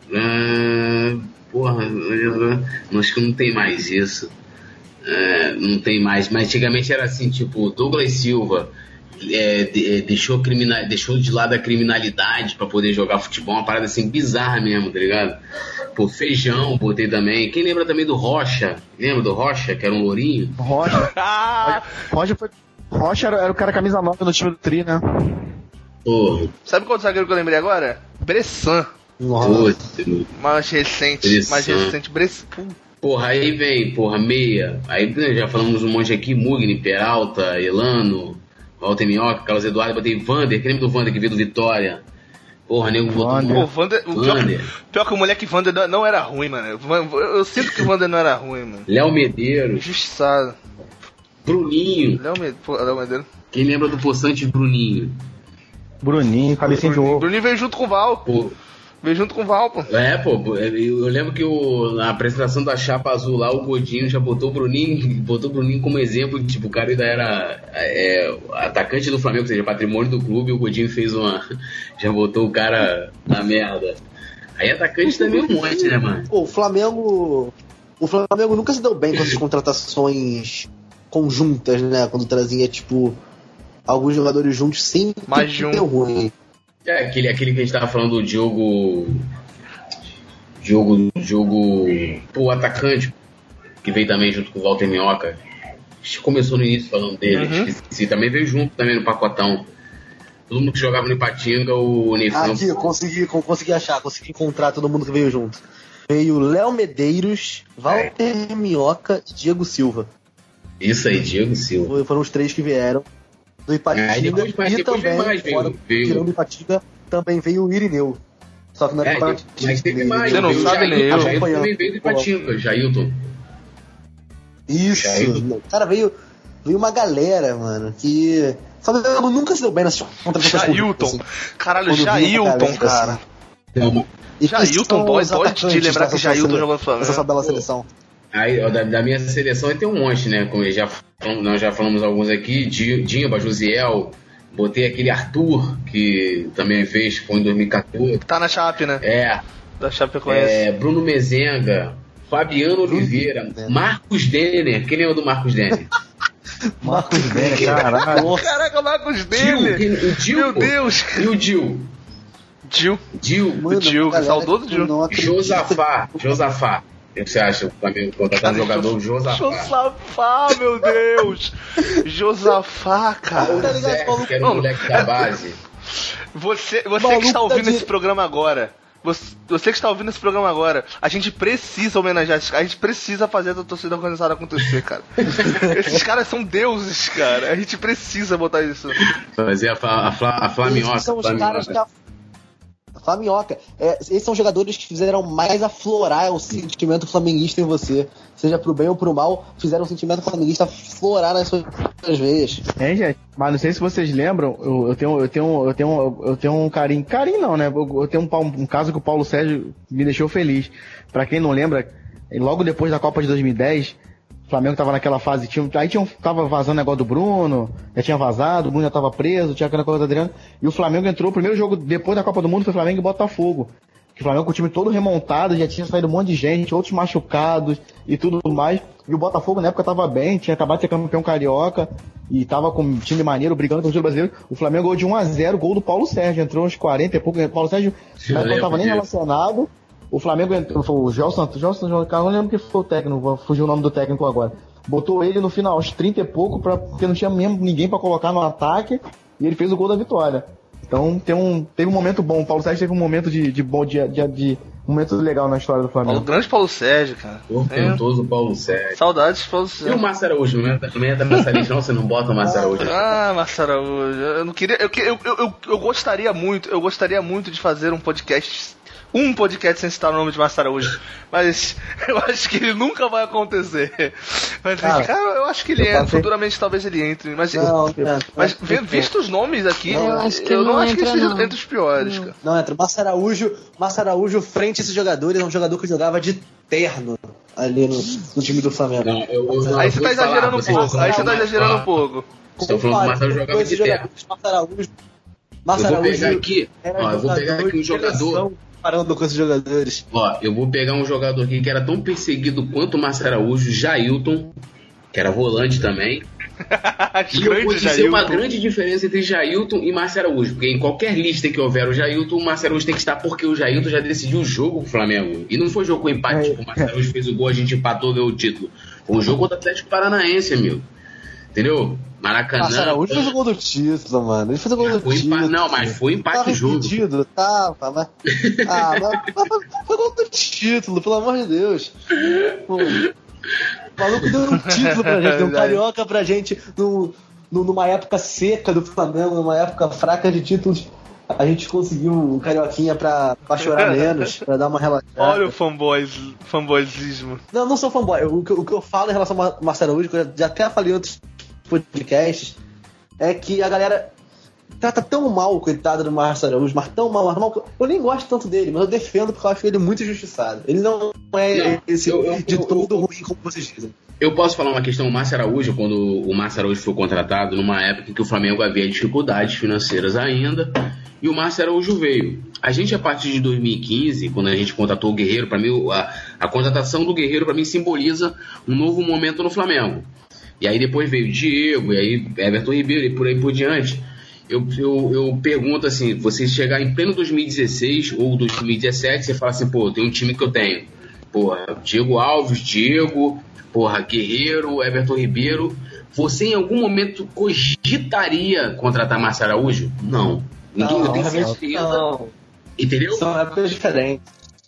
ah, porra, ah, acho que não tem mais isso. É, não tem mais, mas antigamente era assim, tipo, Douglas Silva é, de- é, deixou, crimina, deixou de lado a criminalidade pra poder jogar futebol, uma parada assim bizarra mesmo, tá ligado? Pô, Feijão, botei também. Quem lembra também do Rocha? Lembra do Rocha, que era um lourinho? Rocha. Ah, Rocha, foi... Rocha era, era o cara camisa nova no time do Tri, né? Pô, sabe qual zagueiro que eu lembrei agora? Bressan. putz, Mais recente. Bressan. Mais recente. Bressan. porra, aí vem, porra, meia. Aí né, já falamos um monte aqui, Mugni, Peralta, Elano, Walter Minhoca, Carlos Eduardo, botei Vander, quem lembra do Vander que veio do Vitória? Porra, nego botou Vander. Pô, o Vander, o pior, Vander. pior que o moleque Vander não- não era ruim, mano. Eu, eu sinto que o Vander não era ruim, mano. Léo Medeiros, Injustiçado. Bruninho. Léo Medeiros. Pô, Léo Medeiros. Quem lembra do Poçante Bruninho? Bruninho, cabecinha de Bruninho, ovo. Bruninho veio junto com o Val. Pô, Veio junto com o Val, pô. é, pô, eu eu lembro que o, na apresentação da Chapa Azul lá, o Godinho já botou o Bruninho, botou o Bruninho como exemplo, tipo, o cara ainda era é, atacante do Flamengo, ou seja, patrimônio do clube, e o Godinho fez uma. Já botou o cara na merda. Aí atacante também é um monte, né, mano? Pô, o Flamengo. O Flamengo nunca se deu bem com essas contratações conjuntas, né? Quando trazia, tipo, alguns jogadores juntos sem Mais de um. deu ruim. É, aquele, aquele que a gente tava falando do Diogo. Diogo. Diogo. Pô, o atacante, que veio também junto com o Walter Minhoca. A gente começou no início falando dele, Uhum. esqueci. Também veio junto também no pacotão. Todo mundo que jogava no Ipatinga, o Nefão. Aqui, eu consegui, con- consegui achar, consegui encontrar todo mundo que veio junto. Veio Léo Medeiros, Walter Minhoca e Diego Silva. Isso aí, Diego Silva. Foi- Foram os três que vieram do Ipatinga. Aí depois- mas e depois também, veio mais, veio- fora, veio- tirando o Ipatinga, também veio o Irineu. Só que não é, é mas teve mais. Você não veio sabe nem eu. O Jailton também veio do Ipatinga, Jailton. Isso. Jailton. Cara, veio, veio uma galera, mano, que... Só que eu nunca se deu bem nessas contratações públicas, Jailton. Caralho, Jailton, cara. Então, Jailton, pode, pode te lembrar que Jailton jogou no Flamengo. Essa bela seleção. Aí, ó, da, da minha seleção tem um monte, né? Como já falamos, nós já falamos alguns aqui, Dimba, Josiel, botei aquele Arthur, que também fez, foi em dois mil e quatorze. Tá na Chape, né? É. Da Chape conhece. É, Bruno Mezenga, Fabiano Oliveira, Marcos Denner. Quem lembra do Marcos Denner? Marcos Denner, caralho. Caraca, Marcos Denner. O Dil, Meu Deus. E o Dil? Dil. Dil. O Dil, saudoso Dil. Josafá, Josafá. O que você acha? O Flamengo contratar um jogador Josafá. Josafá, meu Deus! Josafá, cara. O Zé, que era o moleque da base. Você, você que está ouvindo esse programa agora, você, você que está ouvindo esse programa agora, a gente precisa homenagear esses caras, a gente precisa fazer a torcida organizada acontecer, cara. Esses caras são deuses, cara. A gente precisa botar isso. Fazer a, a, a, a Flaminhoca. São os caras que a Flaminhoca. É, esses são jogadores que fizeram mais aflorar o sentimento flamenguista em você. Seja pro bem ou pro mal, fizeram o sentimento flamenguista aflorar nas suas veias. É, gente. Mas não sei se vocês lembram, eu, eu, tenho, eu, tenho, eu, tenho, eu tenho um carinho. Carinho não, né? Eu, eu tenho um, um caso que o Paulo Sérgio me deixou feliz. Pra quem não lembra, logo depois da Copa de dois mil e dez, o Flamengo tava naquela fase, tinha, aí tinha, tava vazando o negócio do Bruno, já tinha vazado, o Bruno já tava preso, tinha aquela coisa do Adriano, e o Flamengo entrou, o primeiro jogo depois da Copa do Mundo foi Flamengo e Botafogo. O Flamengo com o time todo remontado, já tinha saído um monte de gente, outros machucados e tudo mais, e o Botafogo na época tava bem, tinha acabado de ser campeão carioca, e tava com um time maneiro, brigando com o time brasileiro. O Flamengo ganhou de um a zero, gol do Paulo Sérgio, entrou uns quarenta e pouco, o Paulo Sérgio não tava nem relacionado. O Flamengo entrou, foi o Gelson, Gelson, não lembro que foi o técnico, fugiu o nome do técnico agora. Botou ele no final, aos trinta e pouco, pra, porque não tinha mesmo ninguém pra colocar no ataque, e ele fez o gol da vitória. Então tem um, teve um momento bom, o Paulo Sérgio teve um momento de, de, de, de, de um momento legal na história do Flamengo. O grande Paulo Sérgio, cara. Portentoso é. Paulo Sérgio. Saudades de Paulo Sérgio. E o Márcio Araújo, né? Também é da nossa lista, não? Você não bota o Márcio Araújo. Ah, Márcio Araújo. Eu não queria. Eu, eu, eu, eu, eu gostaria muito, eu gostaria muito de fazer um podcast. Um podcast sem citar o nome de Márcio Araújo. Mas eu acho que ele nunca vai acontecer. Mas, cara, cara eu acho que ele entra. Passei... Futuramente talvez ele entre. Mas, não, eu, mas eu, visto os nomes aqui, eu, acho que eu não, não acho que ele seja não. entre os piores, não. cara. Não, entra. Márcio Araújo, Márcio Araújo, frente a esses jogadores, é um jogador que jogava de terno ali no, no time do Flamengo. Não, eu, eu, não, aí você tá exagerando um pouco. Aí você tá exagerando um pouco. Estou falando que o Márcio jogava de terno. Márcio Araújo. Márcio eu vou Araújo pegar aqui. Ó, eu vou pegar aqui um jogador. Parando com esses jogadores. Ó, eu vou pegar um jogador aqui que era tão perseguido quanto o Márcio Araújo, Jailton, que era volante também. E eu vou dizer uma grande diferença entre Jailton e Márcio Araújo, porque em qualquer lista que houver o Jailton, o Márcio Araújo tem que estar, porque o Jailton já decidiu o jogo pro Flamengo. E não foi jogo com empate, tipo, o Márcio Araújo fez o gol, a gente empatou, ganhou o título. Foi um jogo contra o Atlético Paranaense, meu. Entendeu? Maracanã. Márcio Araújo fez o gol do título, mano. Ele fez o gol do título. Empa... Não, mas foi empate tava o jogo. Impedido, tava, mas... Ah, mas, mas foi gol do título, pelo amor de Deus. Pô, o maluco deu um título pra gente, deu um carioca pra gente no, no, numa época seca do Flamengo, numa época fraca de títulos. A gente conseguiu um carioquinha pra, pra chorar menos, pra dar uma relaxada. Olha o fanboys, fanboysismo. Não, não sou fanboy. O que, o que eu falo em relação ao Márcio Araújo, que eu já até falei em outros podcasts, é que a galera trata tão mal o coitado do Márcio Araújo, mas tão mal, mas mal. Eu nem gosto tanto dele, mas eu defendo porque eu acho ele muito injustiçado. Ele não é não, esse eu, eu, de eu, todo eu, ruim, como vocês dizem. Eu posso falar uma questão, o Márcio Araújo, quando o Márcio Araújo foi contratado, numa época que o Flamengo havia dificuldades financeiras ainda, e o Márcio Araújo veio. A gente, a partir de dois mil e quinze, quando a gente contratou o Guerreiro, para mim, a, a contratação do Guerreiro, para mim, simboliza um novo momento no Flamengo. E aí depois veio o Diego, e aí Everton Ribeiro, e por aí por diante. Eu, eu, eu pergunto assim, você chegar em pleno dois mil e dezesseis ou dois mil e dezessete, você fala assim, pô, tem um time que eu tenho. Porra, Diego Alves, Diego, porra, Guerreiro, Everton Ribeiro. Você em algum momento cogitaria contratar Márcio Araújo? Não. Ninguém, não, eu tenho certeza. Não. Entendeu? São épocas diferentes.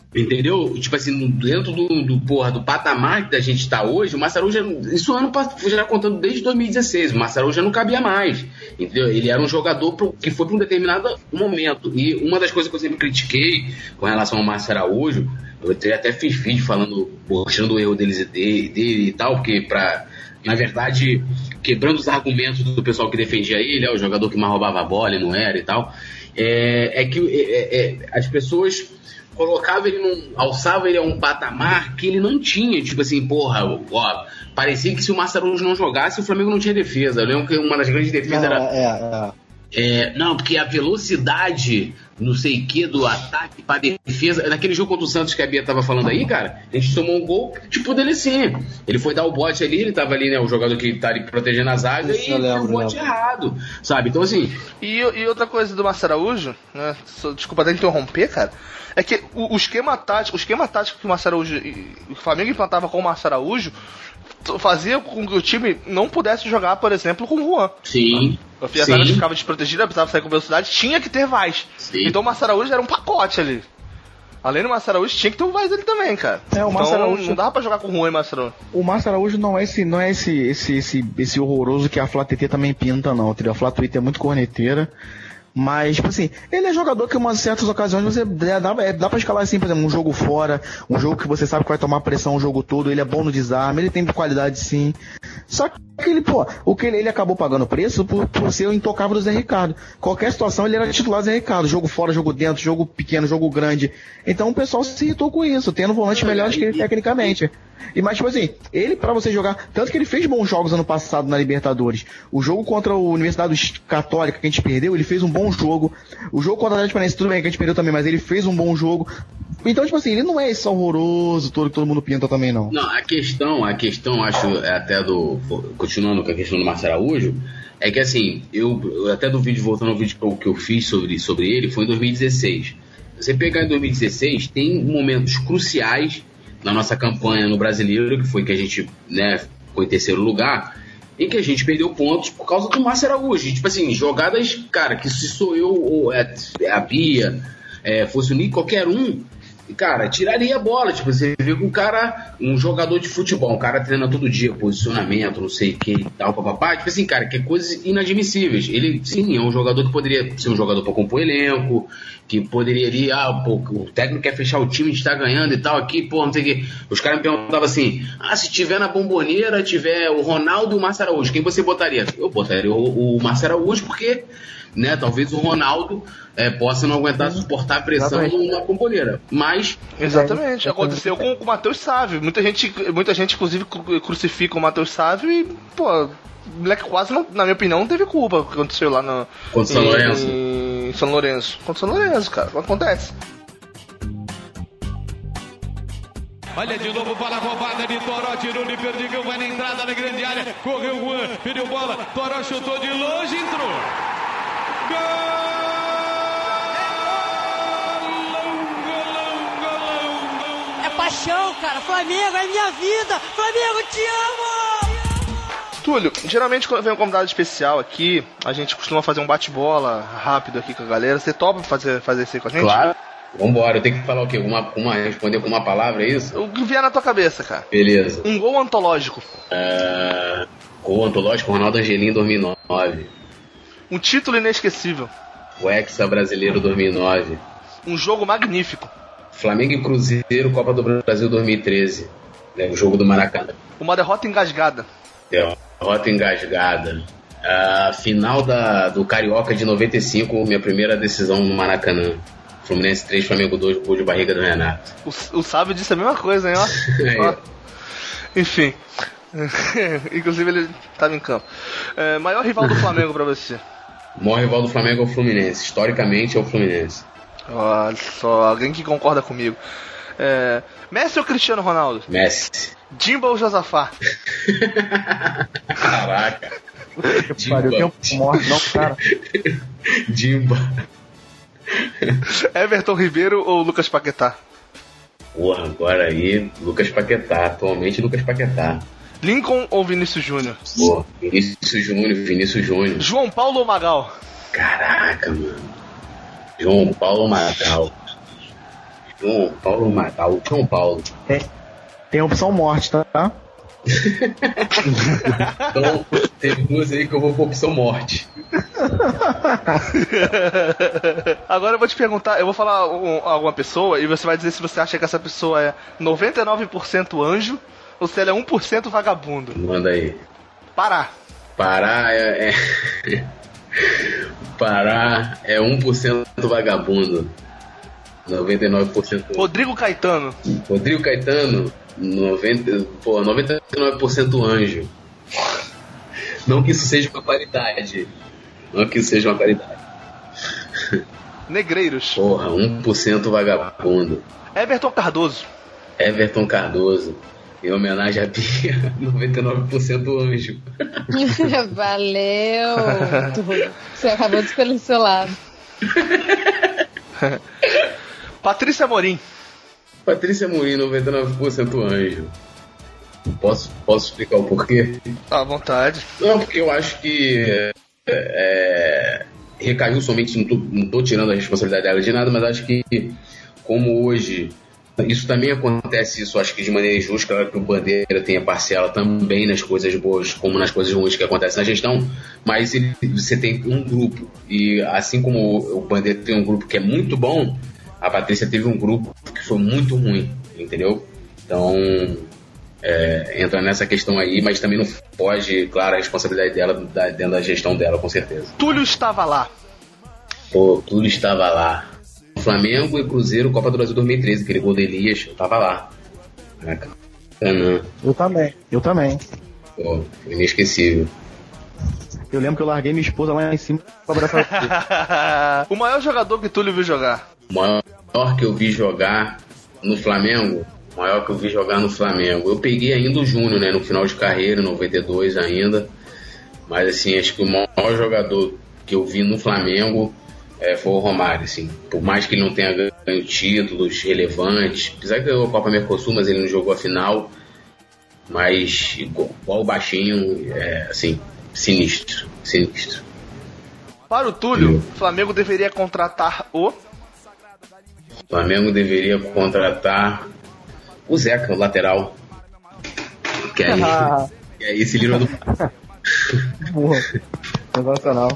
Entendeu? Tipo assim, dentro do, do, porra, do patamar que a gente tá hoje, o Massaro já. Isso ano passado, já contando desde dois mil e dezesseis, o Massaro já não cabia mais. Entendeu? Ele era um jogador pro, que foi para um determinado momento. E uma das coisas que eu sempre critiquei com relação ao Massaro Araújo, eu até fiz vídeo falando, mostrando o erro dele, dele e tal, porque pra. Na verdade, quebrando os argumentos do pessoal que defendia ele, é o jogador que mais roubava a bola e não era e tal, é, é que é, é, as pessoas colocavam ele num, alçavam ele a um patamar que ele não tinha, tipo assim, porra, ó, parecia que se o Massaro não jogasse, o Flamengo não tinha defesa. Eu lembro que uma das grandes defesas não, era... É, é. É, não, porque a velocidade, não sei o que, do ataque pra defesa. Naquele jogo contra o Santos que a Bia tava falando aí, cara, a gente tomou um gol tipo dele assim. Ele foi dar o bote ali, ele tava ali, né? O jogador que tá ali protegendo a zaga e deu o bote errado, sabe? Então assim. E, e outra coisa do Massaro Araújo, né? Desculpa até interromper, cara. É que o, o esquema tático, o esquema tático que o Massaro Araújo, o Flamengo implantava com o Massaro Araújo, fazia com que o time não pudesse jogar, por exemplo, com o Juan. Sim. A zaga ficava desprotegida, precisava sair com velocidade, tinha que ter Vaz. Sim. Então o Massaro Araújo era um pacote ali. Além do Massaro Araújo, tinha que ter o Vaz ali também, cara. É, o Massaro então, Araújo não dava pra jogar com o Juan e Massaro Araújo. O Massaro Araújo não é esse, não é esse, esse, esse, esse horroroso que a Flá T T também pinta, não. A Flá Twitter é muito corneteira. Mas, tipo assim, ele é jogador que em umas certas ocasiões você dá, dá, dá pra escalar assim, por exemplo, um jogo fora, um jogo que você sabe que vai tomar pressão o jogo todo, ele é bom no desarme, ele tem qualidade sim. Só que ele, pô, o que ele, ele acabou pagando preço por, por ser o intocável do Zé Ricardo. Qualquer situação ele era titular do Zé Ricardo, jogo fora, jogo dentro, jogo pequeno, jogo grande. Então o pessoal se irritou com isso, tendo volantes melhores que ele tecnicamente. E mas, tipo assim, ele pra você jogar, tanto que ele fez bons jogos ano passado na Libertadores. O jogo contra a Universidade Católica que a gente perdeu, ele fez um bom jogo. O jogo contra a Atlético Paranaense, tudo bem que a gente perdeu também, mas ele fez um bom jogo. Então, tipo assim, ele não é esse horroroso todo que todo mundo pinta também, não. Não, a questão, a questão, acho, até do... Continuando com a questão do Massaro Araújo, é que assim, eu até do vídeo, voltando ao vídeo que eu fiz sobre, sobre ele, foi em dois mil e dezesseis. Você pegar em dois mil e dezesseis, tem momentos cruciais na nossa campanha no Brasileiro, que foi que a gente, né, foi em terceiro lugar, em que a gente perdeu pontos por causa do Massaro Araújo. Tipo assim, jogadas, cara, que se sou eu ou é, a Bia, é, fosse o Nico, qualquer um, cara, tiraria a bola. Tipo, você vê que um cara, um jogador de futebol, um cara treina todo dia, posicionamento, não sei o que e tal, papapá, tipo assim, cara, que é coisas inadmissíveis. Ele, sim, é um jogador que poderia ser um jogador pra compor elenco, que poderia ir, ah, pô, o técnico quer fechar o time, a gente tá ganhando e tal, aqui, pô, não sei o que. Os caras me perguntavam assim, ah, se tiver na Bomboneira, tiver o Ronaldo e o Massaro Araújo, quem você botaria? Eu botaria o, o Massaro Araújo, porque, né, talvez o Ronaldo é, possa não aguentar suportar a pressão na Bomboneira, mas... Exatamente, aconteceu com, com o Matheus Sávio. Muita gente, muita gente, inclusive, crucifica o Matheus Sávio e, pô, o moleque quase, não, na minha opinião, não teve culpa o que aconteceu lá no... Contra São Lourenço. Em São Lourenço. Contra São Lourenço, cara. Não acontece. Olha de novo para a roubada de Toró, tirou de Perdigão, vai na entrada na grande área, correu o Juan, pediu bola, Toró chutou de longe, entrou. Gol! É paixão, cara. Flamengo é minha vida. Flamengo, te amo! Túlio, geralmente quando vem um convidado especial aqui, a gente costuma fazer um bate-bola rápido aqui com a galera. Você topa fazer, fazer isso aí com a gente? Claro. Vambora, eu tenho que falar o quê? Uma, uma, responder com uma palavra, é isso? O que vier na tua cabeça, cara. Beleza. Um gol antológico. Uh, gol antológico, Ronaldo Angelim, dois mil e nove. Um título inesquecível. O Hexa Brasileiro, dois mil e nove. Um jogo magnífico. Flamengo e Cruzeiro, Copa do Brasil, dois mil e treze. É o jogo do Maracanã. Uma derrota engasgada. Derrota engasgada. A final da, do Carioca de noventa e cinco, minha primeira decisão no Maracanã. Fluminense três, Flamengo dois, gol de barriga do Renato. O, o Sábio disse a mesma coisa, hein, ó. Ó. Enfim. Inclusive ele estava em campo. É, maior rival do Flamengo pra você? O maior rival do Flamengo é o Fluminense. Historicamente é o Fluminense. Olha só, alguém que concorda comigo. É, Messi ou Cristiano Ronaldo? Messi. Dimba ou Josafá? Caraca. Pariu, tempo morre, não, cara. Dimba. Everton Ribeiro ou Lucas Paquetá? Porra, agora aí, Lucas Paquetá. Atualmente, Lucas Paquetá. Lincoln ou Vinícius Júnior? Pô, Vinícius Júnior, Vinícius Júnior. João Paulo ou Magal? Caraca, mano. João Paulo ou Magal? João Paulo matar o João Paulo. É, tem a opção morte, tá? Então, tem duas aí que eu vou com a opção morte. Agora eu vou te perguntar, eu vou falar um, alguma pessoa e você vai dizer se você acha que essa pessoa é noventa e nove por cento anjo ou se ela é um por cento vagabundo. Manda aí. Pará. Pará é... é... Pará é um por cento vagabundo. noventa e nove por cento. Rodrigo Caetano. Rodrigo Caetano, noventa, pô, noventa e nove por cento anjo. Não que isso seja uma qualidade. Não que isso seja uma qualidade. Negreiros. Porra, um por cento vagabundo. Everton Cardoso. Everton Cardoso. Em homenagem a Bia, noventa e nove por cento anjo. Valeu. Você acabou de escolher o seu lado. Patrícia Amorim. Patrícia Amorim, noventa e nove por cento anjo. Posso, posso explicar o porquê? À vontade. Não, porque eu acho que é, é, recaiu somente, não tô, não tô tirando a responsabilidade dela de nada, mas acho que como hoje isso também acontece, isso acho que de maneira injusta, claro que o Bandeira tem a parcela também nas coisas boas como nas coisas ruins que acontecem na gestão, mas ele, você tem um grupo, e assim como o Bandeira tem um grupo que é muito bom, a Patrícia teve um grupo que foi muito ruim, entendeu? Então é, entra nessa questão aí, mas também não pode, claro, a responsabilidade dela da, dentro da gestão dela, com certeza. Túlio estava lá. Pô, Túlio estava lá. Flamengo e Cruzeiro, Copa do Brasil dois mil e treze, aquele gol de Elias, eu tava lá. Caraca. Não. Eu também, eu também. Pô, foi inesquecível. Eu lembro que eu larguei minha esposa lá em cima pra abraçar o maior jogador que Túlio viu jogar? O maior que eu vi jogar no Flamengo, o maior que eu vi jogar no Flamengo. Eu peguei ainda o Júnior, né, no final de carreira, em noventa e dois ainda. Mas assim, acho que o maior jogador que eu vi no Flamengo É, foi o Romário, assim. Por mais que ele não tenha ganho títulos relevantes, apesar que ganhou a Copa Mercosul, mas ele não jogou a final. Mas igual, igual o baixinho, é, assim, sinistro, sinistro. Para o Túlio, o Flamengo deveria contratar o... O Flamengo deveria contratar o Zeca, o lateral. Que aí, ah. que aí se livrou do... Boa. Sensacional.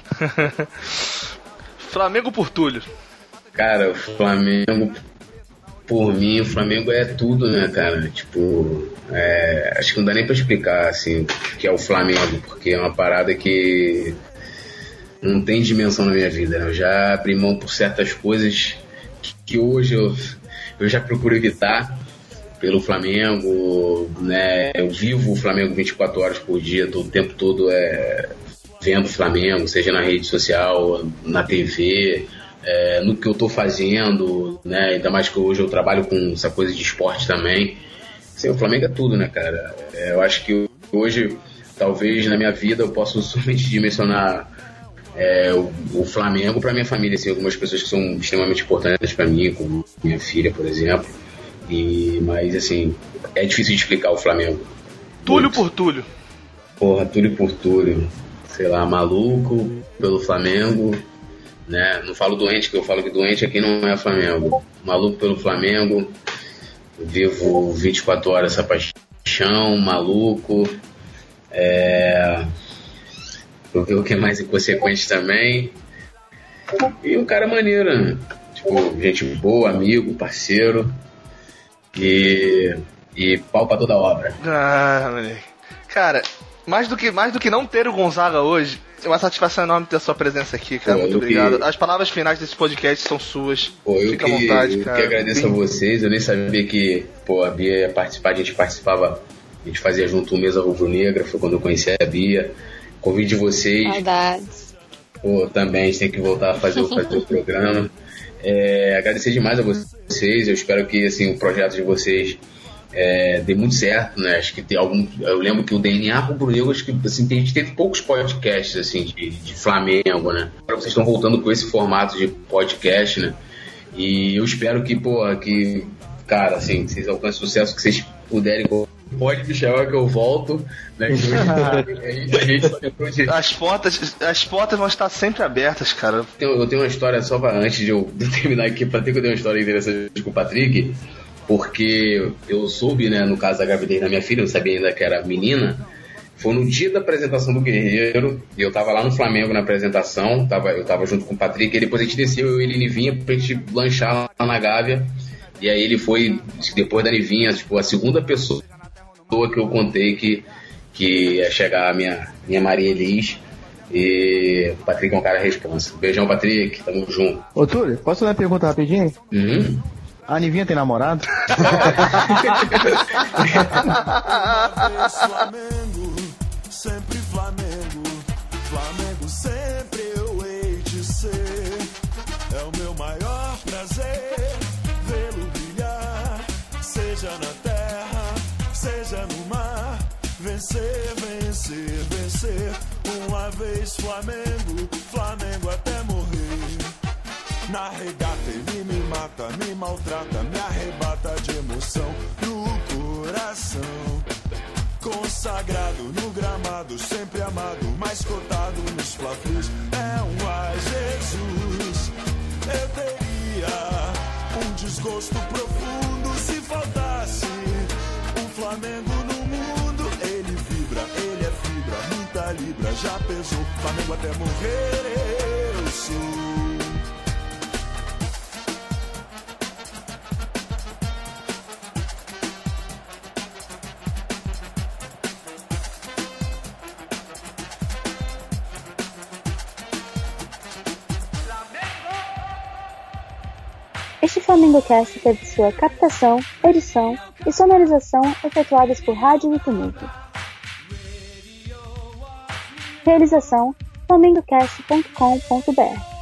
Flamengo por Túlio. Cara, o Flamengo, por mim, o Flamengo é tudo, né, cara? Tipo, é, acho que não dá nem pra explicar, assim, o que é o Flamengo, porque é uma parada que não tem dimensão na minha vida, né? Eu já abri mão por certas coisas que, que hoje eu, eu já procuro evitar pelo Flamengo, né? Eu vivo o Flamengo vinte e quatro horas por dia, todo o tempo todo é... vendo o Flamengo, seja na rede social, na T V, é, no que eu tô fazendo, né? Ainda mais que hoje eu trabalho com essa coisa de esporte também. Assim, o Flamengo é tudo, né, cara? É, eu acho que hoje, talvez na minha vida, eu posso somente dimensionar é, o, o Flamengo para minha família, assim, algumas pessoas que são extremamente importantes para mim, como minha filha, por exemplo. E, mas, assim, é difícil de explicar o Flamengo. Túlio por Túlio. Porra, Túlio por Túlio. Sei lá, maluco pelo Flamengo, né? Não falo doente, que eu falo que doente é quem não é Flamengo. Maluco pelo Flamengo, vivo vinte e quatro horas essa paixão, maluco. É... Eu ver o que é mais inconsequente também. E um cara maneiro, né? Tipo, gente boa, amigo, parceiro. E, e pau pra toda obra. Ah, moleque. Cara... Mais do, que, mais do que não ter o Gonzaga hoje, é uma satisfação enorme ter a sua presença aqui, cara. Pô, muito obrigado. Que... As palavras finais desse podcast são suas. Pô, eu Fica que, à vontade, eu cara. Eu que agradeço Bem... a vocês. Eu nem sabia que pô, a Bia ia participar. A gente participava, a gente fazia junto o Mesa Rubro-Negra. Foi quando eu conheci a Bia. Convite de vocês. Saudades. Pô, também a gente tem que voltar a fazer, fazer o programa. É, agradecer demais a vocês. Eu espero que assim, o projeto de vocês É, deu muito certo, né? Acho que tem algum. Eu lembro que o D N A Rubro-Negro, acho que assim, a gente teve poucos podcasts assim, de, de Flamengo, né? Agora vocês estão voltando com esse formato de podcast, né? E eu espero que, pô, que, cara, assim, vocês alcancem o sucesso que vocês puderem pode me chamar que eu volto. Né? A gente só lembrou de... as, portas, as portas vão estar sempre abertas, cara. Eu, eu tenho uma história só pra, antes de eu de terminar aqui, pra ter que eu tenho uma história interessante com o Patrick, porque eu soube, né, no caso da gravidez da minha filha, eu sabia ainda que era menina. Foi no dia da apresentação do Guerreiro, e eu tava lá no Flamengo na apresentação, tava, eu tava junto com o Patrick, e depois a gente desceu, eu e ele Nivinha, pra gente lanchar lá na Gávea, e aí ele foi, depois da Nivinha, tipo, a segunda pessoa que eu contei que, que ia chegar a minha, minha Maria Elis, e o Patrick é um cara responsa. Beijão, Patrick, tamo junto. Ô, Túlio, posso fazer uma pergunta rapidinho? Uhum. A Nivinha tem namorado? Sempre Flamengo, Flamengo sempre eu hei de ser. É o meu maior prazer vê-lo brilhar, seja na terra, seja no mar. Vencer, vencer, vencer. Uma vez Flamengo, Flamengo até morrer. Na regata ele me mata, me maltrata, me arrebata de emoção no coração. Consagrado no gramado, sempre amado, mais cotado nos fla-flus. É um ai Jesus. Eu teria um desgosto profundo se faltasse um Flamengo no mundo. Ele vibra, ele é fibra, muita libra, já pesou. Flamengo até morrer eu sou. Este FlamengoCast teve sua captação, edição e sonorização efetuadas por Rádio Vitomito. Realização flamengo cast ponto com ponto b r